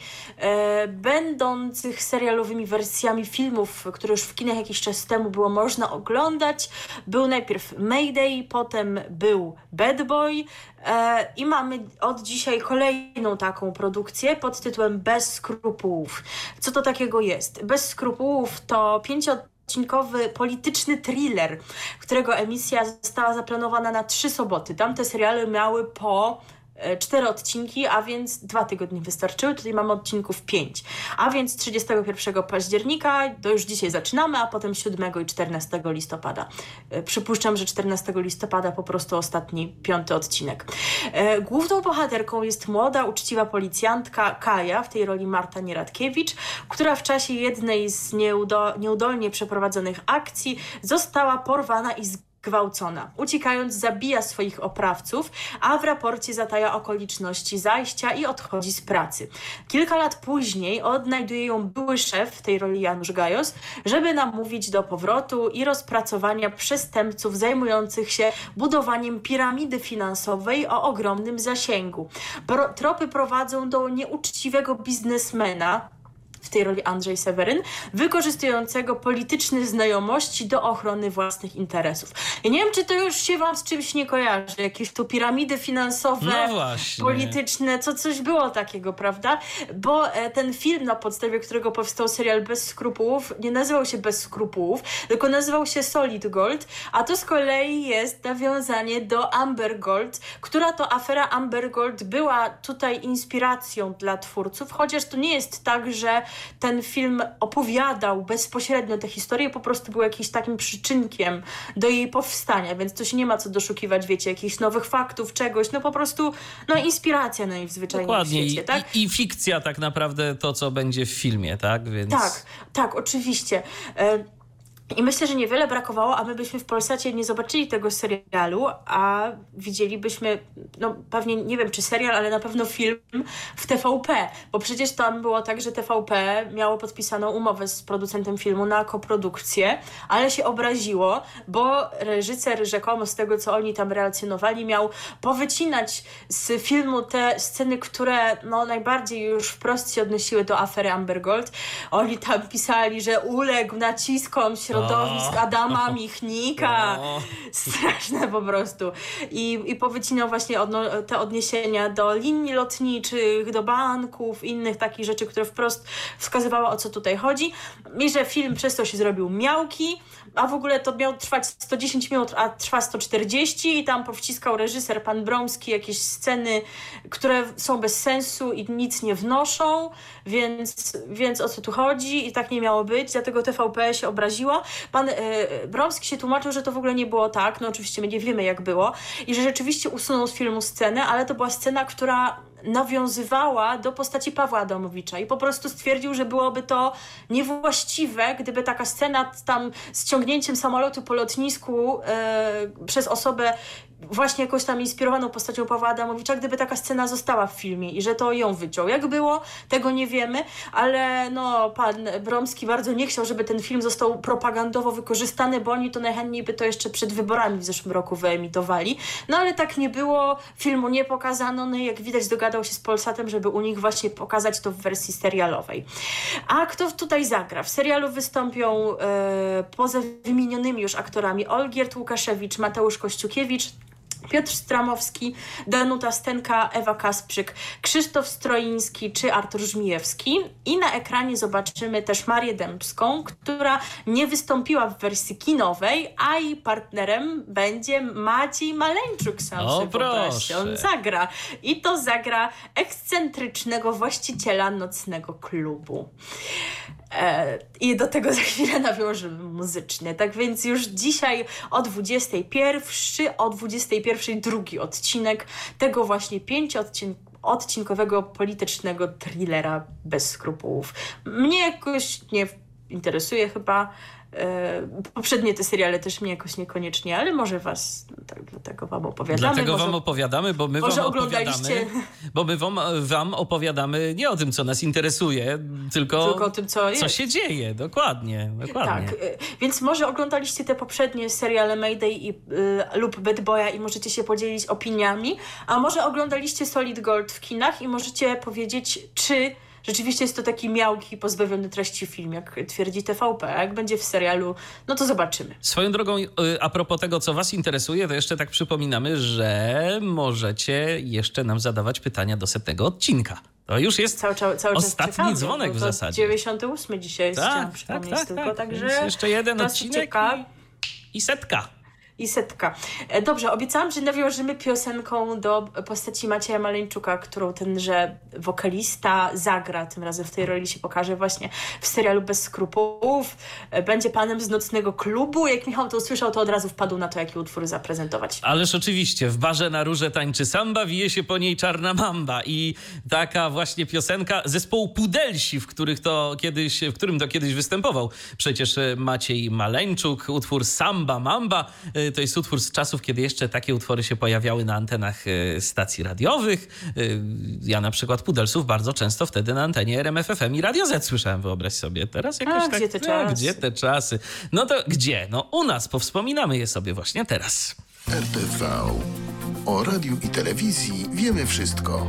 będących serialowymi wersjami filmów, które już w kinach jakiś czas temu było można oglądać. Był najpierw Mayday, potem był Bad Boy i mamy od dzisiaj kolejną taką produkcję pod tytułem Bez skrupułów. Co to takiego jest? Bez skrupułów to 5-odcinkowy polityczny thriller, którego emisja została zaplanowana na 3 soboty. Tamte seriale miały po 4 odcinki, a więc 2 tygodnie wystarczyły. Tutaj mamy odcinków 5. A więc 31 października, to już dzisiaj zaczynamy, a potem 7 i 14 listopada. Przypuszczam, że 14 listopada po prostu ostatni, 5. odcinek. Główną bohaterką jest młoda, uczciwa policjantka Kaja, w tej roli Marta Nieradkiewicz, która w czasie jednej z nieudolnie przeprowadzonych akcji została porwana i zgwałcona. Uciekając, zabija swoich oprawców, a w raporcie zataja okoliczności zajścia i odchodzi z pracy. Kilka lat później odnajduje ją były szef, w tej roli Janusz Gajos, żeby namówić do powrotu i rozpracowania przestępców zajmujących się budowaniem piramidy finansowej o ogromnym zasięgu. Tropy prowadzą do nieuczciwego biznesmena, w tej roli Andrzej Seweryn, wykorzystującego polityczne znajomości do ochrony własnych interesów. Ja nie wiem, czy to już się wam z czymś nie kojarzy. Jakieś tu piramidy finansowe, polityczne, coś było takiego, prawda? Bo ten film, na podstawie którego powstał serial Bez skrupułów, nie nazywał się Bez skrupułów, tylko nazywał się Solid Gold, a to z kolei jest nawiązanie do Amber Gold, która to afera Amber Gold była tutaj inspiracją dla twórców, chociaż to nie jest tak, że ten film opowiadał bezpośrednio tę historię, po prostu był jakimś takim przyczynkiem do jej powstania, więc to się nie ma co doszukiwać, wiecie, jakichś nowych faktów, czegoś, no po prostu, inspiracja najzwyczajniej w świecie, tak? I fikcja tak naprawdę to, co będzie w filmie, tak? Więc... Tak, oczywiście. I myślę, że niewiele brakowało, a my byśmy w Polsacie nie zobaczyli tego serialu, a widzielibyśmy, pewnie nie wiem czy serial, ale na pewno film w TVP, bo przecież tam było tak, że TVP miało podpisaną umowę z producentem filmu na koprodukcję, ale się obraziło, bo reżyser rzekomo z tego, co oni tam relacjonowali, miał powycinać z filmu te sceny, które najbardziej już wprost się odnosiły do afery Amber Gold. Oni tam pisali, że uległ naciskom środowisk Adama Michnika. Straszne po prostu. I powycinał właśnie te odniesienia do linii lotniczych, do banków, innych takich rzeczy, które wprost wskazywały, o co tutaj chodzi. I że film przez to się zrobił miałki, a w ogóle to miał trwać 110 minut, a trwa 140 i tam powciskał reżyser pan Bromski jakieś sceny, które są bez sensu i nic nie wnoszą, więc o co tu chodzi i tak nie miało być, dlatego TVP się obraziło. Pan Bromski się tłumaczył, że to w ogóle nie było tak, oczywiście my nie wiemy jak było i że rzeczywiście usunął z filmu scenę, ale to była scena, która nawiązywała do postaci Pawła Adamowicza i po prostu stwierdził, że byłoby to niewłaściwe, gdyby taka scena tam z ciągnięciem samolotu po lotnisku przez osobę właśnie jakoś tam inspirowaną postacią Pawła Adamowicza, gdyby taka scena została w filmie i że to ją wyciął. Jak było, tego nie wiemy, ale pan Bromski bardzo nie chciał, żeby ten film został propagandowo wykorzystany, bo oni to najchętniej by to jeszcze przed wyborami w zeszłym roku wyemitowali. Ale tak nie było, filmu nie pokazano, i jak widać dogadał się z Polsatem, żeby u nich właśnie pokazać to w wersji serialowej. A kto tutaj zagra? W serialu wystąpią poza wymienionymi już aktorami Olgierd Łukaszewicz, Mateusz Kościukiewicz, Piotr Stramowski, Danuta Stenka, Ewa Kasprzyk, Krzysztof Stroiński czy Artur Żmijewski. I na ekranie zobaczymy też Marię Dębską, która nie wystąpiła w wersji kinowej, a jej partnerem będzie Maciej Maleńczuk, sam sobie wyobraźcie. On zagra. I to zagra ekscentrycznego właściciela nocnego klubu. I do tego za chwilę nawiążemy muzycznie. Tak więc już dzisiaj o 21 drugi odcinek tego właśnie 5-odcinkowego politycznego thrillera Bez skrupułów. Mnie jakoś nie interesuje chyba. Poprzednie te seriale też mnie jakoś niekoniecznie, ale może was, tak, dlatego wam opowiadamy. Dlatego wam opowiadamy, bo my wam opowiadamy. Bo my wam opowiadamy nie o tym, co nas interesuje, tylko o tym, co się dzieje. Dokładnie. Tak, więc może oglądaliście te poprzednie seriale Mayday lub Bad Boya i możecie się podzielić opiniami, a może oglądaliście Solid Gold w kinach i możecie powiedzieć, czy rzeczywiście jest to taki miałki, pozbawiony treści film, jak twierdzi TVP, a jak będzie w serialu, no to zobaczymy. Swoją drogą, a propos tego, co was interesuje, to jeszcze tak przypominamy, że możecie jeszcze nam zadawać pytania do 100 odcinka. To już jest cały ostatni czekamy, dzwonek w zasadzie. 98 dzisiaj jest, chciałam przypomnieć tylko, także jeszcze jeden odcinek i 100. I 100. Dobrze, obiecałam, że nawiążemy piosenką do postaci Macieja Maleńczuka, którą tenże wokalista zagra. Tym razem w tej roli się pokaże właśnie w serialu Bez skrupułów. Będzie panem z nocnego klubu. Jak Michał to usłyszał, to od razu wpadł na to, jaki utwór zaprezentować. Ależ oczywiście, w barze na róże tańczy samba, wije się po niej czarna mamba. I taka właśnie piosenka zespołu Pudelsi, w którym to kiedyś występował przecież Maciej Maleńczuk. Utwór Samba Mamba. To jest utwór z czasów, kiedy jeszcze takie utwory się pojawiały na antenach stacji radiowych. Ja na przykład Pudelsów bardzo często wtedy na antenie RMF FM i Radio Z słyszałem, wyobraź sobie. Teraz jakoś tak... Gdzie te czasy? No to gdzie? No u nas, powspominamy je sobie właśnie teraz. RTV. O radiu i telewizji wiemy wszystko.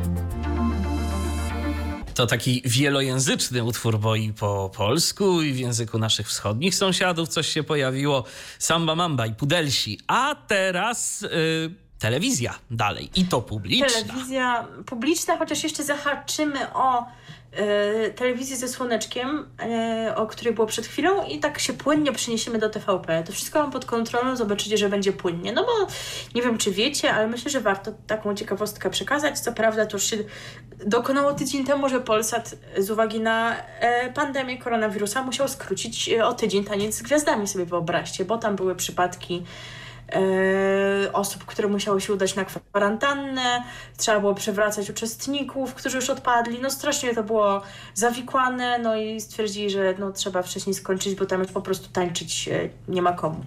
To taki wielojęzyczny utwór, bo i po polsku, i w języku naszych wschodnich sąsiadów coś się pojawiło. Samba Mamba i Pudelsi. A teraz telewizja dalej. I to publiczna. Telewizja publiczna, chociaż jeszcze zahaczymy o telewizję ze słoneczkiem, o której było przed chwilą i tak się płynnie przeniesiemy do TVP. To wszystko mam pod kontrolą, zobaczycie, że będzie płynnie. No bo nie wiem, czy wiecie, ale myślę, że warto taką ciekawostkę przekazać. Co prawda to już się dokonało tydzień temu, że Polsat z uwagi na pandemię koronawirusa musiał skrócić o tydzień Taniec z Gwiazdami, sobie wyobraźcie, bo tam były przypadki osób, które musiały się udać na kwarantannę, trzeba było przewracać uczestników, którzy już odpadli, no strasznie to było zawikłane, no i stwierdzili, że no, trzeba wcześniej skończyć, bo tam już po prostu tańczyć nie ma komu.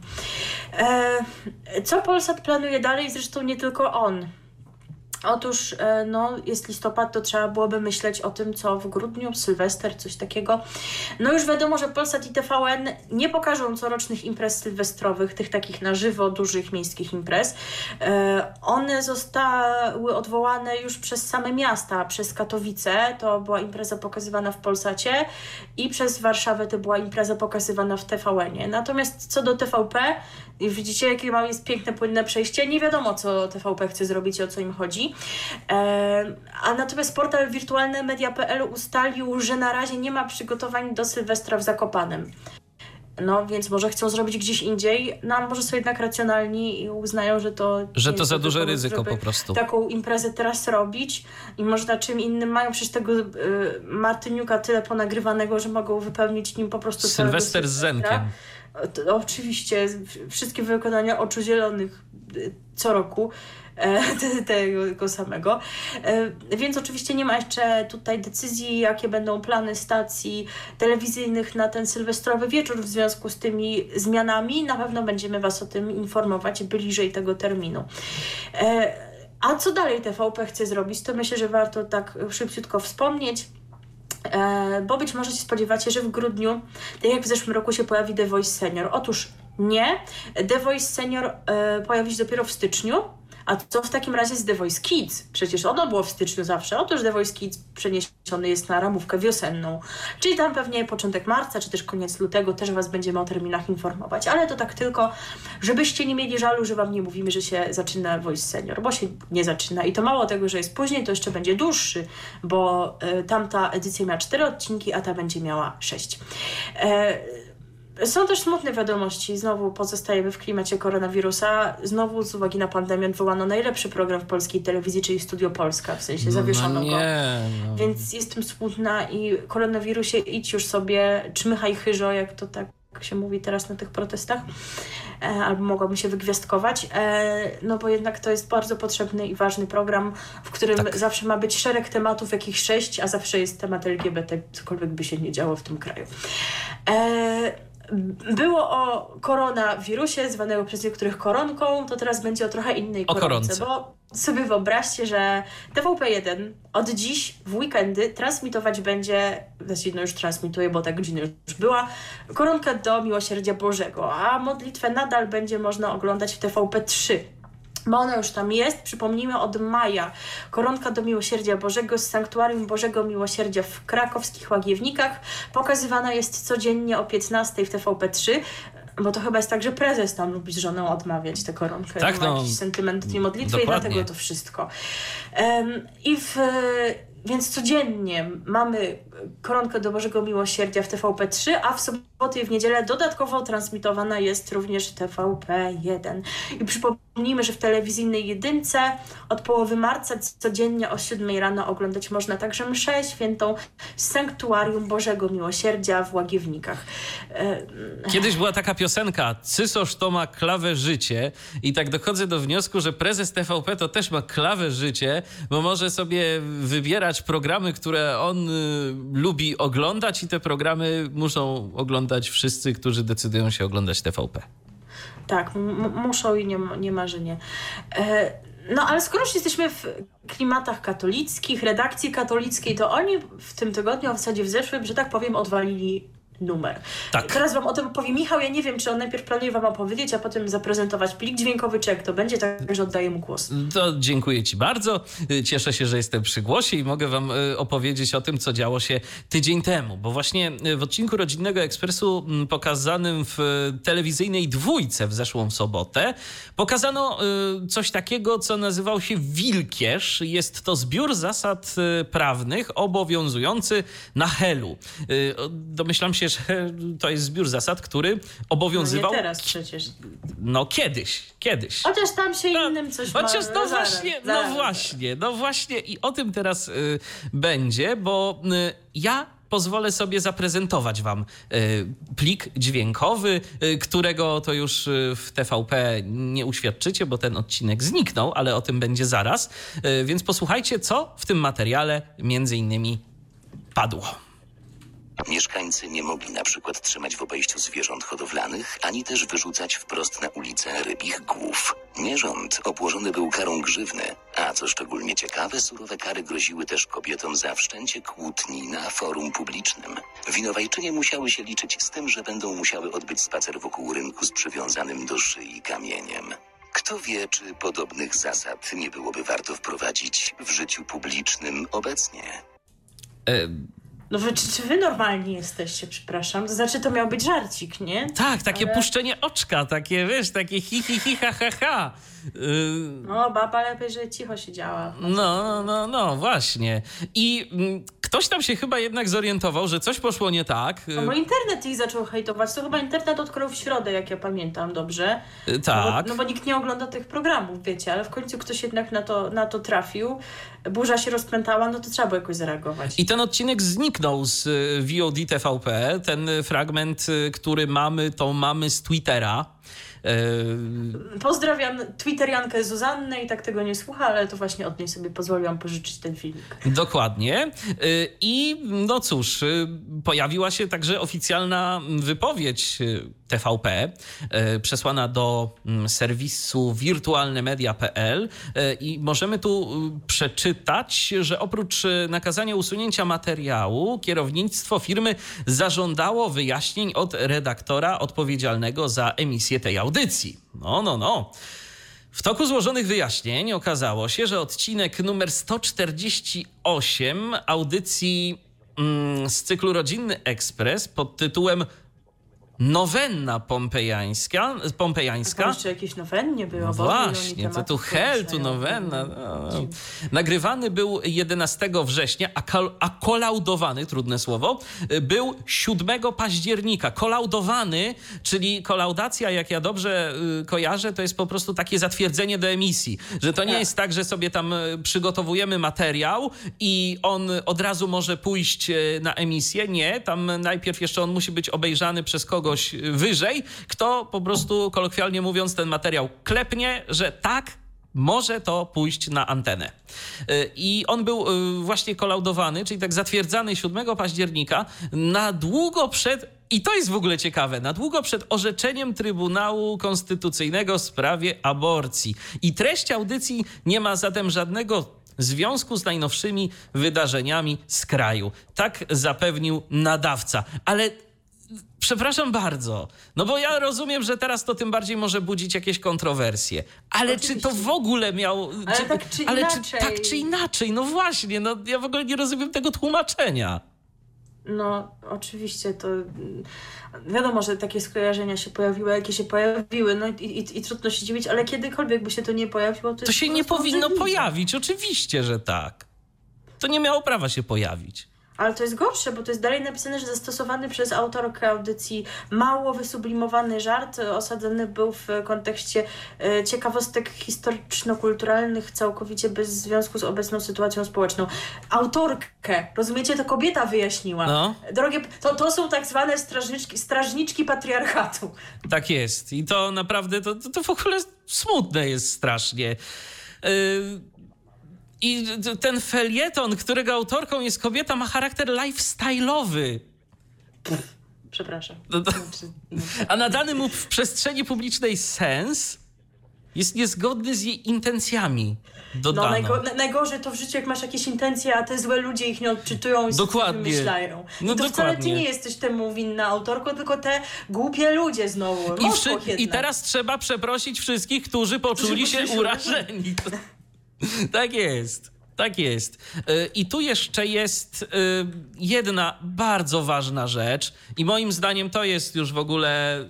Co Polsat planuje dalej? Zresztą nie tylko on. Otóż, no, jest listopad, to trzeba byłoby myśleć o tym, co w grudniu, Sylwester, coś takiego. No już wiadomo, że Polsat i TVN nie pokażą corocznych imprez sylwestrowych, tych takich na żywo, dużych miejskich imprez. One zostały odwołane już przez same miasta, przez Katowice, to była impreza pokazywana w Polsacie i przez Warszawę to była impreza pokazywana w TVN-ie. Natomiast co do TVP, widzicie, jakie jest piękne, płynne przejście, nie wiadomo, co TVP chce zrobić i o co im chodzi. A natomiast portal wirtualnemedia.pl ustalił, że na razie nie ma przygotowań do Sylwestra w Zakopanem. No więc może chcą zrobić gdzieś indziej, no a może są jednak racjonalni i uznają, że to za duże ryzyko po prostu. Taką imprezę teraz robić i może na czym innym mają przecież tego Martyniuka tyle ponagrywanego, że mogą wypełnić nim po prostu Sylwester z Zenkiem. Oczywiście, wszystkie wykonania Oczu Zielonych co roku tego samego. Więc oczywiście nie ma jeszcze tutaj decyzji, jakie będą plany stacji telewizyjnych na ten sylwestrowy wieczór w związku z tymi zmianami. Na pewno będziemy Was o tym informować bliżej tego terminu. A co dalej TVP chce zrobić, to myślę, że warto tak szybciutko wspomnieć. Bo być może się spodziewacie, że w grudniu, tak jak w zeszłym roku, się pojawi The Voice Senior. Otóż nie, The Voice Senior pojawi się dopiero w styczniu. A co w takim razie z The Voice Kids? Przecież ono było w styczniu zawsze. Otóż The Voice Kids przeniesiony jest na ramówkę wiosenną. Czyli tam pewnie początek marca, czy też koniec lutego też Was będziemy o terminach informować. Ale to tak tylko, żebyście nie mieli żalu, że Wam nie mówimy, że się zaczyna Voice Senior, bo się nie zaczyna. I to mało tego, że jest później, to jeszcze będzie dłuższy, bo tamta edycja miała 4 odcinki, a ta będzie miała 6. Są też smutne wiadomości. Znowu pozostajemy w klimacie koronawirusa. Znowu z uwagi na pandemię odwołano najlepszy program w polskiej telewizji, czyli Studio Polska. W sensie zawieszono go. Więc jestem smutna i koronawirusie idź już sobie, czmychaj chyżo, jak to tak się mówi teraz na tych protestach. Albo mogłabym się wygwiazdkować. No bo jednak to jest bardzo potrzebny i ważny program, w którym zawsze ma być szereg tematów, jakichś 6, a zawsze jest temat LGBT, cokolwiek by się nie działo w tym kraju. Było o koronawirusie, zwanego przez niektórych koronką, to teraz będzie o trochę innej koronce, bo sobie wyobraźcie, że TVP1 od dziś w weekendy transmitować będzie, właściwie no już transmituje, bo ta godzina już była, koronkę do Miłosierdzia Bożego, a modlitwę nadal będzie można oglądać w TVP3. Bo ona już tam jest, przypomnijmy, od maja. Koronka do Miłosierdzia Bożego z Sanktuarium Bożego Miłosierdzia w krakowskich Łagiewnikach pokazywana jest codziennie o 15 w TVP3, bo to chyba jest tak, że prezes tam lubi z żoną odmawiać tę koronkę. Tak, ma jakiś sentyment do tej modlitwy dokładnie. i dlatego to wszystko. Więc codziennie mamy koronkę do Bożego Miłosierdzia w TVP3, a w soboty i w niedzielę dodatkowo transmitowana jest również TVP1. I przypomnijmy, że w telewizyjnej jedynce od połowy marca codziennie o 7 rano oglądać można także mszę świętą z Sanktuarium Bożego Miłosierdzia w Łagiewnikach. Kiedyś była taka piosenka, Cysosz to ma klawę życie, i tak dochodzę do wniosku, że prezes TVP to też ma klawę życie, bo może sobie wybierać programy, które on lubi oglądać, i te programy muszą oglądać wszyscy, którzy decydują się oglądać TVP. Tak, muszą i nie ma, że nie. No ale skoro już jesteśmy w klimatach katolickich, redakcji katolickiej, to oni w tym tygodniu, a w zasadzie w zeszłym, że tak powiem, odwalili numer. Tak. Teraz wam o tym opowie Michał. Ja nie wiem, czy on najpierw planuje wam opowiedzieć, a potem zaprezentować plik dźwiękowy, czy jak to będzie, także oddaję mu głos. To dziękuję ci bardzo. Cieszę się, że jestem przy głosie i mogę wam opowiedzieć o tym, co działo się tydzień temu. Bo właśnie w odcinku Rodzinnego Ekspresu pokazanym w telewizyjnej Dwójce w zeszłą sobotę pokazano coś takiego, co nazywał się Wilkierz. Jest to zbiór zasad prawnych obowiązujący na Helu. Domyślam się, że to jest zbiór zasad, który obowiązywał... No nie teraz przecież. No kiedyś. Chociaż tam się innym coś ma. Chociaż Zaraz. no właśnie i o tym teraz będzie, bo ja pozwolę sobie zaprezentować wam plik dźwiękowy, którego to już w TVP nie uświadczycie, bo ten odcinek zniknął, ale o tym będzie zaraz. Więc posłuchajcie, co w tym materiale między innymi padło. Mieszkańcy nie mogli na przykład trzymać w obejściu zwierząt hodowlanych, ani też wyrzucać wprost na ulicę rybich głów. Nierząd obłożony był karą grzywny, a co szczególnie ciekawe, surowe kary groziły też kobietom za wszczęcie kłótni na forum publicznym. Winowajczynie musiały się liczyć z tym, że będą musiały odbyć spacer wokół rynku z przywiązanym do szyi kamieniem. Kto wie, czy podobnych zasad nie byłoby warto wprowadzić w życiu publicznym obecnie? No czy wy normalni jesteście, przepraszam? To znaczy, to miał być żarcik, nie? Tak, takie puszczenie oczka, takie, wiesz, takie hi, ha. No, baba lepiej, że cicho siedziała. No, właśnie. I ktoś tam się chyba jednak zorientował, że coś poszło nie tak. No bo internet ich zaczął hejtować. To chyba internet odkrył w środę, jak ja pamiętam dobrze. Tak. No bo nikt nie ogląda tych programów, wiecie, ale w końcu ktoś jednak na to trafił. Burza się rozpętała, no to trzeba było jakoś zareagować. I ten odcinek zniknął z VOD TVP. Ten fragment, który mamy, to mamy z Twittera. Pozdrawiam twitteriankę Zuzannę i tak tego nie słucha, ale to właśnie od niej sobie pozwoliłam pożyczyć ten filmik. Dokładnie. I no cóż, pojawiła się także oficjalna wypowiedź TVP przesłana do serwisu wirtualnemedia.pl i możemy tu przeczytać, że oprócz nakazania usunięcia materiału, kierownictwo firmy zażądało wyjaśnień od redaktora odpowiedzialnego za emisję tej audycji. No. W toku złożonych wyjaśnień okazało się, że odcinek numer 148 audycji z cyklu Rodzinny Ekspres pod tytułem Nowenna pompejańska. A jeszcze jakieś nowennie było. No właśnie, to tu hel, tu nowenna. No. Nagrywany był 11 września, a kolaudowany, trudne słowo, był 7 października. Kolaudowany, czyli kolaudacja, jak ja dobrze kojarzę, to jest po prostu takie zatwierdzenie do emisji. Że to nie jest tak, że sobie tam przygotowujemy materiał i on od razu może pójść na emisję. Nie, tam najpierw jeszcze on musi być obejrzany przez kogoś wyżej, kto po prostu, kolokwialnie mówiąc, ten materiał klepnie, że tak, może to pójść na antenę. I on był właśnie kolaudowany, czyli tak zatwierdzany 7 października, na długo przed I to jest w ogóle ciekawe. Na długo przed orzeczeniem Trybunału Konstytucyjnego w sprawie aborcji. I treść audycji nie ma zatem żadnego związku z najnowszymi wydarzeniami z kraju. Tak zapewnił nadawca. Ale przepraszam bardzo, no bo ja rozumiem, że teraz to tym bardziej może budzić jakieś kontrowersje. Ale Oczywiście. czy to w ogóle miał... Ale tak czy inaczej? No właśnie, no ja w ogóle nie rozumiem tego tłumaczenia. No, oczywiście to wiadomo, że takie skojarzenia się pojawiły, jakie się pojawiły, no i trudno się dziwić, ale kiedykolwiek by się to nie pojawiło, to To się jest nie po prostu powinno obrzydliwe. pojawić, oczywiście, że tak. To nie miało prawa się pojawić. Ale to jest gorsze, bo to jest dalej napisane, że zastosowany przez autorkę audycji mało wysublimowany żart osadzony był w kontekście ciekawostek historyczno-kulturalnych, całkowicie bez związku z obecną sytuacją społeczną. Autorkę, rozumiecie, to kobieta wyjaśniła. No. Drogie, to są tak zwane strażniczki patriarchatu. Tak jest. I to naprawdę, to w ogóle smutne jest strasznie. I ten felieton, którego autorką jest kobieta, ma charakter lifestyle'owy. Przepraszam. A nadany mu w przestrzeni publicznej sens jest niezgodny z jej intencjami. Dodano. No najgorzej to w życiu, jak masz jakieś intencje, a te złe ludzie ich nie odczytują i Dokładnie. sobie wymyślają. No I to wcale ty dokładnie. nie jesteś temu winna autorko, tylko te głupie ludzie znowu. I teraz trzeba przeprosić wszystkich, którzy poczuli się urażeni. Tak jest. Tak jest. I tu jeszcze jest jedna bardzo ważna rzecz i moim zdaniem to jest już w ogóle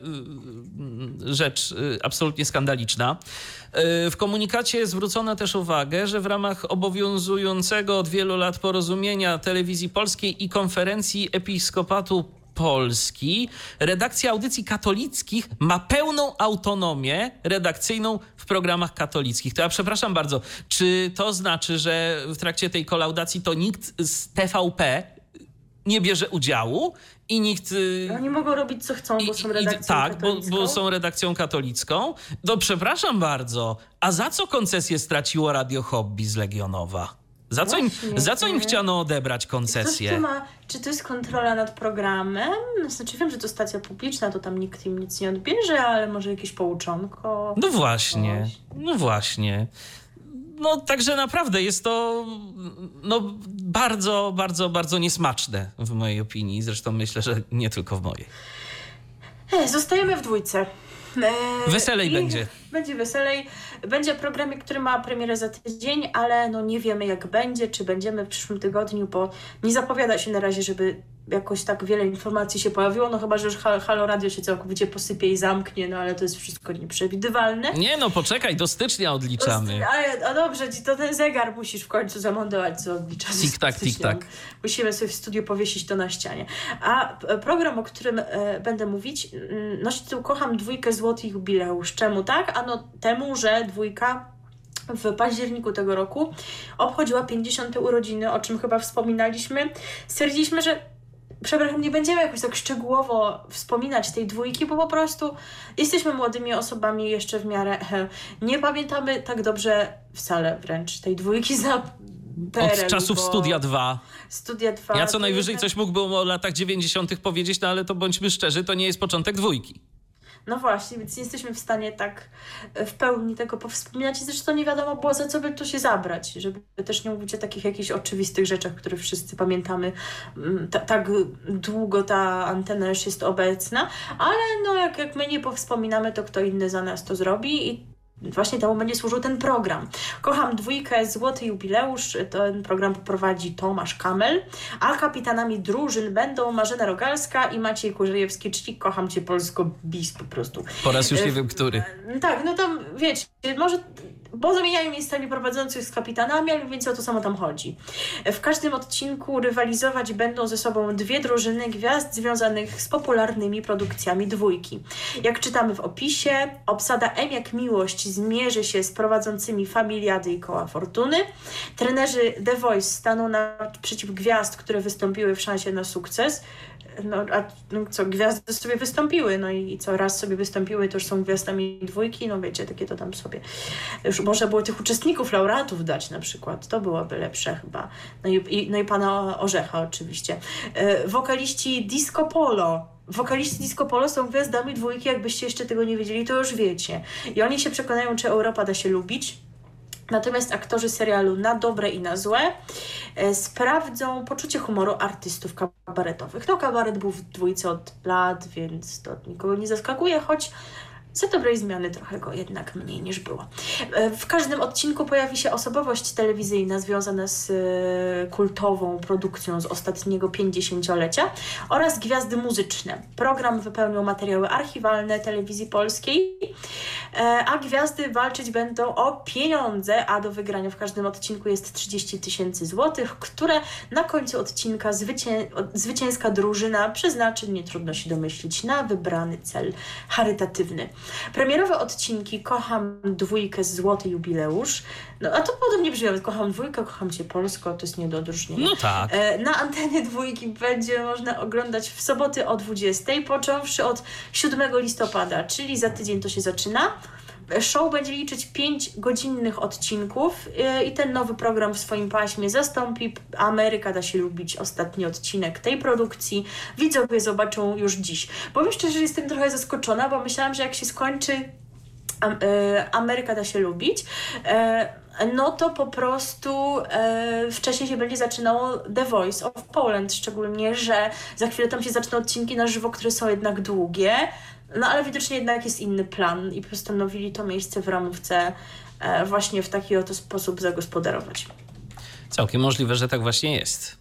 rzecz absolutnie skandaliczna. W komunikacie zwrócono też uwagę, że w ramach obowiązującego od wielu lat porozumienia Telewizji Polskiej i Konferencji Episkopatu Polski redakcja audycji katolickich ma pełną autonomię redakcyjną w programach katolickich. To ja przepraszam bardzo, czy to znaczy, że w trakcie tej kolaudacji to nikt z TVP nie bierze udziału i nikt... Oni mogą robić co chcą, bo są redakcją tak, katolicką. bo są redakcją katolicką. To przepraszam bardzo, a za co koncesję straciło Radio Hobby z Legionowa? Za co im chciano odebrać koncesję? Czy to jest kontrola nad programem? Znaczy wiem, że to stacja publiczna, to tam nikt im nic nie odbierze, ale może jakieś pouczonko? No właśnie. No także naprawdę jest to bardzo, bardzo, bardzo niesmaczne w mojej opinii. Zresztą myślę, że nie tylko w mojej. Zostajemy w dwójce. Weselej będzie. Będzie weselej. Będzie program, który ma premierę za tydzień, ale no nie wiemy jak będzie, czy będziemy w przyszłym tygodniu, bo nie zapowiada się na razie, żeby jakoś tak wiele informacji się pojawiło, no chyba, że już Halo Radio się całkowicie posypie i zamknie, no ale to jest wszystko nieprzewidywalne. Nie no, poczekaj, do stycznia odliczamy. A dobrze, to ten zegar musisz w końcu zamontować, co odlicza. Tik-tak. Musimy sobie w studiu powiesić to na ścianie. A program, o którym będę mówić, nosi tytuł Kocham dwójkę złoty jubileusz. Czemu tak? Ano temu, że dwójka w październiku tego roku obchodziła 50. urodziny, o czym chyba wspominaliśmy. Stwierdziliśmy, że przepraszam, nie będziemy jakoś tak szczegółowo wspominać tej dwójki, bo po prostu jesteśmy młodymi osobami jeszcze w miarę. Nie pamiętamy tak dobrze wcale wręcz tej dwójki za PRL-u, od czasów Studia 2. Studia 2. Ja co najwyżej coś mógłbym o latach 90. powiedzieć, no ale to bądźmy szczerzy, to nie jest początek dwójki. No właśnie, więc nie jesteśmy w stanie tak w pełni tego powspominać i zresztą nie wiadomo było, za co by tu się zabrać, żeby też nie mówić o takich jakichś oczywistych rzeczach, które wszyscy pamiętamy. Tak długo ta antena już jest obecna, ale no jak my nie powspominamy, to kto inny za nas to zrobi i właśnie temu będzie służył ten program. Kocham dwójkę, złoty jubileusz. Ten program poprowadzi Tomasz Kamel, a kapitanami drużyn będą Marzena Rogalska i Maciej Kurzejewski, czyli Kocham Cię Polsko bis po prostu. Po raz już nie wiem, który. Tak, no tam wiecie, może bo zamieniają miejscami prowadzących z kapitanami, ale więc o to samo tam chodzi. W każdym odcinku rywalizować będą ze sobą dwie drużyny gwiazd związanych z popularnymi produkcjami dwójki. Jak czytamy w opisie, obsada M jak miłość zmierzy się z prowadzącymi Familiady i Koła Fortuny. Trenerzy The Voice staną naprzeciw gwiazd, które wystąpiły w Szansie na sukces. Gwiazdy sobie wystąpiły, no i co, raz sobie wystąpiły, to już są gwiazdami dwójki, no wiecie, takie to tam sobie. Już można było tych uczestników, laureatów dać na przykład, to byłoby lepsze chyba. No i pana Orzecha oczywiście. Wokaliści Disco Polo wokaliści Disco Polo są gwiazdami dwójki, jakbyście jeszcze tego nie wiedzieli, to już wiecie. I oni się przekonają, czy Europa da się lubić. Natomiast aktorzy serialu na dobre i na złe sprawdzą poczucie humoru artystów kabaretowych. No, kabaret był w dwójce od lat, więc to nikogo nie zaskakuje, choć za dobrej zmiany trochę go jednak mniej niż było. W każdym odcinku pojawi się osobowość telewizyjna związana z kultową produkcją z ostatniego 50-lecia oraz gwiazdy muzyczne. Program wypełnią materiały archiwalne telewizji polskiej, a gwiazdy walczyć będą o pieniądze, a do wygrania w każdym odcinku jest 30 000 złotych, które na końcu odcinka zwycięska drużyna przeznaczy, nie trudno się domyślić, na wybrany cel charytatywny. Premierowe odcinki Kocham dwójkę, złoty jubileusz. No a to podobnie brzmi, kocham dwójkę, kocham cię Polsko, to jest nie do odróżnienia. No tak. Na antenie dwójki będzie można oglądać w soboty o 20, począwszy od 7 listopada, czyli za tydzień to się zaczyna. Show będzie liczyć 5-godzinnych odcinków i ten nowy program w swoim paśmie zastąpi Ameryka da się lubić, ostatni odcinek tej produkcji. Widzowie zobaczą już dziś. Powiem szczerze, że jestem trochę zaskoczona, bo myślałam, że jak się skończy Ameryka da się lubić, no to po prostu wcześniej się będzie zaczynało The Voice of Poland, szczególnie, że za chwilę tam się zaczną odcinki na żywo, które są jednak długie. No ale widocznie jednak jest inny plan i postanowili to miejsce w ramówce właśnie w taki oto sposób zagospodarować. Całkiem możliwe, że tak właśnie jest.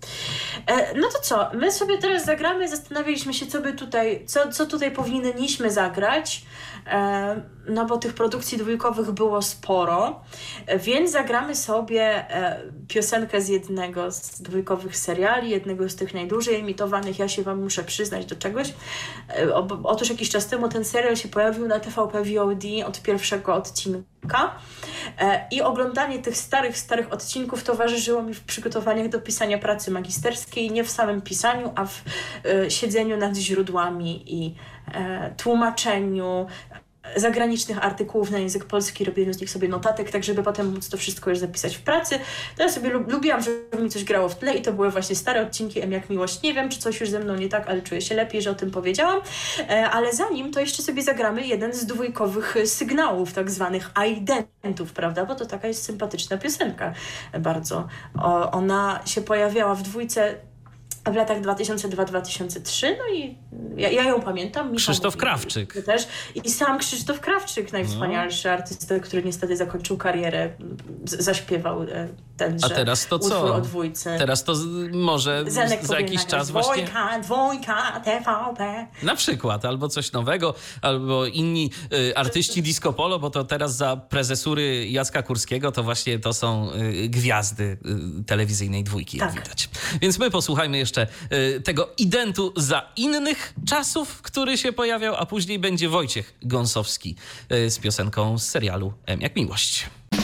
No to co? My sobie teraz zagramy, zastanawialiśmy się, co tutaj powinniśmy zagrać, no bo tych produkcji dwójkowych było sporo, więc zagramy sobie piosenkę z jednego z dwójkowych seriali, jednego z tych najdłużej emitowanych. Ja się wam muszę przyznać do czegoś. Otóż jakiś czas temu ten serial się pojawił na TVP VOD od pierwszego odcinka i oglądanie tych starych odcinków towarzyszyło mi w przygotowaniach do pisania pracy magisterskiej, nie w samym pisaniu, a w siedzeniu nad źródłami i tłumaczeniu zagranicznych artykułów na język polski, robieniu z nich sobie notatek, tak żeby potem móc to wszystko już zapisać w pracy. To ja sobie lubiłam, żeby mi coś grało w tle i to były właśnie stare odcinki M jak miłość. Nie wiem, czy coś już ze mną nie tak, ale czuję się lepiej, że o tym powiedziałam. Ale zanim, to jeszcze sobie zagramy jeden z dwójkowych sygnałów, tak zwanych identów, prawda? Bo to taka jest sympatyczna piosenka bardzo. Ona się pojawiała w dwójce w latach 2002-2003, no i ja ją pamiętam. Michał Krzysztof Krawczyk. Też. I sam Krzysztof Krawczyk, najwspanialszy artysta, który niestety zakończył karierę, zaśpiewał tenże. A teraz to utwór co? o dwójce. Teraz to może za jakiś czas właśnie... Dwójka, TVP. Na przykład, albo coś nowego, albo inni artyści Disco Polo, bo to teraz za prezesury Jacka Kurskiego to właśnie to są gwiazdy telewizyjnej dwójki, jak widać. Więc my posłuchajmy jeszcze tego identu za innych czasów, który się pojawiał, a później będzie Wojciech Gąsowski z piosenką z serialu M jak miłość.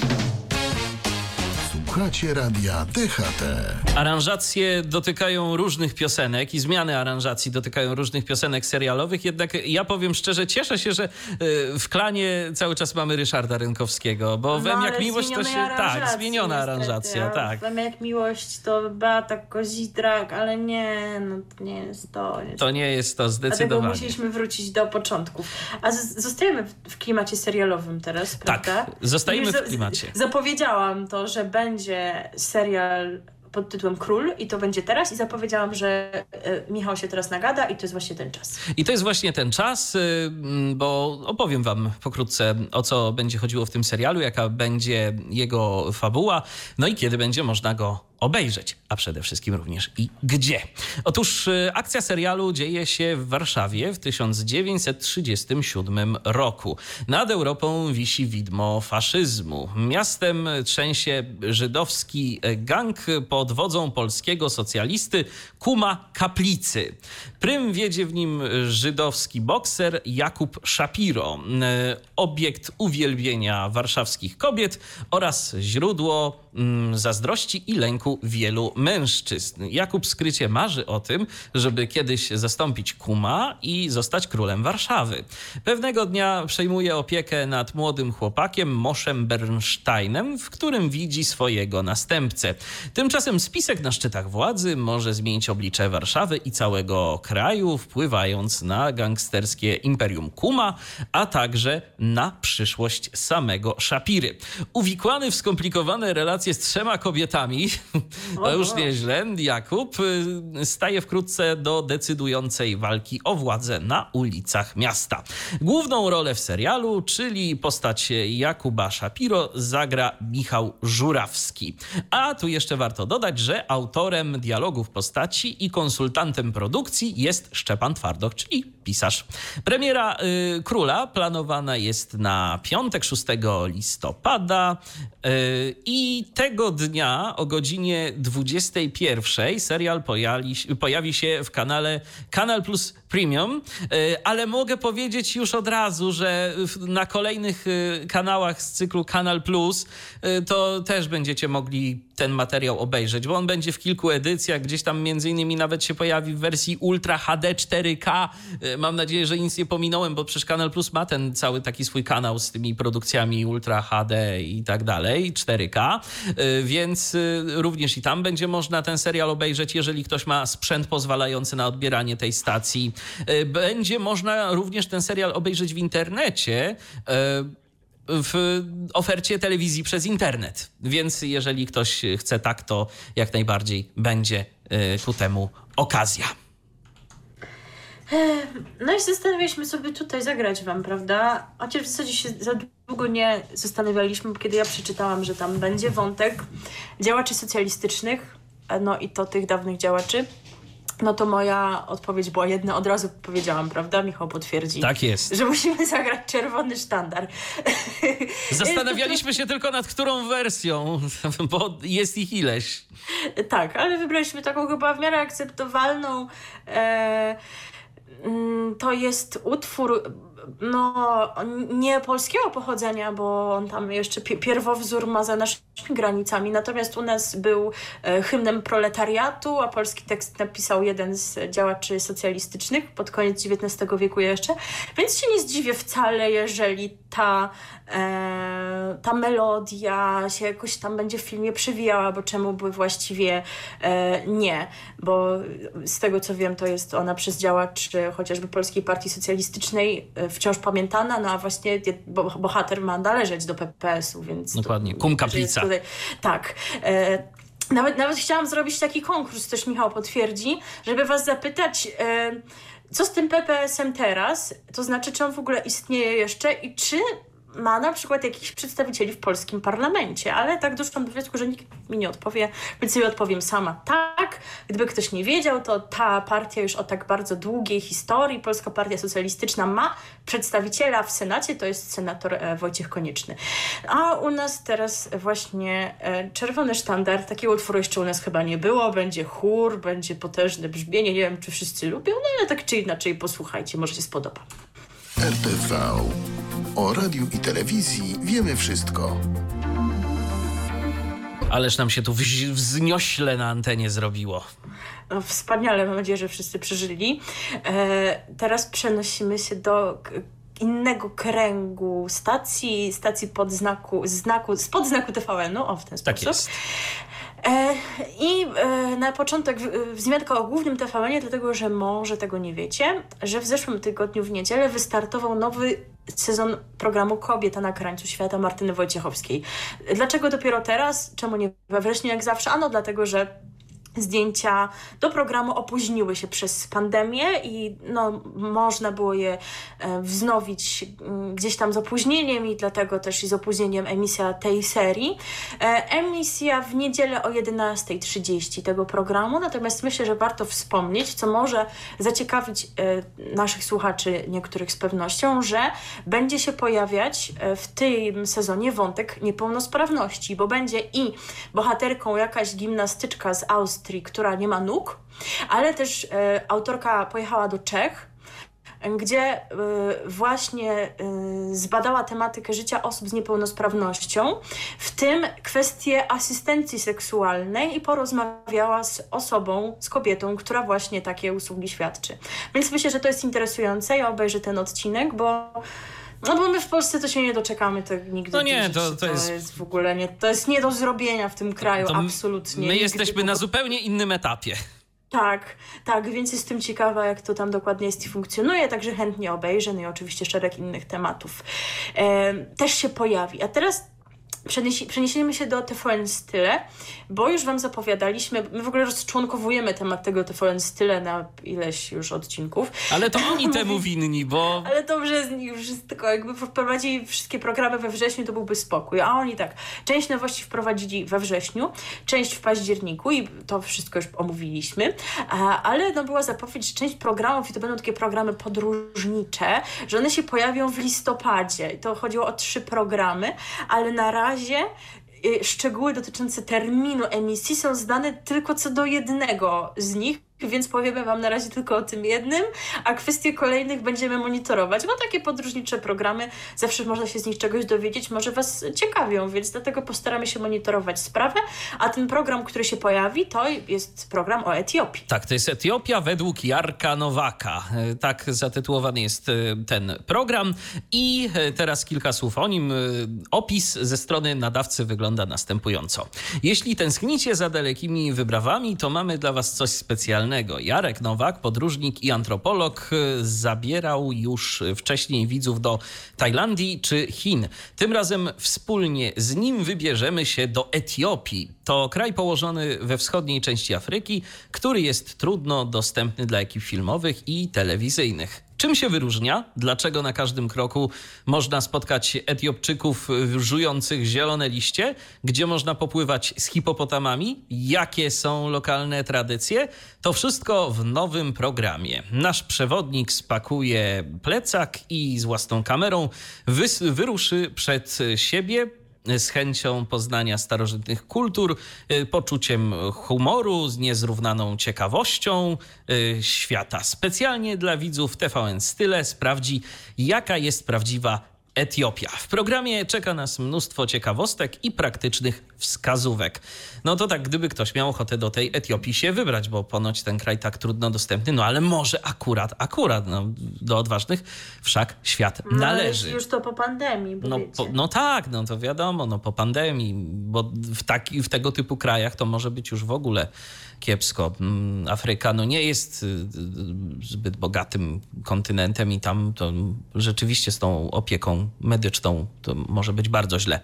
Słuchacie radia DHT. Aranżacje dotykają różnych piosenek i zmiany aranżacji dotykają różnych piosenek serialowych, jednak ja powiem szczerze, cieszę się, że w Klanie cały czas mamy Ryszarda Rynkowskiego, bo w M jak miłość to się... Tak, zmieniona aranżacja, tak. W M jak miłość to Beata Kozidrak, ale nie, no to nie jest to. To nie jest to, zdecydowanie. Dlatego musieliśmy wrócić do początków. A zostajemy w klimacie serialowym teraz, prawda? Tak, zostajemy w klimacie. Zapowiedziałam to, że będzie serial pod tytułem Król i to będzie teraz i zapowiedziałam, że Michał się teraz nagada i to jest właśnie ten czas. I to jest właśnie ten czas, bo opowiem wam pokrótce, o co będzie chodziło w tym serialu, jaka będzie jego fabuła, no i kiedy będzie można go obejrzeć, a przede wszystkim również i gdzie. Otóż akcja serialu dzieje się w Warszawie w 1937 roku. Nad Europą wisi widmo faszyzmu. Miastem trzęsie żydowski gang pod wodzą polskiego socjalisty Kuma Kaplicy. Prym wiedzie w nim żydowski bokser Jakub Szapiro, obiekt uwielbienia warszawskich kobiet oraz źródło zazdrości i lęku wielu mężczyzn. Jakub skrycie marzy o tym, żeby kiedyś zastąpić kuma i zostać królem Warszawy. Pewnego dnia przejmuje opiekę nad młodym chłopakiem Moszem Bernsteinem, w którym widzi swojego następcę. Tymczasem spisek na szczytach władzy może zmienić oblicze Warszawy i całego kraju, wpływając na gangsterskie imperium kuma, a także na przyszłość samego Szapiry. Uwikłany w skomplikowane relacje z 3 kobietami, to już nieźle, Jakub staje wkrótce do decydującej walki o władzę na ulicach miasta. Główną rolę w serialu, czyli postać Jakuba Szapiro, zagra Michał Żurawski. A tu jeszcze warto dodać, że autorem dialogów postaci i konsultantem produkcji jest Szczepan Twardoch, czyli pisarz. Premiera Króla planowana jest na piątek 6 listopada i tego dnia o godzinie 21 serial pojawi się w kanale Kanal Plus Premium, ale mogę powiedzieć już od razu, że na kolejnych kanałach z cyklu Kanal Plus to też będziecie mogli ten materiał obejrzeć, bo on będzie w kilku edycjach, gdzieś tam między innymi nawet się pojawi w wersji Ultra HD 4K. Mam nadzieję, że nic nie pominąłem, bo przecież Kanal Plus ma ten cały taki swój kanał z tymi produkcjami Ultra HD i tak dalej, 4K, więc również i tam będzie można ten serial obejrzeć, jeżeli ktoś ma sprzęt pozwalający na odbieranie tej stacji. Będzie można również ten serial obejrzeć w internecie, w ofercie telewizji przez internet. Więc jeżeli ktoś chce tak, to jak najbardziej będzie ku temu okazja. No i zastanawialiśmy sobie tutaj zagrać wam, prawda? Chociaż w zasadzie się za długo nie zastanawialiśmy, bo kiedy ja przeczytałam, że tam będzie wątek działaczy socjalistycznych, no i to tych dawnych działaczy, no to moja odpowiedź była jedna, od razu powiedziałam, prawda? Michał potwierdzi. Tak jest. Że musimy zagrać Czerwony Sztandar. Zastanawialiśmy się tylko nad którą wersją, bo jest ich ileś. Tak, ale wybraliśmy taką chyba w miarę akceptowalną. To jest utwór nie polskiego pochodzenia, bo on tam jeszcze pierwowzór ma za naszymi granicami, natomiast u nas był hymnem proletariatu, a polski tekst napisał jeden z działaczy socjalistycznych pod koniec XIX wieku jeszcze, więc się nie zdziwię wcale, jeżeli ta melodia się jakoś tam będzie w filmie przewijała, bo czemu by właściwie nie, bo z tego co wiem, to jest ona przez działaczy chociażby Polskiej Partii Socjalistycznej wciąż pamiętana, no a właśnie bohater ma należeć do PPS-u, więc... Dokładnie, Kum Kaplica. Tutaj, tak. Nawet chciałam zrobić taki konkurs, też Michał potwierdzi, żeby was zapytać, co z tym PPS-em teraz, to znaczy, czy on w ogóle istnieje jeszcze i czy ma na przykład jakichś przedstawicieli w polskim parlamencie, ale tak doszłam do wniosku, że nikt mi nie odpowie, więc sobie odpowiem sama. Tak, gdyby ktoś nie wiedział, to ta partia już o tak bardzo długiej historii, Polska Partia Socjalistyczna, ma przedstawiciela w Senacie, to jest senator Wojciech Konieczny. A u nas teraz właśnie Czerwony Sztandar, takiego utworu jeszcze u nas chyba nie było, będzie chór, będzie potężne brzmienie, nie wiem, czy wszyscy lubią, no ale tak czy inaczej posłuchajcie, może się spodoba. RTV. O radiu i telewizji wiemy wszystko. Ależ nam się tu wzniośle na antenie zrobiło. No, wspaniale, mam nadzieję, że wszyscy przeżyli. Teraz przenosimy się do innego kręgu stacji spod znaku TVN-u, o w ten sposób. Tak jest. I na początek wzmianka o głównym TVN-ie, dlatego że może tego nie wiecie, że w zeszłym tygodniu w niedzielę wystartował nowy sezon programu Kobieta na krańcu świata Martyny Wojciechowskiej. Dlaczego dopiero teraz? Czemu nie we wrześniu jak zawsze? Ano dlatego, że zdjęcia do programu opóźniły się przez pandemię i można było je wznowić gdzieś tam z opóźnieniem i dlatego też i z opóźnieniem emisja tej serii. Emisja w niedzielę o 11:30 tego programu, natomiast myślę, że warto wspomnieć, co może zaciekawić naszych słuchaczy niektórych z pewnością, że będzie się pojawiać w tym sezonie wątek niepełnosprawności, bo będzie i bohaterką jakaś gimnastyczka z Austrii, która nie ma nóg, ale też autorka pojechała do Czech, gdzie właśnie zbadała tematykę życia osób z niepełnosprawnością, w tym kwestię asystencji seksualnej i porozmawiała z osobą, z kobietą, która właśnie takie usługi świadczy. Więc myślę, że to jest interesujące. Ja obejrzę ten odcinek, bo my w Polsce to się nie doczekamy tak nigdy. No nie, to jest w ogóle nie, to jest nie do zrobienia w tym kraju, absolutnie. My jesteśmy na zupełnie innym etapie. Tak, więc jestem ciekawa, jak to tam dokładnie jest i funkcjonuje, także chętnie obejrzę, no i oczywiście szereg innych tematów też się pojawi. A teraz przeniesiemy się do TVN Style, bo już wam zapowiadaliśmy, my w ogóle rozczłonkowujemy temat tego TVN Style na ileś już odcinków. Ale to oni temu winni, bo... Ale dobrze z nich wszystko, jakby wprowadzili wszystkie programy we wrześniu, to byłby spokój, a oni tak, część nowości wprowadzili we wrześniu, część w październiku i to wszystko już omówiliśmy, ale no była zapowiedź, że część programów, i to będą takie programy podróżnicze, że one się pojawią w listopadzie i to chodziło o 3 programy, ale na razie szczegóły dotyczące terminu emisji są znane tylko co do jednego z nich, więc powiemy wam na razie tylko o tym jednym, a kwestie kolejnych będziemy monitorować, bo takie podróżnicze programy, zawsze można się z nich czegoś dowiedzieć, może was ciekawią, więc dlatego postaramy się monitorować sprawę, a ten program, który się pojawi, to jest program o Etiopii. Tak, to jest Etiopia według Jarka Nowaka. Tak zatytułowany jest ten program i teraz kilka słów o nim. Opis ze strony nadawcy wygląda następująco. Jeśli tęsknicie za dalekimi wyprawami, to mamy dla was coś specjalnego. Jarek Nowak, podróżnik i antropolog, zabierał już wcześniej widzów do Tajlandii czy Chin. Tym razem wspólnie z nim wybierzemy się do Etiopii. To kraj położony we wschodniej części Afryki, który jest trudno dostępny dla ekip filmowych i telewizyjnych. Czym się wyróżnia? Dlaczego na każdym kroku można spotkać Etiopczyków żujących zielone liście? Gdzie można popływać z hipopotamami? Jakie są lokalne tradycje? To wszystko w nowym programie. Nasz przewodnik spakuje plecak i z własną kamerą wyruszy przed siebie z chęcią poznania starożytnych kultur, poczuciem humoru, z niezrównaną ciekawością świata. Specjalnie dla widzów TVN Style sprawdzi, jaka jest prawdziwa Etiopia. W programie czeka nas mnóstwo ciekawostek i praktycznych wskazówek. No to tak, gdyby ktoś miał ochotę do tej Etiopii się wybrać, bo ponoć ten kraj tak trudno dostępny, no ale może akurat, no, do odważnych wszak świat należy. No już to po pandemii, bo no tak, no to wiadomo, no po pandemii, bo w tego typu krajach to może być już w ogóle kiepsko. Afryka no nie jest zbyt bogatym kontynentem i tam to rzeczywiście z tą opieką medyczną to może być bardzo źle.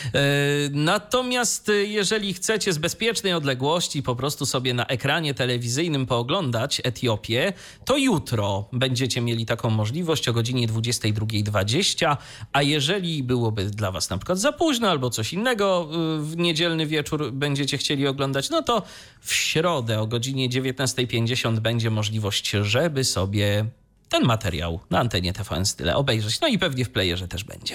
Natomiast jeżeli chcecie z bezpiecznej odległości po prostu sobie na ekranie telewizyjnym pooglądać Etiopię, to jutro będziecie mieli taką możliwość o godzinie 22:20, a jeżeli byłoby dla was na przykład za późno albo coś innego w niedzielny wieczór będziecie chcieli oglądać, no to w środę o godzinie 19:50 będzie możliwość, żeby sobie ten materiał na antenie TVN Style obejrzeć. No i pewnie w playerze też będzie.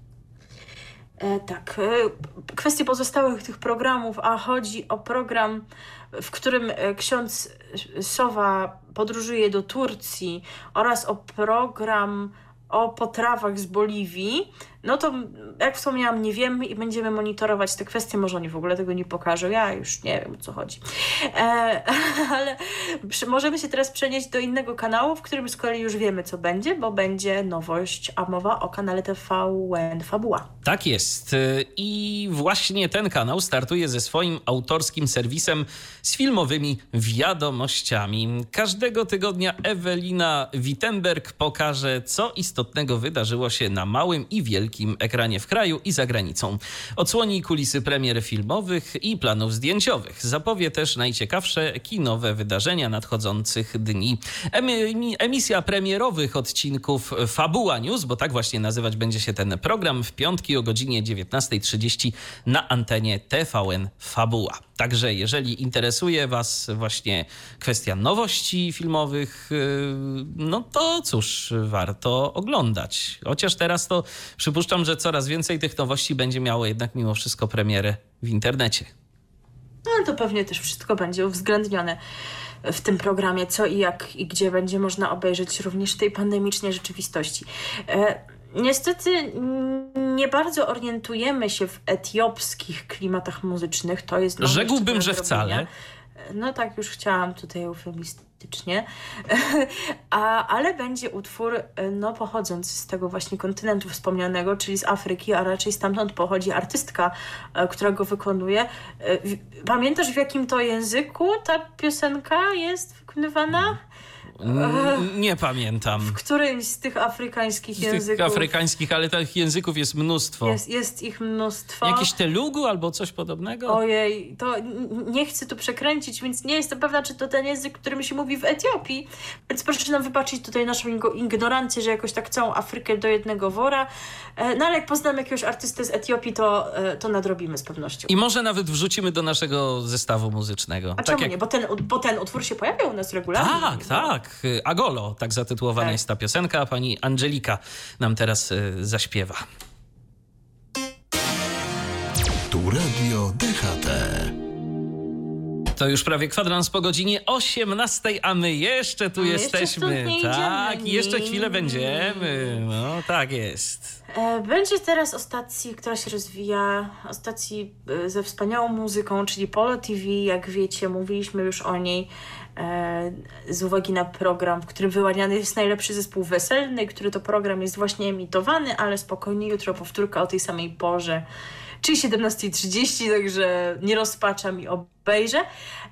Tak. Kwestie pozostałych tych programów, a chodzi o program, w którym ksiądz Sowa podróżuje do Turcji oraz o program o potrawach z Boliwii, no to jak wspomniałam, nie wiemy i będziemy monitorować te kwestie. Może oni w ogóle tego nie pokażą. Ja już nie wiem, o co chodzi. Ale możemy się teraz przenieść do innego kanału, w którym z kolei już wiemy, co będzie, bo będzie nowość, a mowa o kanale TVN Fabuła. Tak jest. I właśnie ten kanał startuje ze swoim autorskim serwisem z filmowymi wiadomościami. Każdego tygodnia Ewelina Wittenberg pokaże, co istotnego wydarzyło się na małym i wielkim ekranie w kraju i za granicą. Odsłoni kulisy premier filmowych i planów zdjęciowych. Zapowie też najciekawsze kinowe wydarzenia nadchodzących dni. Emisja premierowych odcinków Fabuła News, bo tak właśnie nazywać będzie się ten program, w piątki o godzinie 19:30 na antenie TVN Fabuła. Także jeżeli interesuje was właśnie kwestia nowości filmowych, no to cóż, warto oglądać. Chociaż teraz to przypuszczam, że coraz więcej tych nowości będzie miało jednak mimo wszystko premierę w internecie. No ale to pewnie też wszystko będzie uwzględnione. w tym programie, co i jak i gdzie będzie można obejrzeć również w tej pandemicznej rzeczywistości. Niestety nie bardzo orientujemy się w etiopskich klimatach muzycznych. To jest Rzekłbym, że wcale. No tak, już chciałam tutaj eufemistycznie. Ale będzie utwór pochodzący z tego właśnie kontynentu wspomnianego, czyli z Afryki, a raczej stamtąd pochodzi artystka, która go wykonuje. Pamiętasz, w jakim to języku ta piosenka jest wykonywana? Nie pamiętam. W którymś z tych afrykańskich języków. Tych afrykańskich, ale tych języków jest mnóstwo. Jest ich mnóstwo. Jakieś Telugu albo coś podobnego? Ojej, to nie chcę tu przekręcić, więc nie jestem pewna, czy to ten język, którym się mówi w Etiopii. Więc proszę nam wybaczyć tutaj naszą ignorancję, że jakoś tak całą Afrykę do jednego wora. No ale jak poznamy jakiegoś artystę z Etiopii, to nadrobimy z pewnością. I może nawet wrzucimy do naszego zestawu muzycznego. A czemu nie? Bo ten utwór się pojawia u nas regularnie. Tak. Agolo, tak zatytułowana jest ta piosenka. Pani Angelika nam teraz zaśpiewa. Tu Radio DHT. To już prawie kwadrans po godzinie 18, a my jeszcze tu jesteśmy. Tak, i jeszcze chwilę będziemy. No, tak jest. Będzie teraz o stacji, która się rozwija, o stacji ze wspaniałą muzyką, czyli Polo TV. Jak wiecie, mówiliśmy już o niej z uwagi na program, w którym wyłaniany jest najlepszy zespół weselny, który to program jest właśnie emitowany, ale spokojnie, jutro powtórka o tej samej porze, czyli 17:30, także nie rozpaczam i obejrzę.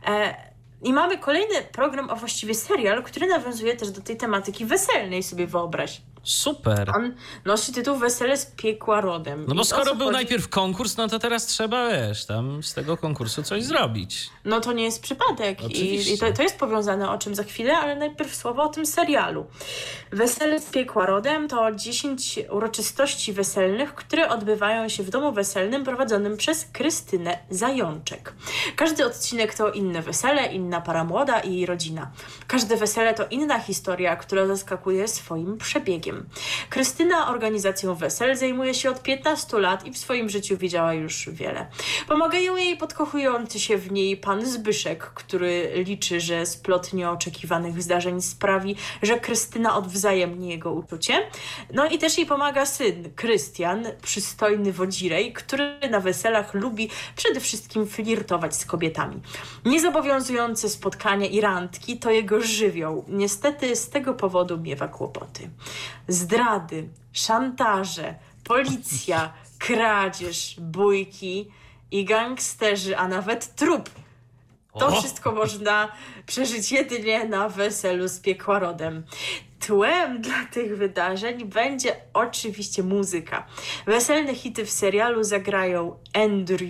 I mamy kolejny program, a właściwie serial, który nawiązuje też do tej tematyki weselnej, sobie wyobraź. Super. On nosi tytuł Wesele z piekła rodem. No bo skoro był najpierw konkurs, no to teraz trzeba, tam z tego konkursu coś zrobić. No to nie jest przypadek. I to jest powiązane, o czym za chwilę, ale najpierw słowo o tym serialu. Wesele z piekła rodem to 10 uroczystości weselnych, które odbywają się w domu weselnym prowadzonym przez Krystynę Zajączek. Każdy odcinek to inne wesele, inna para młoda i jej rodzina. Każde wesele to inna historia, która zaskakuje swoim przebiegiem. Krystyna organizacją wesel zajmuje się od 15 lat i w swoim życiu widziała już wiele. Pomagają jej podkochujący się w niej pan Zbyszek, który liczy, że splot nieoczekiwanych zdarzeń sprawi, że Krystyna odwzajemni jego uczucie. No i też jej pomaga syn, Krystian, przystojny wodzirej, który na weselach lubi przede wszystkim flirtować z kobietami. Niezobowiązujące spotkania i randki to jego żywioł. Niestety z tego powodu miewa kłopoty. Zdrady, szantaże, policja, kradzież, bójki i gangsterzy, a nawet trup. To wszystko można przeżyć jedynie na weselu z piekła rodem. Tłem dla tych wydarzeń będzie oczywiście muzyka. Weselne hity w serialu zagrają Andrew,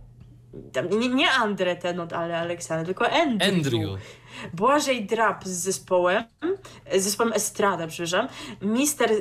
nie Andre Tenot, ale Aleksander, tylko Andrew. Błażej Drab z zespołem Estrada, przepraszam, Mr.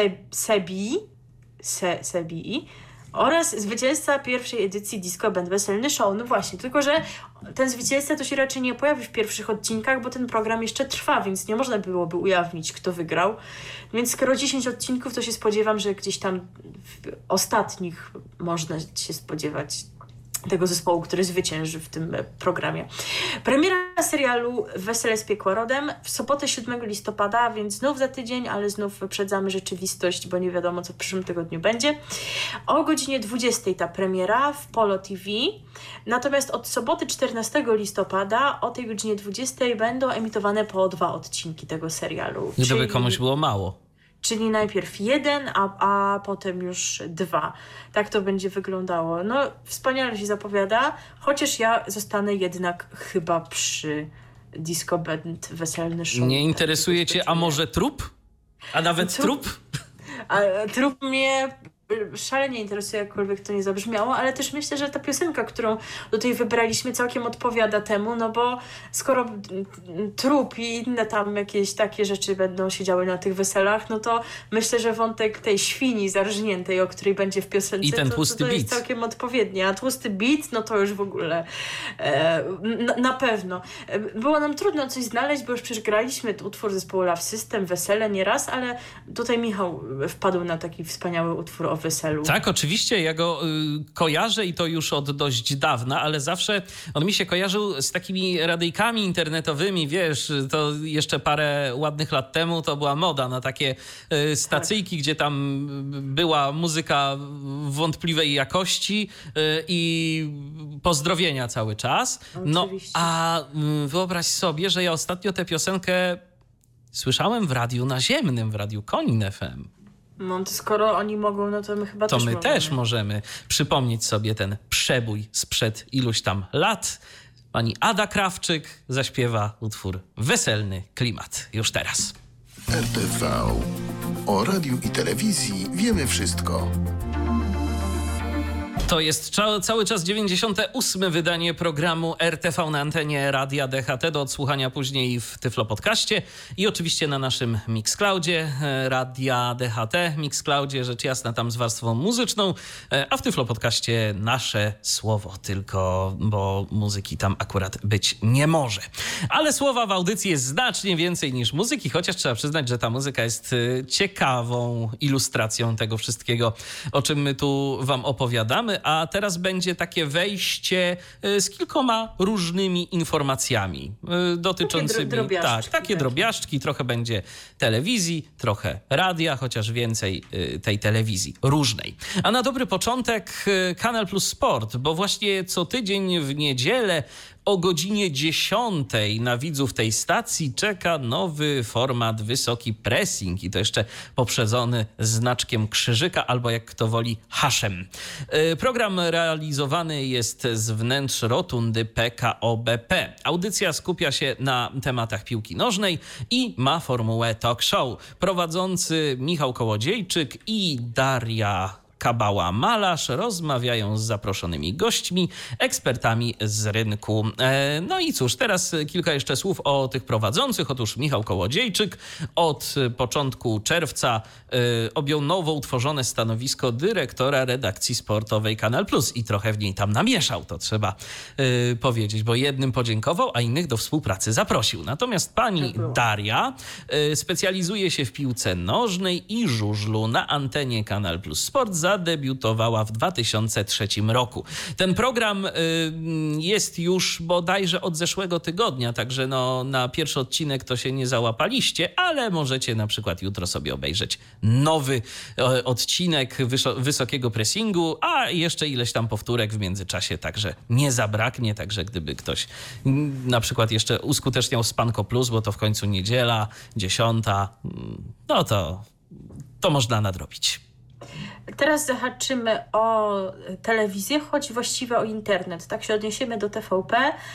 Sebii oraz zwycięzca pierwszej edycji Disco Band Weselny Show. No właśnie, tylko że ten zwycięzca to się raczej nie pojawi w pierwszych odcinkach, bo ten program jeszcze trwa, więc nie można byłoby ujawnić, kto wygrał. Więc skoro 10 odcinków, to się spodziewam, że gdzieś tam w ostatnich można się spodziewać tego zespołu, który zwycięży w tym programie. Premiera serialu Wesele z piekła rodem w sobotę 7 listopada, więc znów za tydzień, ale znów wyprzedzamy rzeczywistość, bo nie wiadomo, co w przyszłym tygodniu będzie. O godzinie 20 ta premiera w Polo TV. Natomiast od soboty 14 listopada o tej godzinie 20 będą emitowane po 2 odcinki tego serialu. Gdyby komuś było mało. Czyli najpierw 1, a potem już 2. Tak to będzie wyglądało. No, wspaniale się zapowiada, chociaż ja zostanę jednak chyba przy Disco Band Weselny Show. Nie interesuje cię, a może trup? A nawet trup? A trup mnie szalenie interesuje, jakkolwiek to nie zabrzmiało, ale też myślę, że ta piosenka, którą tutaj wybraliśmy, całkiem odpowiada temu, no bo skoro trup i inne tam jakieś takie rzeczy będą się działy na tych weselach, no to myślę, że wątek tej świni zarżniętej, o której będzie w piosence, i ten tłusty to jest całkiem odpowiednie. A tłusty beat, no to już w ogóle na pewno. Było nam trudno coś znaleźć, bo już przecież graliśmy utwór zespołu Love System, Wesele nieraz, ale tutaj Michał wpadł na taki wspaniały utwór o weselu. Tak, oczywiście, ja go kojarzę i to już od dość dawna, ale zawsze on mi się kojarzył z takimi radyjkami internetowymi, wiesz, to jeszcze parę ładnych lat temu to była moda na takie stacyjki, gdzie tam była muzyka wątpliwej jakości i pozdrowienia cały czas. No, Oczywiście. a wyobraź sobie, że ja ostatnio tę piosenkę słyszałem w radiu naziemnym, w radiu Konin FM. No to skoro oni mogą, no to my chyba To też my możemy. też możemy przypomnieć sobie ten przebój sprzed iluś tam lat. Pani Ada Krawczyk zaśpiewa utwór Weselny Klimat już teraz. RTV. O radiu i telewizji wiemy wszystko. To jest cały czas 98. wydanie programu RTV na antenie Radia DHT, do odsłuchania później w Tyflo Podcaście i oczywiście na naszym Mixcloudzie Radia DHT. Mixcloudzie, rzecz jasna, tam z warstwą muzyczną, a w Tyflo Podcaście nasze słowo tylko, bo muzyki tam akurat być nie może. Ale słowa w audycji jest znacznie więcej niż muzyki, chociaż trzeba przyznać, że ta muzyka jest ciekawą ilustracją tego wszystkiego, o czym my tu wam opowiadamy. A teraz będzie takie wejście z kilkoma różnymi informacjami dotyczącymi... drobiażdżki, takie drobiażdżki. Trochę będzie telewizji, trochę radia, chociaż więcej tej telewizji różnej. A na dobry początek Kanal Plus Sport, bo właśnie co tydzień w niedzielę o godzinie 10 na widzów tej stacji czeka nowy format Wysoki Pressing i to jeszcze poprzedzony znaczkiem krzyżyka albo jak kto woli haszem. Program realizowany jest z wnętrz rotundy PKO BP. Audycja skupia się na tematach piłki nożnej i ma formułę talk show. Prowadzący Michał Kołodziejczyk i Daria Kabała-Malarz rozmawiają z zaproszonymi gośćmi, ekspertami z rynku. No i cóż, teraz kilka jeszcze słów o tych prowadzących. Otóż Michał Kołodziejczyk od początku czerwca objął nowo utworzone stanowisko dyrektora redakcji sportowej Kanal Plus i trochę w niej tam namieszał, to trzeba powiedzieć, bo jednym podziękował, a innych do współpracy zaprosił. Natomiast pani Daria specjalizuje się w piłce nożnej i żużlu. Na antenie Kanal Plus Sport zadebiutowała w 2003 roku. Ten program jest już bodajże od zeszłego tygodnia, także no, na pierwszy odcinek to się nie załapaliście, ale możecie na przykład jutro sobie obejrzeć nowy odcinek Wysokiego Pressingu, a jeszcze ileś tam powtórek w międzyczasie, także nie zabraknie, także gdyby ktoś na przykład jeszcze uskuteczniał Spanko Plus, bo to w końcu niedziela, 10, no to można nadrobić. Teraz zahaczymy o telewizję, choć właściwie o internet. Tak się odniesiemy do TVP,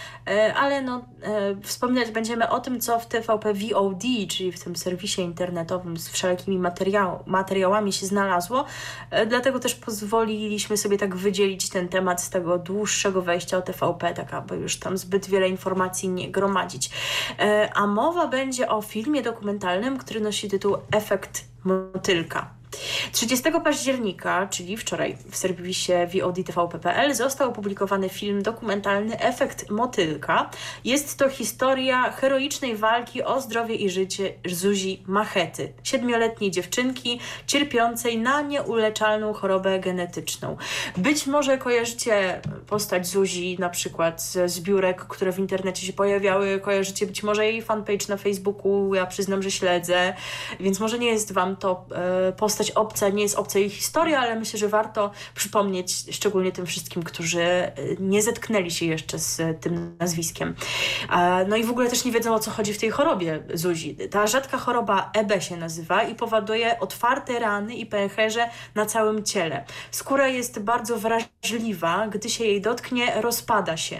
ale wspominać będziemy o tym, co w TVP VOD, czyli w tym serwisie internetowym z wszelkimi materiałami się znalazło. Dlatego też pozwoliliśmy sobie tak wydzielić ten temat z tego dłuższego wejścia o TVP, tak aby już tam zbyt wiele informacji nie gromadzić. A mowa będzie o filmie dokumentalnym, który nosi tytuł Efekt Motylka. 30 października, czyli wczoraj, w serwisie VOD TVP.pl został opublikowany film dokumentalny Efekt Motylka. Jest to historia heroicznej walki o zdrowie i życie Zuzi Machety, 7-letniej dziewczynki cierpiącej na nieuleczalną chorobę genetyczną. Być może kojarzycie postać Zuzi na przykład ze zbiórek, które w internecie się pojawiały, kojarzycie być może jej fanpage na Facebooku, ja przyznam, że śledzę, więc może nie jest wam to postać obca, nie jest obca jej historia, ale myślę, że warto przypomnieć szczególnie tym wszystkim, którzy nie zetknęli się jeszcze z tym nazwiskiem. No i w ogóle też nie wiedzą, o co chodzi w tej chorobie Zuzi. Ta rzadka choroba EB się nazywa i powoduje otwarte rany i pęcherze na całym ciele. Skóra jest bardzo wrażliwa, gdy się jej dotknie, rozpada się.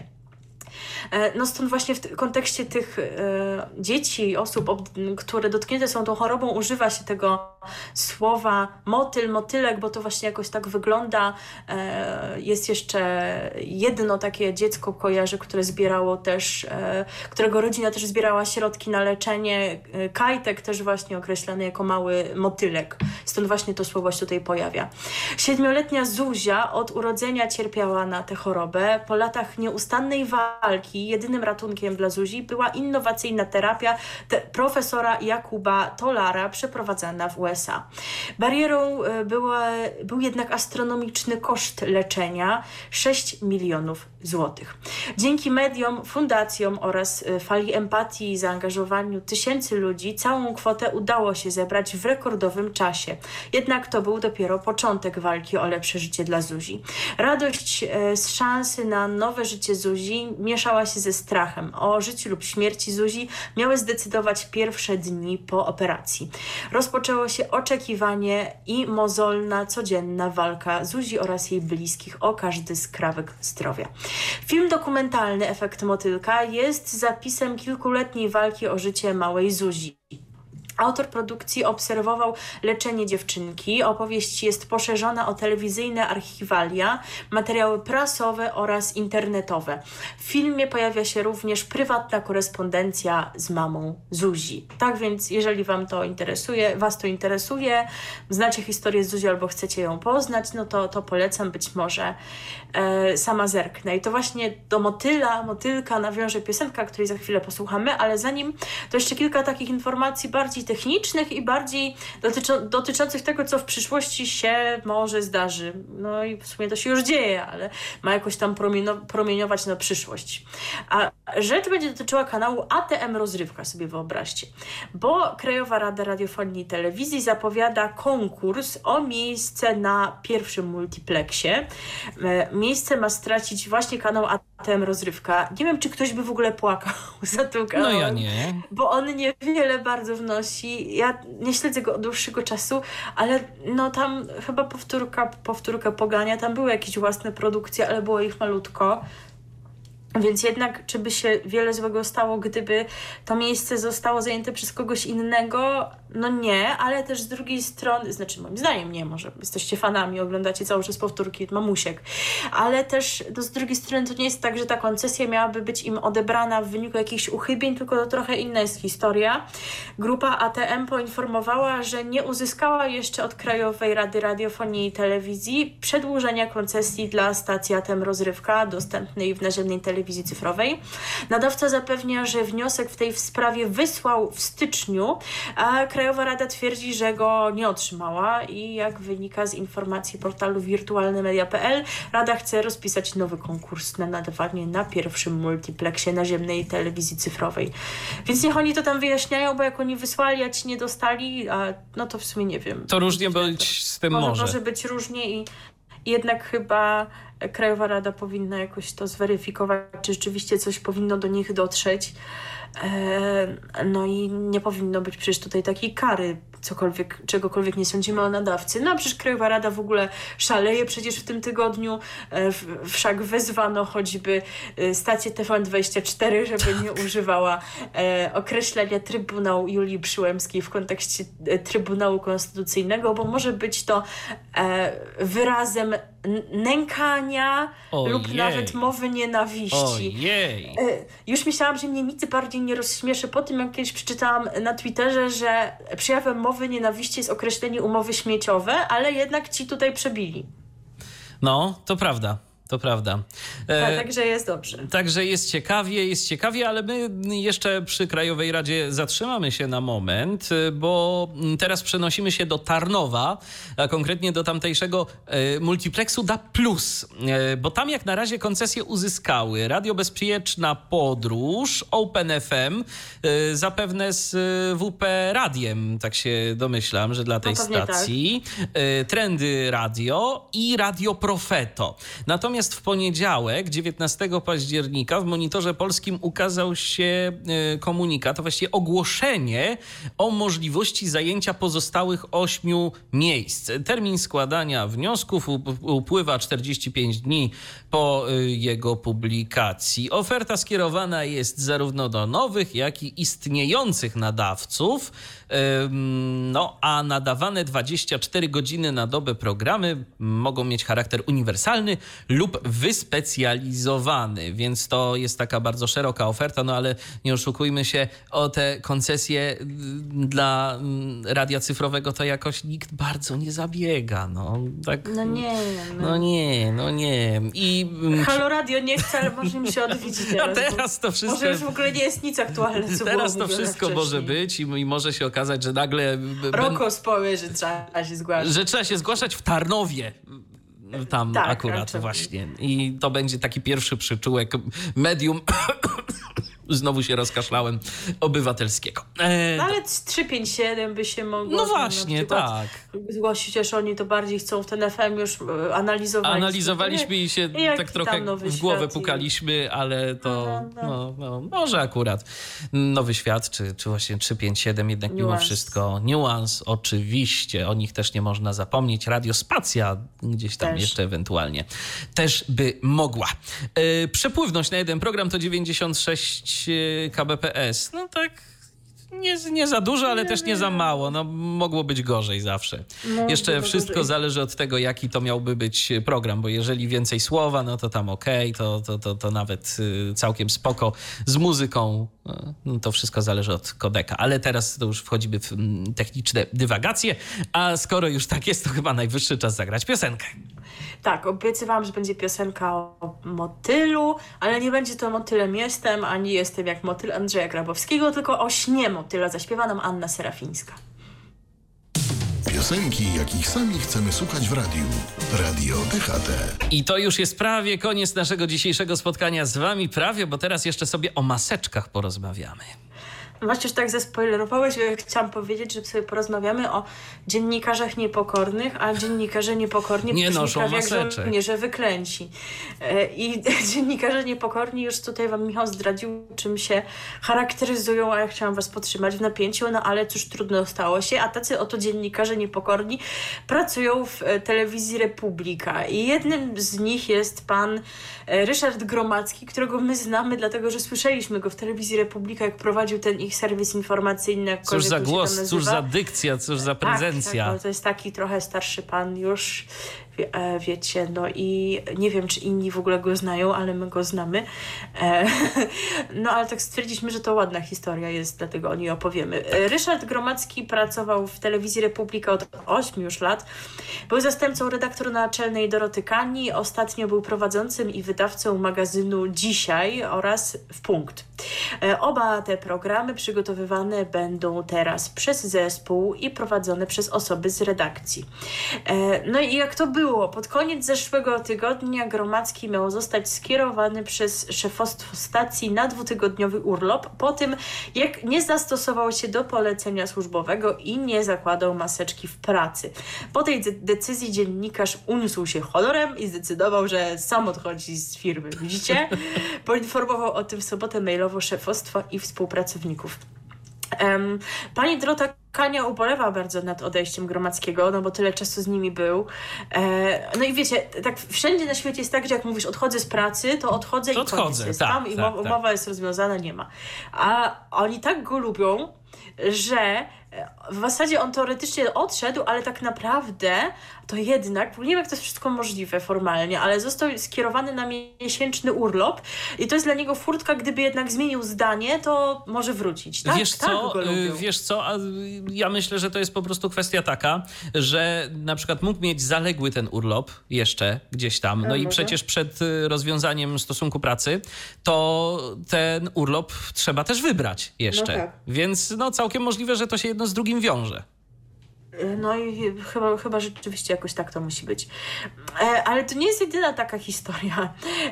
No stąd właśnie w kontekście tych dzieci, osób, które dotknięte są tą chorobą, używa się tego słowa motyl, motylek, bo to właśnie jakoś tak wygląda. Jest jeszcze jedno takie dziecko, kojarzę, które zbierało też, którego rodzina też zbierała środki na leczenie. Kajtek też właśnie określany jako mały motylek. Stąd właśnie to słowo się tutaj pojawia. 7-letnia Zuzia od urodzenia cierpiała na tę chorobę. Po latach nieustannej walki walki jedynym ratunkiem dla Zuzi była innowacyjna terapia profesora Jakuba Tolara przeprowadzana w USA. Barierą był jednak astronomiczny koszt leczenia 6 milionów złotych. Dzięki mediom, fundacjom oraz fali empatii i zaangażowaniu tysięcy ludzi całą kwotę udało się zebrać w rekordowym czasie. Jednak to był dopiero początek walki o lepsze życie dla Zuzi. Radość z szansy na nowe życie Zuzi mieszała się ze strachem. O życiu lub śmierci Zuzi miały zdecydować pierwsze dni po operacji. Rozpoczęło się oczekiwanie i mozolna, codzienna walka Zuzi oraz jej bliskich o każdy skrawek zdrowia. Film dokumentalny Efekt Motylka jest zapisem kilkuletniej walki o życie małej Zuzi. Autor produkcji obserwował leczenie dziewczynki. Opowieść jest poszerzona o telewizyjne archiwalia, materiały prasowe oraz internetowe. W filmie pojawia się również prywatna korespondencja z mamą Zuzi. Tak więc, jeżeli was to interesuje, znacie historię Zuzi albo chcecie ją poznać, no to polecam, być może sama zerknę. I to właśnie do Motylka nawiąże piosenka, której za chwilę posłuchamy, ale zanim to jeszcze kilka takich informacji bardziej technicznych i bardziej dotyczących tego, co w przyszłości się może zdarzy. No i w sumie to się już dzieje, ale ma jakoś tam promieniować na przyszłość. A rzecz będzie dotyczyła kanału ATM Rozrywka, sobie wyobraźcie. Bo Krajowa Rada Radiofonii i Telewizji zapowiada konkurs o miejsce na pierwszym multiplexie. Miejsce ma stracić właśnie kanał ATM Rozrywka. Nie wiem, czy ktoś by w ogóle płakał za tą kanał. No ja nie. Bo on niewiele bardzo wnosi. Ja nie śledzę go od dłuższego czasu, ale no tam chyba powtórka pogania. Tam były jakieś własne produkcje, ale było ich malutko. Więc jednak, czy by się wiele złego stało, gdyby to miejsce zostało zajęte przez kogoś innego? No nie, ale też z drugiej strony, znaczy moim zdaniem nie, może jesteście fanami, oglądacie cały czas powtórki Mamusiek, ale też z drugiej strony to nie jest tak, że ta koncesja miałaby być im odebrana w wyniku jakichś uchybień, tylko to trochę inna jest historia. Grupa ATM poinformowała, że nie uzyskała jeszcze od Krajowej Rady Radiofonii i Telewizji przedłużenia koncesji dla stacji ATM Rozrywka dostępnej w naziemnej telewizji cyfrowej. Nadawca zapewnia, że wniosek w tej sprawie wysłał w styczniu, a Krajowa Rada twierdzi, że go nie otrzymała i jak wynika z informacji portalu wirtualnemedia.pl, Rada chce rozpisać nowy konkurs na nadawanie na pierwszym multiplexie naziemnej telewizji cyfrowej. Więc niech oni to tam wyjaśniają, bo jak oni wysłali, a ci nie dostali, no to w sumie nie wiem. To różnie być z tym może być różnie i jednak chyba Krajowa Rada powinna jakoś to zweryfikować, czy rzeczywiście coś powinno do nich dotrzeć. No i nie powinno być przecież tutaj takiej kary, czegokolwiek nie sądzimy o nadawcy. No a przecież Krajowa Rada w ogóle szaleje przecież w tym tygodniu. Wszak wezwano choćby stację TVN24, żeby nie używała określenia Trybunał Julii Przyłębskiej w kontekście Trybunału Konstytucyjnego, bo może być to wyrazem nękania lub nawet mowy nienawiści. Już myślałam, że mnie nic bardziej nie rozśmieszy po tym, jak kiedyś przeczytałam na Twitterze, że przejawem mowy nienawiści jest określenie umowy śmieciowe, ale jednak ci tutaj przebili. No, to prawda. To prawda. Także jest dobrze. Także jest ciekawie, ale my jeszcze przy Krajowej Radzie zatrzymamy się na moment, bo teraz przenosimy się do Tarnowa, a konkretnie do tamtejszego multiplexu DAB+, bo tam jak na razie koncesje uzyskały Radio Bezpieczna Podróż, Open FM, zapewne z WP Radiem, tak się domyślam, że dla tej stacji, tak. Trendy Radio i Radio Profeto. Natomiast w poniedziałek, 19 października, w Monitorze Polskim ukazał się komunikat, a właściwie ogłoszenie o możliwości zajęcia pozostałych 8 miejsc. Termin składania wniosków upływa 45 dni po jego publikacji. Oferta skierowana jest zarówno do nowych, jak i istniejących nadawców, no a nadawane 24 godziny na dobę programy mogą mieć charakter uniwersalny lub wyspecjalizowany. komercjalizowany, więc to jest taka bardzo szeroka oferta, no ale nie oszukujmy się, o te koncesje dla radia cyfrowego to jakoś nikt bardzo nie zabiega, no. Tak, no nie. I Halo Radio nie chce, ale może mi się odwiedzić teraz. A teraz to wszystko... Może już w ogóle nie jest nic aktualne, co teraz było to wszystko wcześniej. może być i może się okazać, że nagle... Rokos powie, że trzeba się zgłaszać. Że trzeba się zgłaszać w Tarnowie. Tam tak, akurat właśnie. I to będzie taki pierwszy przyczółek medium... Znowu się rozkaszlałem obywatelskiego. No ale 357 by się mogło... No właśnie, tak. Zgłosić, że oni to bardziej chcą w ten FM już Analizowaliśmy i się tak trochę w głowę pukaliśmy, ale to może akurat Nowy Świat, czy właśnie 357 jednak mimo wszystko. Niuans, oczywiście, o nich też nie można zapomnieć. Radio Spacja gdzieś tam jeszcze ewentualnie też by mogła. Przepływność na jeden program to 96 kbps. No tak, nie za dużo, ale też nie za mało. No, mogło być gorzej zawsze. Jeszcze wszystko zależy od tego, jaki to miałby być program, bo jeżeli więcej słowa, no to tam to nawet całkiem spoko. Z muzyką no to wszystko zależy od kodeka. Ale teraz to już wchodzimy w techniczne dywagacje, a skoro już tak jest, to chyba najwyższy czas zagrać piosenkę. Tak, obiecywałam, że będzie piosenka o motylu, ale nie będzie to Motylem jestem, ani jestem jak motyl Andrzeja Grabowskiego, tylko o śnie motyla zaśpiewa nam Anna Serafińska. Piosenki, jakich sami chcemy słuchać w radiu. Radio DHT. I to już jest prawie koniec naszego dzisiejszego spotkania z wami, bo teraz jeszcze sobie o maseczkach porozmawiamy. Właśnie już tak zaspoilerowałeś, że chciałam powiedzieć, że sobie porozmawiamy o dziennikarzach niepokornych, a dziennikarze niepokorni nie noszą maseczek. Jak żołnierze wyklęci. I dziennikarze niepokorni już tutaj wam Michał zdradził, czym się charakteryzują, a ja chciałam was podtrzymać w napięciu, no ale cóż, trudno stało się, a tacy oto dziennikarze niepokorni pracują w telewizji Republika i jednym z nich jest pan Ryszard Gromadzki, którego my znamy, dlatego że słyszeliśmy go w telewizji Republika, jak prowadził ten ich serwis informacyjny. Cóż za głos, cóż za dykcja, cóż za prezencja. Tak, to jest taki trochę starszy pan już, wiecie, no i nie wiem, czy inni w ogóle go znają, ale my go znamy. No ale tak stwierdziliśmy, że to ładna historia jest, dlatego o niej opowiemy. Ryszard Gromadzki pracował w telewizji Republika od 8 już lat. Był zastępcą redaktora naczelnej Doroty Kani, ostatnio był prowadzącym i wydawcą magazynu Dzisiaj oraz W Punkt. Oba te programy przygotowywane będą teraz przez zespół i prowadzone przez osoby z redakcji. No i jak to było? Pod koniec zeszłego tygodnia Gromadzki miał zostać skierowany przez szefostwo stacji na 2-tygodniowy urlop po tym, jak nie zastosował się do polecenia służbowego i nie zakładał maseczki w pracy. Po tej decyzji dziennikarz uniósł się honorem i zdecydował, że sam odchodzi z firmy. Widzicie? Poinformował o tym w sobotę mailowo szefostwa i współpracowników. Pani Dorota Kania ubolewa bardzo nad odejściem Gromadzkiego, no bo tyle czasu z nimi był. No i wiecie, tak wszędzie na świecie jest tak, że jak mówisz odchodzę z pracy, to odchodzę i koniec jest tam i umowa jest rozwiązana, nie ma. A oni tak go lubią, że w zasadzie on teoretycznie odszedł, ale tak naprawdę to jednak, nie wiem jak to jest wszystko możliwe formalnie, ale został skierowany na miesięczny urlop i to jest dla niego furtka, gdyby jednak zmienił zdanie, to może wrócić. Tak, Wiesz co, a ja myślę, że to jest po prostu kwestia taka, że na przykład mógł mieć zaległy ten urlop jeszcze gdzieś tam, no i przecież przed rozwiązaniem stosunku pracy to ten urlop trzeba też wybrać jeszcze, no tak. Więc no całkiem możliwe, że to się jedno z drugim wiąże. No i chyba rzeczywiście jakoś tak to musi być. Ale to nie jest jedyna taka historia.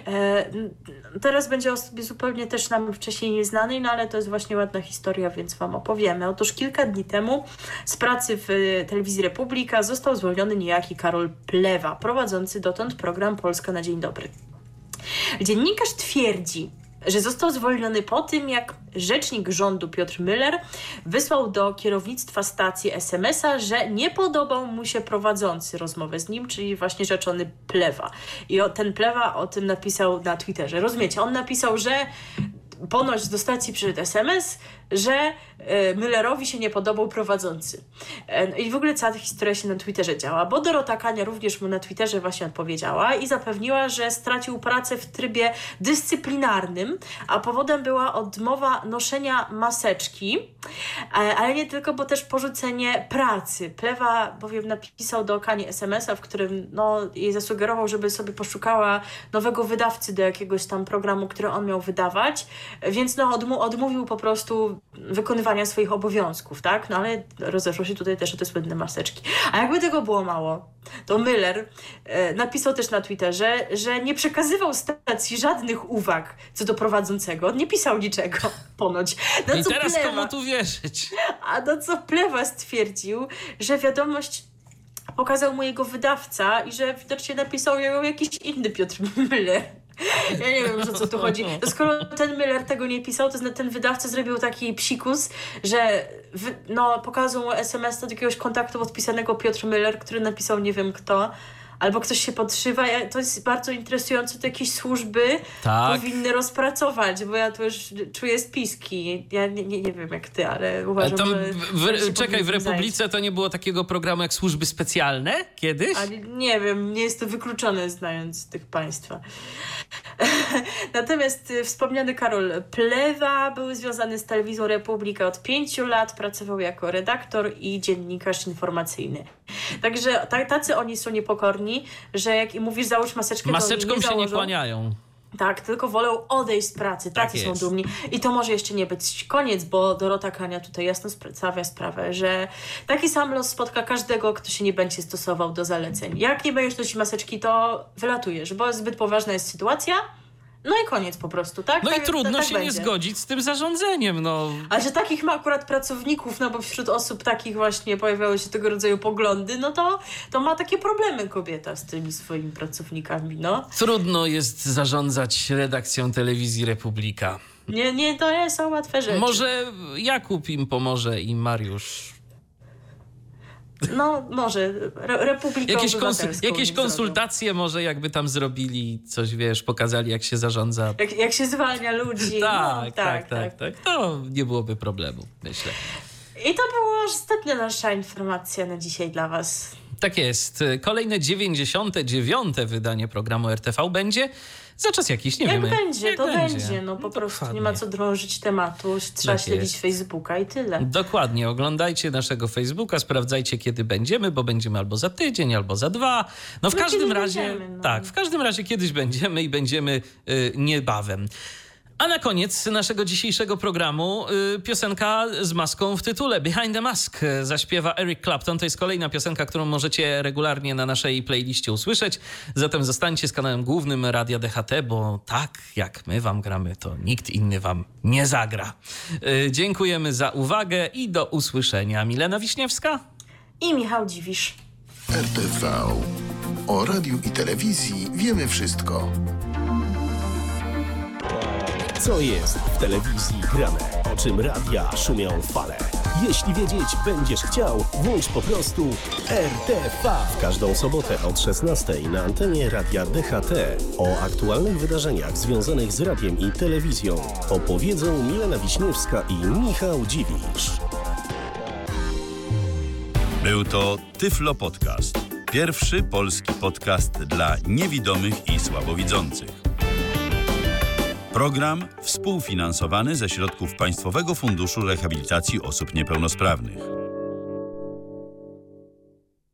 Teraz będzie o sobie zupełnie też nam wcześniej nieznanej, no ale to jest właśnie ładna historia, więc wam opowiemy. Otóż kilka dni temu z pracy w telewizji Republika został zwolniony niejaki Karol Plewa, prowadzący dotąd program Polska na Dzień Dobry. Dziennikarz twierdzi, że został zwolniony po tym, jak rzecznik rządu Piotr Müller wysłał do kierownictwa stacji SMS-a, że nie podobał mu się prowadzący rozmowę z nim, czyli właśnie rzeczony Plewa. I ten Plewa o tym napisał na Twitterze. Rozumiecie? On napisał, że ponoć do stacji przyszedł SMS, że Müllerowi się nie podobał prowadzący. I w ogóle cała ta historia się na Twitterze działa, bo Dorota Kania również mu na Twitterze właśnie odpowiedziała i zapewniła, że stracił pracę w trybie dyscyplinarnym, a powodem była odmowa noszenia maseczki, ale nie tylko, bo też porzucenie pracy. Plewa bowiem napisał do Kani SMS-a, w którym jej zasugerował, żeby sobie poszukała nowego wydawcy do jakiegoś tam programu, który on miał wydawać, więc odmówił po prostu wykonywania swoich obowiązków, tak? No ale rozeszło się tutaj też o te słynne maseczki. A jakby tego było mało, to Müller napisał też na Twitterze, że nie przekazywał stacji żadnych uwag co do prowadzącego. On nie pisał niczego, ponoć. I teraz komu tu wierzyć? A na co Plewa stwierdził, że wiadomość pokazał mu jego wydawca i że widocznie napisał ją jakiś inny Piotr Müller. Ja nie wiem, o co tu chodzi. To skoro ten Müller tego nie pisał, to ten wydawca zrobił taki psikus, że pokazał mu SMS do jakiegoś kontaktu podpisanego Piotr Müller, który napisał nie wiem kto, albo ktoś się podszywa. To jest bardzo interesujące, to jakieś służby powinny rozpracować, bo ja tu już czuję spiski. Ja nie wiem jak ty, ale uważam, że... w Republice to nie było takiego programu jak służby specjalne kiedyś? Ale nie wiem, nie jest to wykluczone, znając tych państwa. Natomiast wspomniany Karol Plewa był związany z Telewizją Republika od 5 lat, pracował jako redaktor i dziennikarz informacyjny. Także tacy oni są niepokorni, że jak im mówisz załóż maseczkę, to maseczką nie się nie kłaniają. Tak, tylko wolą odejść z pracy. Tacy są dumni. I to może jeszcze nie być koniec, bo Dorota Kania tutaj jasno stawia sprawę, że taki sam los spotka każdego, kto się nie będzie stosował do zaleceń. Jak nie będziesz nosić maseczki, to wylatujesz, bo zbyt poważna jest sytuacja. No i koniec po prostu, tak? I trudno się nie zgodzić z tym zarządzeniem, A że takich ma akurat pracowników, bo wśród osób takich właśnie pojawiały się tego rodzaju poglądy, to ma takie problemy kobieta z tymi swoimi pracownikami, Trudno jest zarządzać redakcją Telewizji Republika. Nie, to nie są łatwe rzeczy. Może Jakub im pomoże i Mariusz. Może. Republika jakieś konsultacje może jakby tam zrobili, coś pokazali jak się zarządza. Jak się zwalnia ludzi. Tak. To nie byłoby problemu, myślę. I to była ostatnia nasza informacja na dzisiaj dla was. Tak jest. Kolejne 99. wydanie programu RTV będzie za czas jakiś, nie wiemy. Jak będzie. Po prostu dokładnie. Nie ma co drążyć tematu. Trzeba śledzić Facebooka i tyle. Dokładnie. Oglądajcie naszego Facebooka, sprawdzajcie kiedy będziemy, bo będziemy albo za tydzień, albo za 2. W każdym razie... Tak, w każdym razie kiedyś będziemy i będziemy niebawem. A na koniec naszego dzisiejszego programu piosenka z maską w tytule. Behind the Mask zaśpiewa Eric Clapton. To jest kolejna piosenka, którą możecie regularnie na naszej playliście usłyszeć. Zatem zostańcie z kanałem głównym Radia DHT, bo tak jak my wam gramy, to nikt inny wam nie zagra. Dziękujemy za uwagę i do usłyszenia. Milena Wiśniewska i Michał Dziwisz. RTV. O radiu i telewizji wiemy wszystko. Co jest w telewizji grane? O czym radia szumią fale? Jeśli wiedzieć będziesz chciał, włącz po prostu RTV. W każdą sobotę od 16 na antenie Radia DHT. O aktualnych wydarzeniach związanych z radiem i telewizją opowiedzą Milena Wiśniewska i Michał Dziwisz. Był to Tyflo Podcast. Pierwszy polski podcast dla niewidomych i słabowidzących. Program współfinansowany ze środków Państwowego Funduszu Rehabilitacji Osób Niepełnosprawnych.